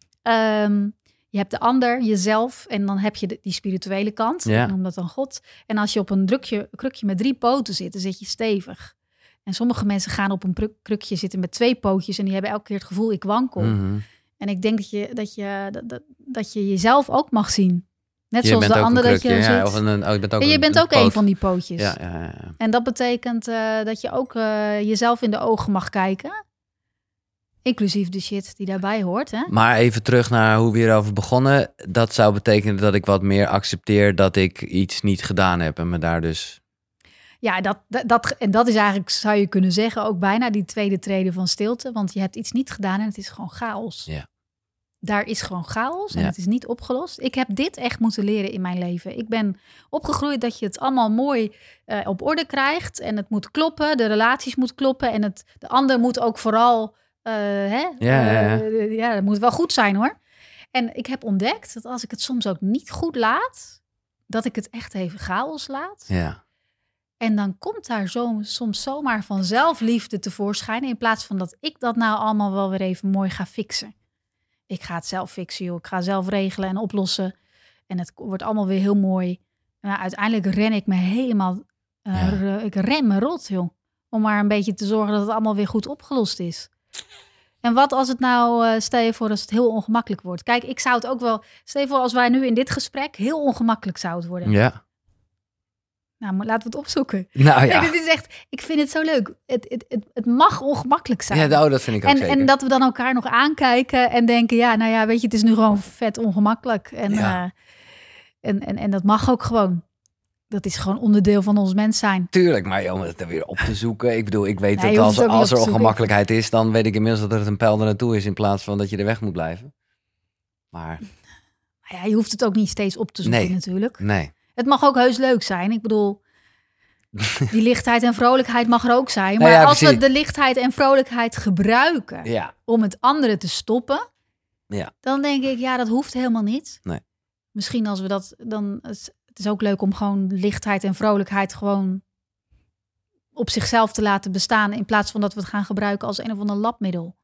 Um, Je hebt de ander, jezelf en dan heb je de, die spirituele kant. Ja. Ik noem dat dan God. En als je op een drukje, krukje met drie poten zit, dan zit je stevig. En sommige mensen gaan op een krukje zitten met twee pootjes... en die hebben elke keer het gevoel, ik wankel. Mm-hmm. En ik denk dat je, dat, je, dat, dat, dat je jezelf ook mag zien. Net je zoals de ander dat je ja, zit. Of een, oh, je bent ook en je een, bent een ook poot. een van die pootjes. Ja, ja, ja. En dat betekent uh, dat je ook uh, jezelf in de ogen mag kijken... Inclusief de shit die daarbij hoort. Hè? Maar even terug naar hoe we hierover begonnen. Dat zou betekenen dat ik wat meer accepteer dat ik iets niet gedaan heb. En me daar dus... Ja, dat, dat, dat, en dat is eigenlijk, zou je kunnen zeggen, ook bijna die tweede trede van stilte. Want je hebt iets niet gedaan en het is gewoon chaos. Ja. Daar is gewoon chaos en ja. het is niet opgelost. Ik heb dit echt moeten leren in mijn leven. Ik ben opgegroeid dat je het allemaal mooi uh, op orde krijgt. En het moet kloppen, de relaties moeten kloppen. En het, de ander moet ook vooral... Uh, hè? Ja, ja, ja. Uh, ja, dat moet wel goed zijn hoor. En ik heb ontdekt dat als ik het soms ook niet goed laat, dat ik het echt even chaos laat. Ja. En dan komt daar zo, soms zomaar vanzelf liefde tevoorschijn, in plaats van dat ik dat nou allemaal wel weer even mooi ga fixen. Ik ga het zelf fixen, joh. Ik ga zelf regelen en oplossen. En het wordt allemaal weer heel mooi. Maar uiteindelijk ren ik me helemaal, uh, ja. r- ik ren me rot, joh. Om maar een beetje te zorgen dat het allemaal weer goed opgelost is. En wat als het nou, uh, stel je voor als het heel ongemakkelijk wordt. Kijk, ik zou het ook wel, stel je voor als wij nu in dit gesprek heel ongemakkelijk zouden worden. Ja. Nou, maar laten we het opzoeken. Nou ja. Nee, dit is echt, ik vind het zo leuk. Het, het, het, het mag ongemakkelijk zijn. Ja, nou, dat vind ik ook en, zeker. En dat we dan elkaar nog aankijken en denken, ja, nou ja, weet je, het is nu gewoon vet ongemakkelijk. En, ja. uh, en, en, en dat mag ook gewoon. Dat is gewoon onderdeel van ons mens zijn. Tuurlijk, maar om het er weer op te zoeken. Ik bedoel, ik weet nee, dat als, als er zoeken. ongemakkelijkheid is, dan weet ik inmiddels dat er een pijl er naartoe is in plaats van dat je er weg moet blijven. Maar... Nou ja, je hoeft het ook niet steeds op te zoeken nee. natuurlijk. Nee. Het mag ook heus leuk zijn. Ik bedoel, die lichtheid en vrolijkheid mag er ook zijn. Maar nou ja, als precies. we de lichtheid en vrolijkheid gebruiken ja. om het andere te stoppen, ja. dan denk ik, ja, dat hoeft helemaal niet. Nee. Misschien als we dat dan... Het is ook leuk om gewoon lichtheid en vrolijkheid gewoon op zichzelf te laten bestaan, in plaats van dat we het gaan gebruiken als een of ander labmiddel.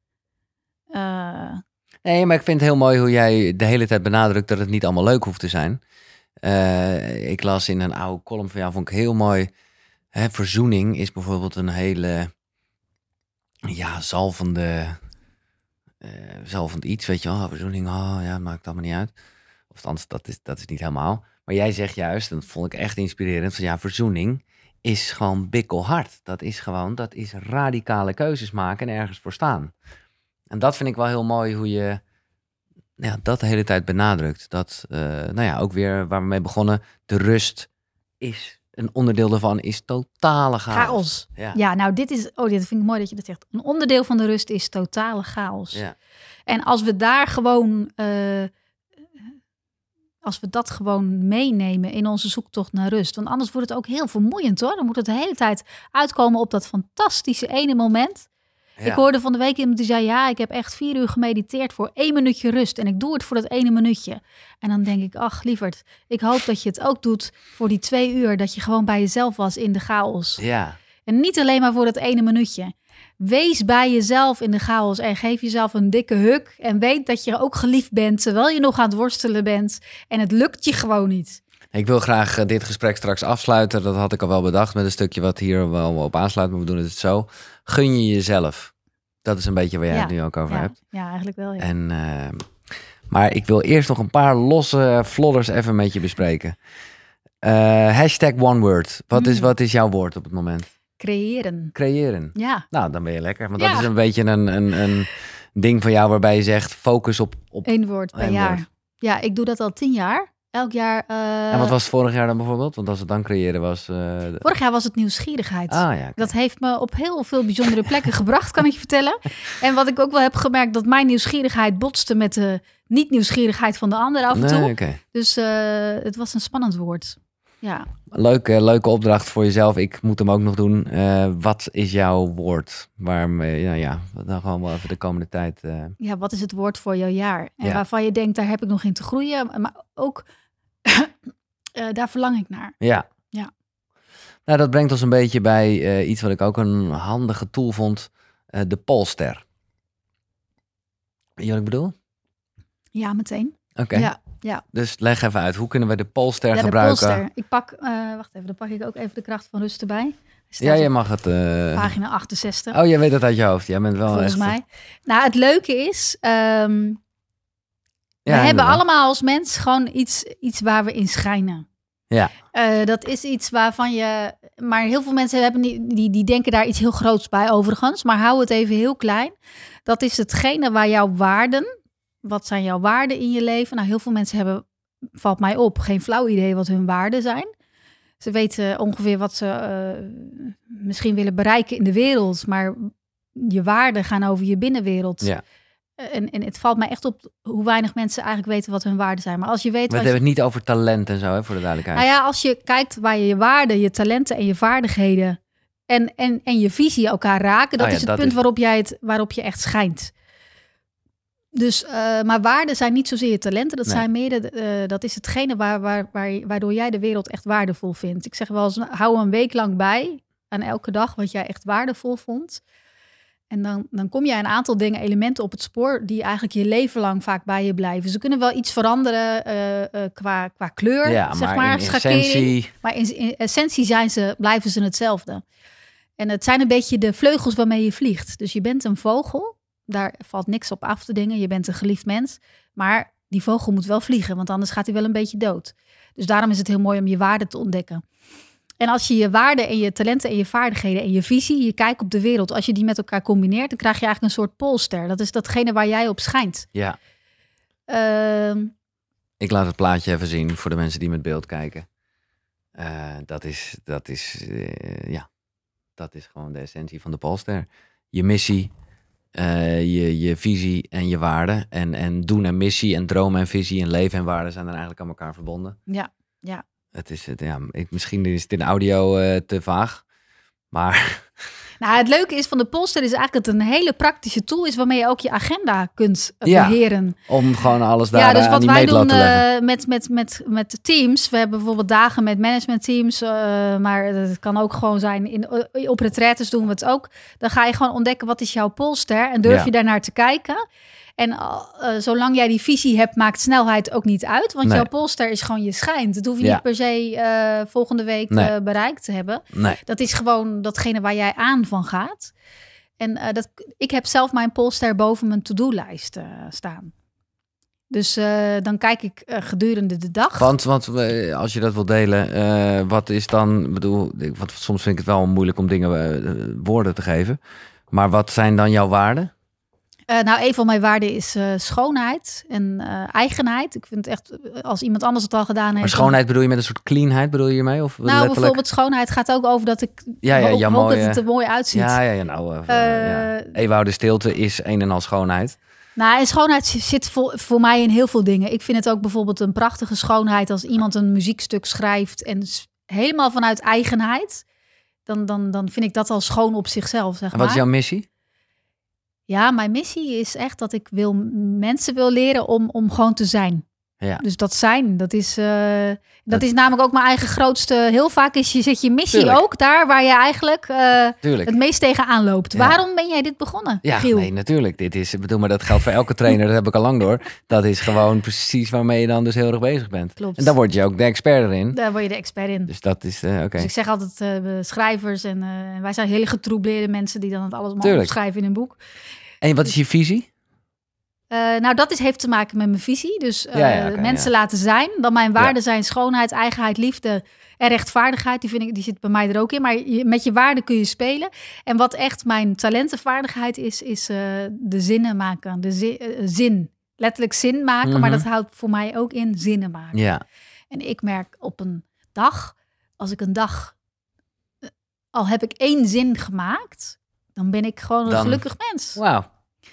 Uh... Nee, maar ik vind het heel mooi hoe jij de hele tijd benadrukt dat het niet allemaal leuk hoeft te zijn. Uh, ik las in een oude column van jou, vond ik heel mooi. Hè, verzoening is bijvoorbeeld een hele ja, zalvende, uh, zalvend iets, weet je wel. Oh, verzoening, oh ja, maakt allemaal niet uit. Of althans, dat is, dat is niet helemaal. Maar jij zegt juist, en dat vond ik echt inspirerend, van ja, verzoening is gewoon bikkelhard. Dat is gewoon, dat is radicale keuzes maken en ergens voor staan. En dat vind ik wel heel mooi hoe je ja, dat de hele tijd benadrukt. Dat, uh, nou ja, ook weer waar we mee begonnen, de rust is een onderdeel daarvan, is totale chaos. Chaos. Ja. ja, nou dit is, oh dit vind ik mooi dat je dat zegt. Een onderdeel van de rust is totale chaos. Ja. En als we daar gewoon, uh, als we dat gewoon meenemen in onze zoektocht naar rust. Want anders wordt het ook heel vermoeiend hoor. Dan moet het de hele tijd uitkomen op dat fantastische ene moment. Ja. Ik hoorde van de week iemand die zei, ja, ik heb echt vier uur gemediteerd voor één minuutje rust. En ik doe het voor dat ene minuutje. En dan denk ik, ach lieverd, ik hoop dat je het ook doet voor die twee uur. Dat je gewoon bij jezelf was in de chaos. Ja. En niet alleen maar voor dat ene minuutje. Wees bij jezelf in de chaos en geef jezelf een dikke huk. En weet dat je ook geliefd bent, terwijl je nog aan het worstelen bent. En het lukt je gewoon niet. Ik wil graag uh, dit gesprek straks afsluiten. Dat had ik al wel bedacht met een stukje wat hier wel op aansluit. Maar we doen het zo. Gun je jezelf. Dat is een beetje waar jij ja, het nu ook over ja, hebt. Ja, eigenlijk wel. Ja. En, uh, maar ik wil eerst nog een paar losse flodders even met je bespreken. Uh, hashtag one word. Wat, mm. is, wat is jouw woord op het moment? Creëren. Creëren. Ja. Nou, dan ben je lekker. Want ja. dat is een beetje een, een, een ding van jou waarbij je zegt focus op... op Eén woord per jaar. Woord. Ja, ik doe dat al tien jaar. Elk jaar... Uh... En wat was het vorig jaar dan bijvoorbeeld? Want als het dan creëren was... Uh... Vorig jaar was het nieuwsgierigheid. Ah, ja, okay. Dat heeft me op heel veel bijzondere plekken gebracht, kan ik je vertellen. En wat ik ook wel heb gemerkt, dat mijn nieuwsgierigheid botste met de niet-nieuwsgierigheid van de ander af en toe. Nee, okay. Dus uh, het was een spannend woord. Ja. Leuke, leuke opdracht voor jezelf. Ik moet hem ook nog doen. Uh, wat is jouw woord? Waarmee, ja, ja, dan gewoon wel even de komende tijd... Uh... Ja, wat is het woord voor jouw jaar? En ja. waarvan je denkt, daar heb ik nog in te groeien. Maar ook... Uh, daar verlang ik naar. Ja. ja. Nou, dat brengt ons een beetje bij uh, iets wat ik ook een handige tool vond. Uh, de Polster. Weet je wat ik bedoel? Ja, meteen. Oké. Okay. Ja, ja. Dus leg even uit. Hoe kunnen we de Polster ja, de gebruiken? Polster. Ik pak, uh, wacht even, dan pak ik ook even de kracht van rust erbij. Ja, je mag het. Uh... Pagina achtenzestig. Oh, jij weet het uit je hoofd. Jij bent wel Volgens echt... mij. Nou, het leuke is... Um, we ja, hebben inderdaad. allemaal als mens gewoon iets, iets waar we in schijnen. Ja. Uh, dat is iets waarvan je... Maar heel veel mensen hebben die, die, die denken daar iets heel groots bij overigens. Maar hou het even heel klein. Dat is hetgene waar jouw waarden... Wat zijn jouw waarden in je leven? Nou, heel veel mensen hebben, valt mij op, geen flauw idee wat hun waarden zijn. Ze weten ongeveer wat ze uh, misschien willen bereiken in de wereld. Maar je waarden gaan over je binnenwereld. Ja. En, en het valt mij echt op hoe weinig mensen eigenlijk weten wat hun waarden zijn. Maar als je weet. We hebben je... het niet over talent en zo, hè, voor de duidelijkheid. Nou ja, als je kijkt waar je je waarden, je talenten en je vaardigheden en, en, en je visie elkaar raken, dat oh ja, is het dat punt is... waarop, jij het, waarop je echt schijnt. Dus, uh, maar waarden zijn niet zozeer je talenten, dat, nee. zijn meer de, uh, dat is hetgene waar, waar, waar, waardoor jij de wereld echt waardevol vindt. Ik zeg wel eens, hou een week lang bij aan elke dag wat jij echt waardevol vond. En dan, dan kom jij een aantal dingen, elementen op het spoor die eigenlijk je leven lang vaak bij je blijven. Ze kunnen wel iets veranderen uh, uh, qua, qua kleur, ja, zeg maar, maar, in essentie... Maar in, in essentie zijn ze, blijven ze hetzelfde. En het zijn een beetje de vleugels waarmee je vliegt. Dus je bent een vogel, daar valt niks op af te dingen. Je bent een geliefd mens, maar die vogel moet wel vliegen, want anders gaat hij wel een beetje dood. Dus daarom is het heel mooi om je waarden te ontdekken. En als je je waarden en je talenten en je vaardigheden en je visie, je kijkt op de wereld, als je die met elkaar combineert, dan krijg je eigenlijk een soort polster. Dat is datgene waar jij op schijnt. Ja. Uh, Ik laat het plaatje even zien voor de mensen die met beeld kijken. Uh, dat is, dat is, uh, ja, dat is gewoon de essentie van de polster. Je missie, uh, je, je visie en je waarden. En, en doen en missie en droom en visie en leven en waarden zijn dan eigenlijk aan elkaar verbonden. Ja, ja. Het is, ja, ik, misschien is het in audio uh, te vaag, maar... Nou, het leuke is van de polster is eigenlijk dat het een hele praktische tool is waarmee je ook je agenda kunt uh, ja, beheren. Om gewoon alles daar ja, dus aan wat die wij meetlat doen te leggen. Uh, met, met, met, met teams, we hebben bijvoorbeeld dagen met managementteams, uh, maar het kan ook gewoon zijn, in, uh, op retraites doen we het ook. Dan ga je gewoon ontdekken wat is jouw polster en durf ja. je daarnaar te kijken. En uh, zolang jij die visie hebt, maakt snelheid ook niet uit. Want nee. jouw polster is gewoon je schijnt. Dat hoef je ja. niet per se uh, volgende week nee. uh, bereikt te hebben. Nee. Dat is gewoon datgene waar jij aan van gaat. En uh, dat, ik heb zelf mijn polster boven mijn to-do-lijst uh, staan. Dus uh, dan kijk ik uh, gedurende de dag. Want, want uh, als je dat wil delen, uh, wat is dan... bedoel, want soms vind ik het wel moeilijk om dingen uh, woorden te geven. Maar wat zijn dan jouw waarden? Uh, nou, een van mijn waarden is uh, schoonheid en uh, eigenheid. Ik vind echt, als iemand anders het al gedaan heeft... Maar schoonheid dan... bedoel je met een soort cleanheid, bedoel je hiermee? Of nou, letterlijk... bijvoorbeeld schoonheid gaat ook over dat ik ja, ja, hoop, ja, hoop mooie... dat het er mooi uitziet. Ja, ja, ja nou, uh, uh, ja. Ewout de Stilte is een en al schoonheid. Nou, en schoonheid zit voor, voor mij in heel veel dingen. Ik vind het ook bijvoorbeeld een prachtige schoonheid als iemand een muziekstuk schrijft en helemaal vanuit eigenheid. Dan, dan, dan vind ik dat al schoon op zichzelf, zeg maar. En wat is jouw missie? Ja, mijn missie is echt dat ik wil mensen wil leren om, om gewoon te zijn. Ja. Dus dat zijn, dat is, uh, dat, dat is namelijk ook mijn eigen grootste... Heel vaak is je, zit je missie Tuurlijk. ook daar waar je eigenlijk uh, het meest tegenaan loopt. Ja. Waarom ben jij dit begonnen, Ja, Giel? nee, natuurlijk. Dit is, bedoel, maar dat geldt voor elke trainer. Dat heb ik al lang door. Dat is gewoon precies waarmee je dan dus heel erg bezig bent. Klopt. En daar word je ook de expert erin. Daar word je de expert in. Dus dat is, uh, oké. Okay. Dus ik zeg altijd, uh, schrijvers en uh, wij zijn hele getroubleerde mensen die dan het alles maar opschrijven in een boek. En wat is je visie? Uh, nou, dat is, heeft te maken met mijn visie. Dus uh, ja, ja, okay, mensen ja. laten zijn. Dan mijn waarden ja. zijn schoonheid, eigenheid, liefde en rechtvaardigheid. Die, vind ik, die zit bij mij er ook in. Maar je, met je waarden kun je spelen. En wat echt mijn talentenvaardigheid is, is uh, de zinnen maken. De zin, uh, zin. Letterlijk zin maken. Mm-hmm. Maar dat houdt voor mij ook in zinnen maken. Ja. En ik merk op een dag, als ik een dag... Uh, al heb ik één zin gemaakt, dan ben ik gewoon een dan... gelukkig mens. Wauw.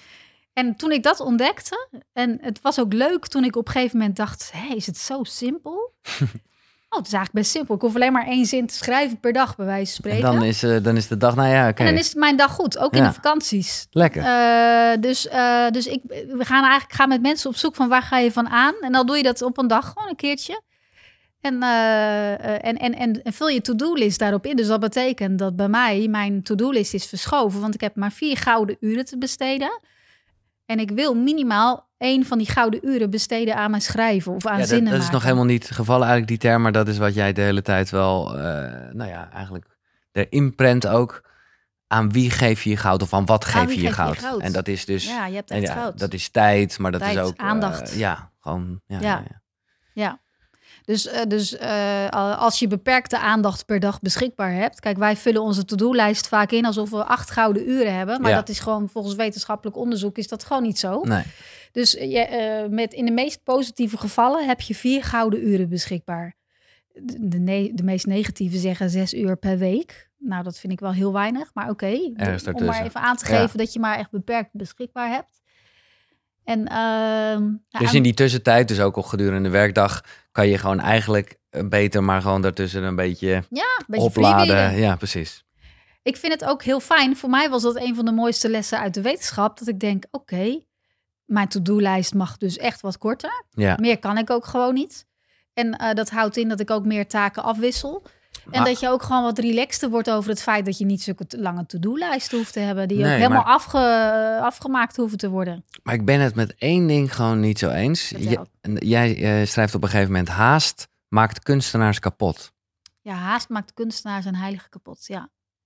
En toen ik dat ontdekte, en het was ook leuk toen ik op een gegeven moment dacht, hé, is het zo simpel? Oh, het is eigenlijk best simpel. Ik hoef alleen maar één zin te schrijven per dag, bij wijze van spreken. En dan is, uh, dan is de dag, nou ja, oké. Okay. En dan is mijn dag goed, ook ja. in de vakanties. Lekker. Uh, dus uh, dus ik, we gaan eigenlijk gaan met mensen op zoek van waar ga je van aan? En dan doe je dat op een dag gewoon een keertje. En, uh, uh, en, en, en, en vul je to-do-list daarop in. Dus dat betekent dat bij mij mijn to-do-list is verschoven, want ik heb maar vier gouden uren te besteden. En ik wil minimaal één van die gouden uren besteden aan mijn schrijven of aan ja, zinnen dat, dat maken. is nog helemaal niet het geval eigenlijk, die term. Maar dat is wat jij de hele tijd wel, uh, nou ja, eigenlijk erin prent ook. Aan wie geef je je goud of aan wat geef, aan je, je, geef goud? je goud? En dat is dus... Ja, je hebt echt ja, goud. Dat is tijd, maar dat tijd, is ook... aandacht. Uh, ja, gewoon... Ja, ja. ja. ja. ja. Dus, uh, dus uh, als je beperkte aandacht per dag beschikbaar hebt... Kijk, wij vullen onze to-do-lijst vaak in alsof we acht gouden uren hebben. Maar ja. dat is gewoon, volgens wetenschappelijk onderzoek, is dat gewoon niet zo. Nee. Dus uh, met, in de meest positieve gevallen heb je vier gouden uren beschikbaar. De, de, ne- de meest negatieve zeggen zes uur per week. Nou, dat vind ik wel heel weinig, maar oké. Okay. Om maar even aan te geven ja. dat je maar echt beperkt beschikbaar hebt. En, uh, nou, dus in die tussentijd, dus ook al gedurende de werkdag, kan je gewoon eigenlijk beter maar gewoon daartussen een beetje, ja, een beetje opladen. Ja, precies. Ik vind het ook heel fijn. Voor mij was dat een van de mooiste lessen uit de wetenschap. Dat ik denk, oké, okay, mijn to-do-lijst mag dus echt wat korter. Ja. Meer kan ik ook gewoon niet. En uh, dat houdt in dat ik ook meer taken afwissel. En maar, dat je ook gewoon wat relaxter wordt over het feit dat je niet zulke lange to-do-lijsten hoeft te hebben. Die nee, ook helemaal maar, afge, afgemaakt hoeven te worden. Maar ik ben het met één ding gewoon niet zo eens. J- jij uh, schrijft op een gegeven moment: haast maakt kunstenaars kapot. Ja, haast maakt kunstenaars en heiligen kapot, ja.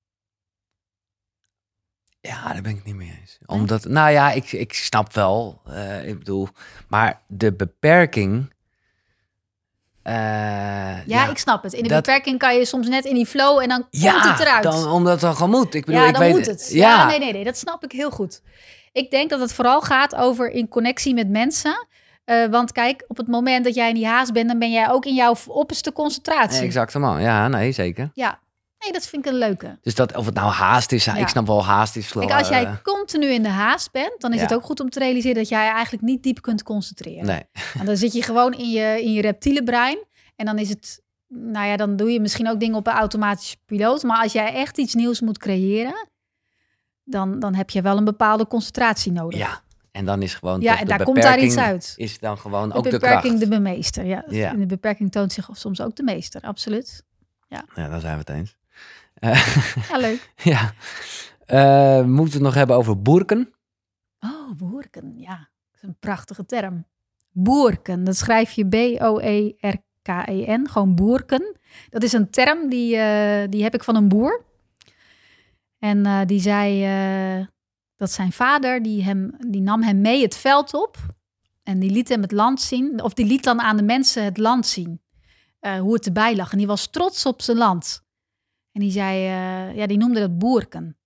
Ja, daar ben ik het niet mee eens. Omdat, nou ja, ik, ik snap wel. Uh, ik bedoel, maar de beperking... Uh, ja, ja, ik snap het. In de dat, beperking kan je soms net in die flow en dan komt ja, het eruit. Dan, omdat het dan gewoon moet. Ik bedoel, ja, ik dan weet, moet het. Ja. ja, nee, nee, nee. Dat snap ik heel goed. Ik denk dat het vooral gaat over in connectie met mensen. Uh, want kijk, op het moment dat jij in die haast bent, dan ben jij ook in jouw opperste concentratie. Exactement. Ja, nee, zeker. Ja. Nee, dat vind ik een leuke. Dus dat, of het nou haast is, ja. ik snap wel haast is. Kijk, als jij uh, continu in de haast bent, dan is ja. het ook goed om te realiseren dat jij eigenlijk niet diep kunt concentreren. Nee. En dan zit je gewoon in je, in je reptiele brein. En dan is het, nou ja, dan doe je misschien ook dingen op een automatische piloot. Maar als jij echt iets nieuws moet creëren, dan, dan heb je wel een bepaalde concentratie nodig. Ja, en dan is gewoon ja, toch en de daar komt daar iets uit. Is dan gewoon de ook de kracht. De beperking de bemeester, ja. ja. In de beperking toont zich soms ook de meester, absoluut. Ja, ja dan zijn we het eens. Uh, ja, leuk. ja. Uh, moeten we het nog hebben over boerken? Oh, boerken, ja. Dat is een prachtige term. Boerken, dat schrijf je B O E R K E N, gewoon boerken. Dat is een term, die, uh, die heb ik van een boer. En uh, die zei uh, dat zijn vader, die, hem, die nam hem mee het veld op. En die liet hem het land zien, of die liet dan aan de mensen het land zien. Uh, hoe het erbij lag. En die was trots op zijn land. En die zei, uh, ja, die noemde dat boerken.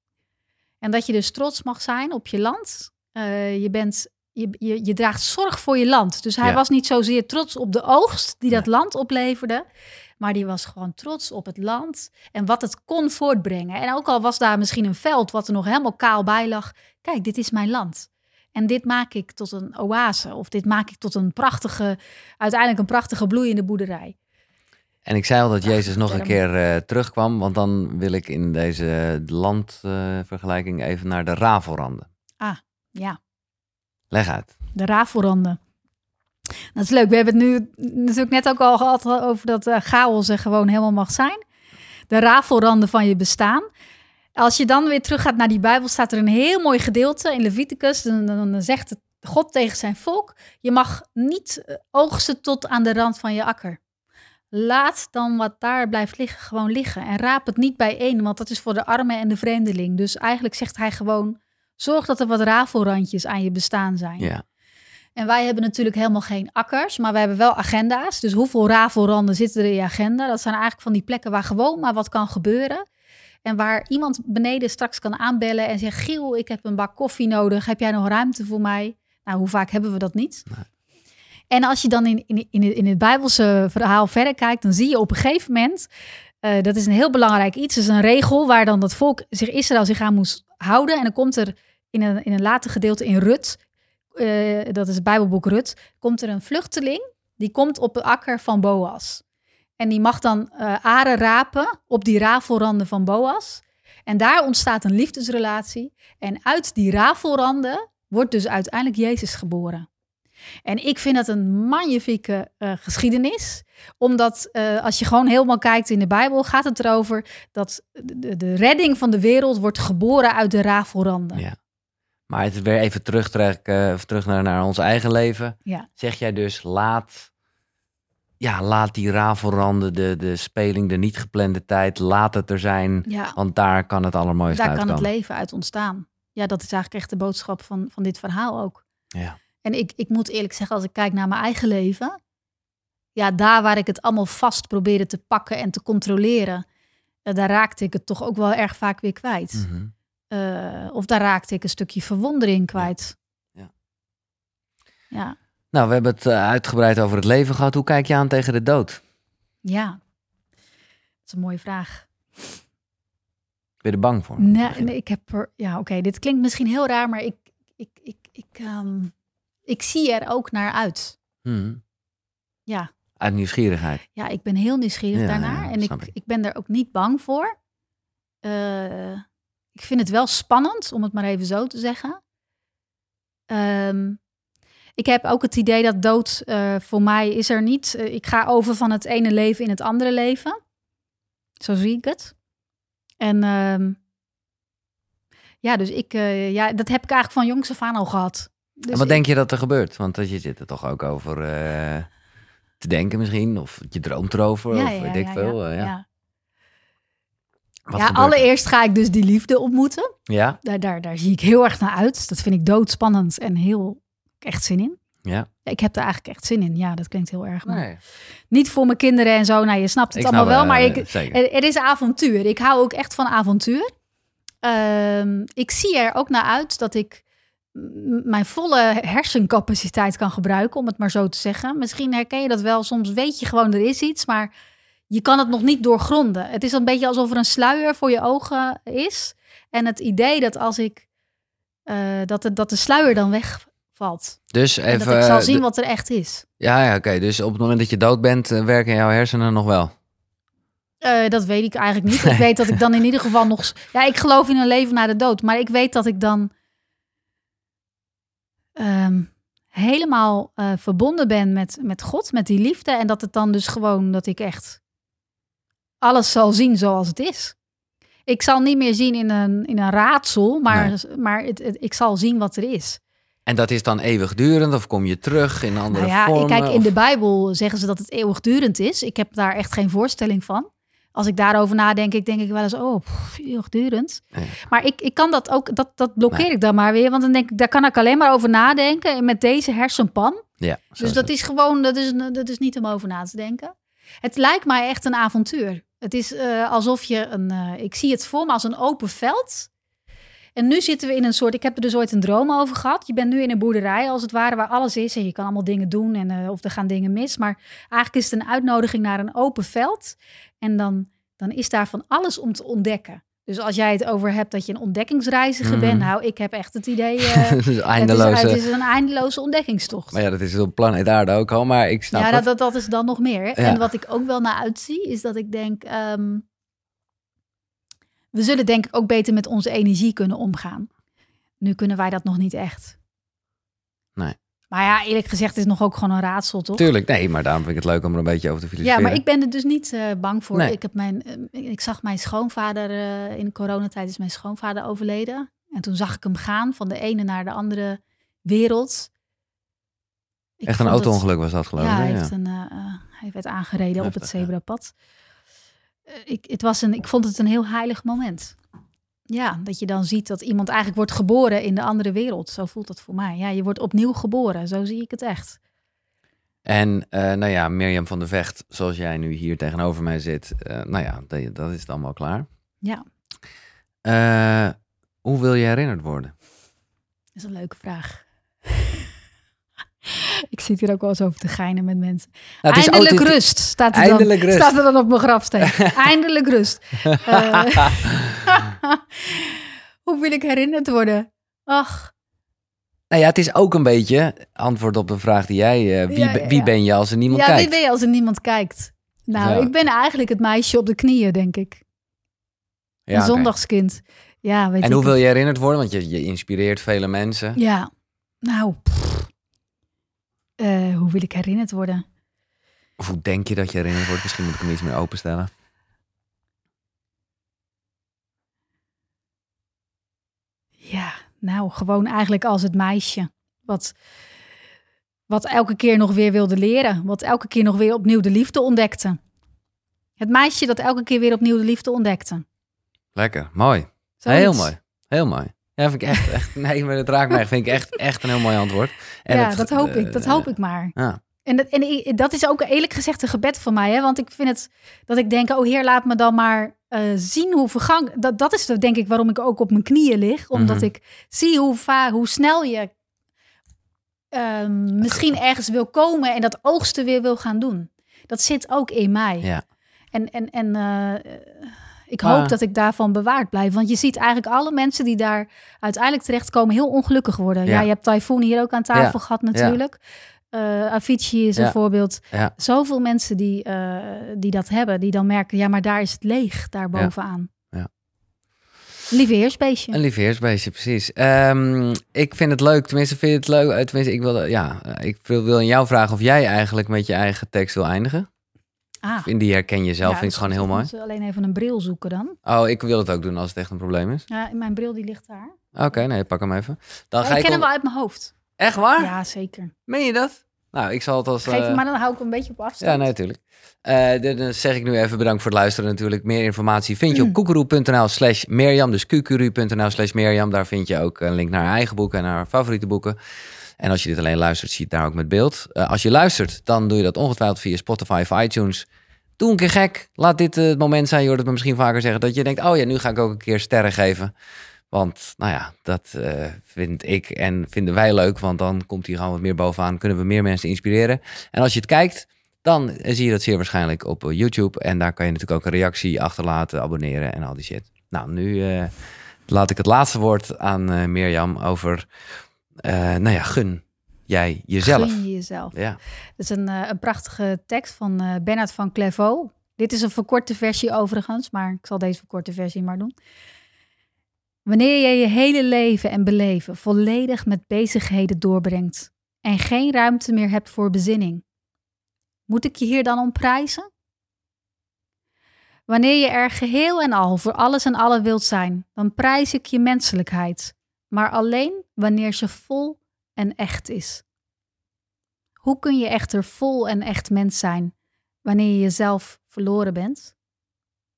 En dat je dus trots mag zijn op je land. Uh, je, bent, je, je, je draagt zorg voor je land. Dus hij ja. was niet zozeer trots op de oogst die dat ja. land opleverde. Maar die was gewoon trots op het land en wat het kon voortbrengen. En ook al was daar misschien een veld wat er nog helemaal kaal bij lag. Kijk, dit is mijn land. En dit maak ik tot een oase. Of dit maak ik tot een prachtige, uiteindelijk een prachtige bloeiende boerderij. En ik zei al dat Jezus nog een keer uh, terugkwam. Want dan wil ik in deze landvergelijking uh, even naar de rafelranden. Ah, ja. Leg uit. De rafelranden. Dat is leuk. We hebben het nu natuurlijk net ook al gehad over dat uh, chaos er gewoon helemaal mag zijn. De rafelranden van je bestaan. Als je dan weer teruggaat naar die Bijbel, staat er een heel mooi gedeelte in Leviticus. Dan, dan zegt het God tegen zijn volk: je mag niet oogsten tot aan de rand van je akker. Laat dan wat daar blijft liggen gewoon liggen. En raap het niet bijeen, want dat is voor de arme en de vreemdeling. Dus eigenlijk zegt hij gewoon: zorg dat er wat rafelrandjes aan je bestaan zijn. Ja. En wij hebben natuurlijk helemaal geen akkers, maar we hebben wel agenda's. Dus hoeveel rafelranden zitten er in je agenda? Dat zijn eigenlijk van die plekken waar gewoon maar wat kan gebeuren. En waar iemand beneden straks kan aanbellen en zegt: Giel, ik heb een bak koffie nodig. Heb jij nog ruimte voor mij? Nou, hoe vaak hebben we dat niet? Nee. En als je dan in, in, in, in het Bijbelse verhaal verder kijkt, dan zie je op een gegeven moment, uh, dat is een heel belangrijk iets, dat is een regel waar dan dat volk zich Israël zich aan moest houden. En dan komt er in een, in een later gedeelte in Rut, uh, dat is het Bijbelboek Rut, komt er een vluchteling, die komt op de akker van Boas. En die mag dan uh, aren rapen op die rafelranden van Boas. En daar ontstaat een liefdesrelatie. En uit die rafelranden wordt dus uiteindelijk Jezus geboren. En ik vind dat een magnifieke uh, geschiedenis. Omdat uh, als je gewoon helemaal kijkt in de Bijbel, gaat het erover dat de, de redding van de wereld wordt geboren uit de rafelranden. Ja. Maar het weer even terugtrekken, uh, terug naar, naar ons eigen leven. Ja. Zeg jij dus, laat, ja, laat die rafelranden, de, de speling, de niet geplande tijd, laat het er zijn. Ja. Want daar kan het allermooiste daar uitkomen. Daar kan het leven uit ontstaan. Ja, dat is eigenlijk echt de boodschap van, van dit verhaal ook. Ja. En ik, ik moet eerlijk zeggen, als ik kijk naar mijn eigen leven, ja, daar waar ik het allemaal vast probeerde te pakken en te controleren, uh, daar raakte ik het toch ook wel erg vaak weer kwijt. Mm-hmm. Uh, of daar raakte ik een stukje verwondering kwijt. Ja. Ja. Ja. Nou, we hebben het uh, uitgebreid over het leven gehad. Hoe kijk je aan tegen de dood? Ja, dat is een mooie vraag. Ben je er bang voor? Nee, nee ik heb er, ja, oké, okay, dit klinkt misschien heel raar, maar ik, ik, ik, ik, um, ik zie er ook naar uit. Hmm. Ja. Uit nieuwsgierigheid? Ja, ik ben heel nieuwsgierig ja, daarnaar. Ja, en ik, ik. ik ben er ook niet bang voor. Uh, ik vind het wel spannend, om het maar even zo te zeggen. Um, ik heb ook het idee dat dood uh, voor mij is er niet. Uh, ik ga over van het ene leven in het andere leven. Zo zie ik het. En um, ja, dus ik, uh, ja, dat heb ik eigenlijk van jongs af aan al gehad. Dus en wat ik, denk je dat er gebeurt? Want je zit er toch ook over uh, te denken misschien, of je droomt erover, ja, of ja, weet ik ja, veel. Ja, Uh, ja. ja. Wat ja allereerst ga ik dus die liefde ontmoeten. Ja. Daar, daar, daar zie ik heel erg naar uit. Dat vind ik doodspannend en heel echt zin in. Ja. Ik heb er eigenlijk echt zin in. Ja, dat klinkt heel erg. Maar nee. Niet voor mijn kinderen en zo. Nou, je snapt het ik allemaal snap, wel. Maar uh, ik, er, er is avontuur. Ik hou ook echt van avontuur. Um, ik zie er ook naar uit dat ik m- mijn volle hersencapaciteit kan gebruiken, om het maar zo te zeggen. Misschien herken je dat wel. Soms weet je gewoon, er is iets, maar je kan het nog niet doorgronden. Het is een beetje alsof er een sluier voor je ogen is. En het idee dat als ik uh, dat, de, dat de sluier dan wegvalt. Dus even, en dat ik zal zien de, wat er echt is. Ja, ja oké. Okay. Dus op het moment dat je dood bent, uh, werken jouw hersenen nog wel? Uh, dat weet ik eigenlijk niet. Ik weet dat ik dan in ieder geval nog... Ja, ik geloof in een leven na de dood. Maar ik weet dat ik dan um, helemaal uh, verbonden ben met, met God, met die liefde. En dat het dan dus gewoon, dat ik echt alles zal zien zoals het is. Ik zal niet meer zien in een, in een raadsel, maar, nee. maar het, het, ik zal zien wat er is. En dat is dan eeuwigdurend of kom je terug in andere nou ja, vormen? Kijk, in of... de Bijbel zeggen ze dat het eeuwigdurend is. Ik heb daar echt geen voorstelling van. Als ik daarover nadenk, ik denk ik wel eens, oh, pff, eeuwigdurend. Ja. Maar ik, ik kan dat ook, dat, dat blokkeer Nee. ik dan maar weer. Want dan denk ik, daar kan ik alleen maar over nadenken. En met deze hersenpan. Ja, zo Dus is dat het. is gewoon, dat is, dat is niet om over na te denken. Het lijkt mij echt een avontuur. Het is uh, alsof je een, uh, ik zie het voor me als een open veld. En nu zitten we in een soort, ik heb er dus ooit een droom over gehad. Je bent nu in een boerderij als het ware, waar alles is. En je kan allemaal dingen doen en uh, of er gaan dingen mis. Maar eigenlijk is het een uitnodiging naar een open veld. En dan, dan is daar van alles om te ontdekken. Dus als jij het over hebt dat je een ontdekkingsreiziger Mm. bent. Nou, ik heb echt het idee, uh, het is eindeloze. Het is, het is een eindeloze ontdekkingstocht. Maar ja, dat is op planeet Aarde ook al, maar ik snap ja, het. dat, dat, dat is dan nog meer. Ja. En wat ik ook wel naar uitzie, is dat ik denk... Um, we zullen denk ik ook beter met onze energie kunnen omgaan. Nu kunnen wij dat nog niet echt. Nee. Maar ja, eerlijk gezegd is het nog ook gewoon een raadsel, toch? Tuurlijk, nee, maar daarom vind ik het leuk om er een beetje over te filosoferen. Ja, maar ik ben er dus niet uh, bang voor. Nee. Ik, heb mijn, uh, ik zag mijn schoonvader, uh, in de coronatijd is mijn schoonvader overleden. En toen zag ik hem gaan van de ene naar de andere wereld. Ik Echt een auto-ongeluk was dat, geloof ik. Ja, Ja, hij, heeft een, uh, hij werd aangereden Heftig, op het zebrapad. Ja. Uh, ik, het was een, ik vond het een heel heilig moment. Ja, dat je dan ziet dat iemand eigenlijk wordt geboren in de andere wereld. Zo voelt dat voor mij. Ja, je wordt opnieuw geboren. Zo zie ik het echt. En uh, nou ja, Mirjam van der Vecht, zoals jij nu hier tegenover mij zit. Uh, nou ja, dat, dat is het allemaal klaar. Ja. Uh, hoe wil je herinnerd worden? Dat is een leuke vraag. Ik zit hier ook wel eens over te geinen met mensen. Nou, Eindelijk authentiek... rust, staat er, Eindelijk dan, rust. staat er dan op mijn grafsteen. Eindelijk rust. Uh, hoe wil ik herinnerd worden? Ach. Nou ja, het is ook een beetje antwoord op de vraag die jij... Uh, wie, ja, ja, ja. wie ben je als er niemand ja, kijkt? Ja, wie ben je als er niemand kijkt? Nou, Zo. ik ben eigenlijk het meisje op de knieën, denk ik. Ja, een okay. zondagskind. Ja, weet en ik hoe wil je herinnerd worden? Want je, je inspireert vele mensen. Ja, nou... Uh, hoe wil ik herinnerd worden? Of hoe denk je dat je herinnerd wordt? Misschien moet ik hem iets meer openstellen. Ja, nou, gewoon eigenlijk als het meisje. Wat, wat elke keer nog weer wilde leren. Wat elke keer nog weer opnieuw de liefde ontdekte. Het meisje dat elke keer weer opnieuw de liefde ontdekte. Lekker, mooi. Zoiets. Heel mooi, heel mooi. Ja, vind ik echt, echt nee, maar het raakt mij. Vind ik echt, echt een heel mooi antwoord. En ja, het, dat hoop uh, ik. Dat hoop ik maar. Ja. En, dat, en dat is ook eerlijk gezegd een gebed van mij. Hè? Want ik vind het dat ik denk, oh Heer, laat me dan maar uh, zien hoe vergang... Dat, dat is denk ik waarom ik ook op mijn knieën lig. Omdat mm-hmm. ik zie hoe, va- hoe snel je uh, misschien ergens wil komen... en dat oogsten weer wil gaan doen. Dat zit ook in mij. Ja. En... en, en uh, Ik hoop ah. dat ik daarvan bewaard blijf. Want je ziet eigenlijk alle mensen die daar uiteindelijk terechtkomen... heel ongelukkig worden. Ja, ja je hebt Typhoon hier ook aan tafel ja. gehad natuurlijk. Ja. Uh, Avicii is ja. een voorbeeld. Ja. Zoveel mensen die, uh, die dat hebben. Die dan merken, ja, maar daar is het leeg, daar bovenaan. Ja. Ja. Lieve heersbeestje. Een lieve heersbeestje, precies. Um, ik vind het leuk, tenminste vind je het leuk... Tenminste, ik wil, ja, ik wil aan jou vragen of jij eigenlijk met je eigen tekst wil eindigen. Ah. In die herken je zelf, ja, vind ik gewoon heel mooi. Ik moet alleen even een bril zoeken dan. Oh, ik wil het ook doen als het echt een probleem is. Ja, mijn bril die ligt daar. Oké, okay, nee, pak hem even. Dan ja, ga ik ik ken om... hem wel uit mijn hoofd. Echt waar? Ja, zeker. Meen je dat? Nou, ik zal het als... Geef hem uh... maar, dan hou ik hem een beetje op afstand. Ja, nee, natuurlijk. Uh, dan zeg ik nu even bedankt voor het luisteren natuurlijk. Meer informatie vind je op koekeroe.nl slash Mirjam. Dus qqru.nl slash Mirjam. Daar vind je ook een link naar haar eigen boeken en haar favoriete boeken. En als je dit alleen luistert, zie je het daar ook met beeld. Uh, als je luistert, dan doe je dat ongetwijfeld via Spotify of iTunes... Doe een keer gek. Laat dit uh, het moment zijn, je hoort het me misschien vaker zeggen... dat je denkt, oh ja, nu ga ik ook een keer sterren geven. Want, nou ja, dat uh, vind ik en vinden wij leuk... want dan komt hier gewoon wat meer bovenaan... kunnen we meer mensen inspireren. En als je het kijkt, dan zie je dat zeer waarschijnlijk op uh, YouTube... en daar kan je natuurlijk ook een reactie achterlaten, abonneren en al die shit. Nou, nu uh, laat ik het laatste woord aan uh, Mirjam over... Uh, nou ja, gun jij jezelf. Gun je jezelf. Ja. Dat is een, uh, een prachtige tekst van uh, Bernard van Clairvaux. Dit is een verkorte versie overigens, maar ik zal deze verkorte versie maar doen. Wanneer je je hele leven en beleven volledig met bezigheden doorbrengt en geen ruimte meer hebt voor bezinning, moet ik je hier dan om prijzen? Wanneer je er geheel en al voor alles en allen wilt zijn, dan prijs ik je menselijkheid, maar alleen wanneer ze vol en echt is. Hoe kun je echter vol en echt mens zijn wanneer je jezelf verloren bent?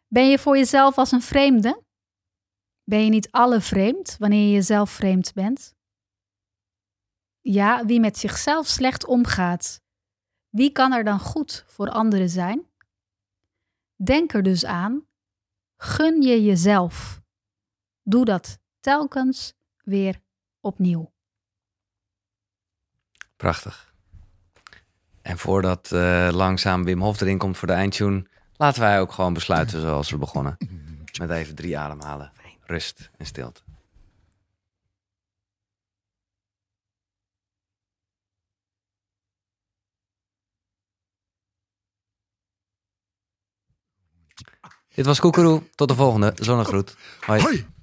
Ben je voor jezelf als een vreemde? Ben je niet alle vreemd wanneer je jezelf vreemd bent? Ja, wie met zichzelf slecht omgaat, wie kan er dan goed voor anderen zijn? Denk er dus aan, gun je jezelf. Doe dat telkens weer opnieuw. Prachtig. En voordat uh, langzaam Wim Hof erin komt voor de eindtune, laten wij ook gewoon besluiten zoals we begonnen. Met even drie ademhalen. Rust en stilte. Dit was Koekeroe. Tot de volgende. Zonnegroet. Hoi. Hoi.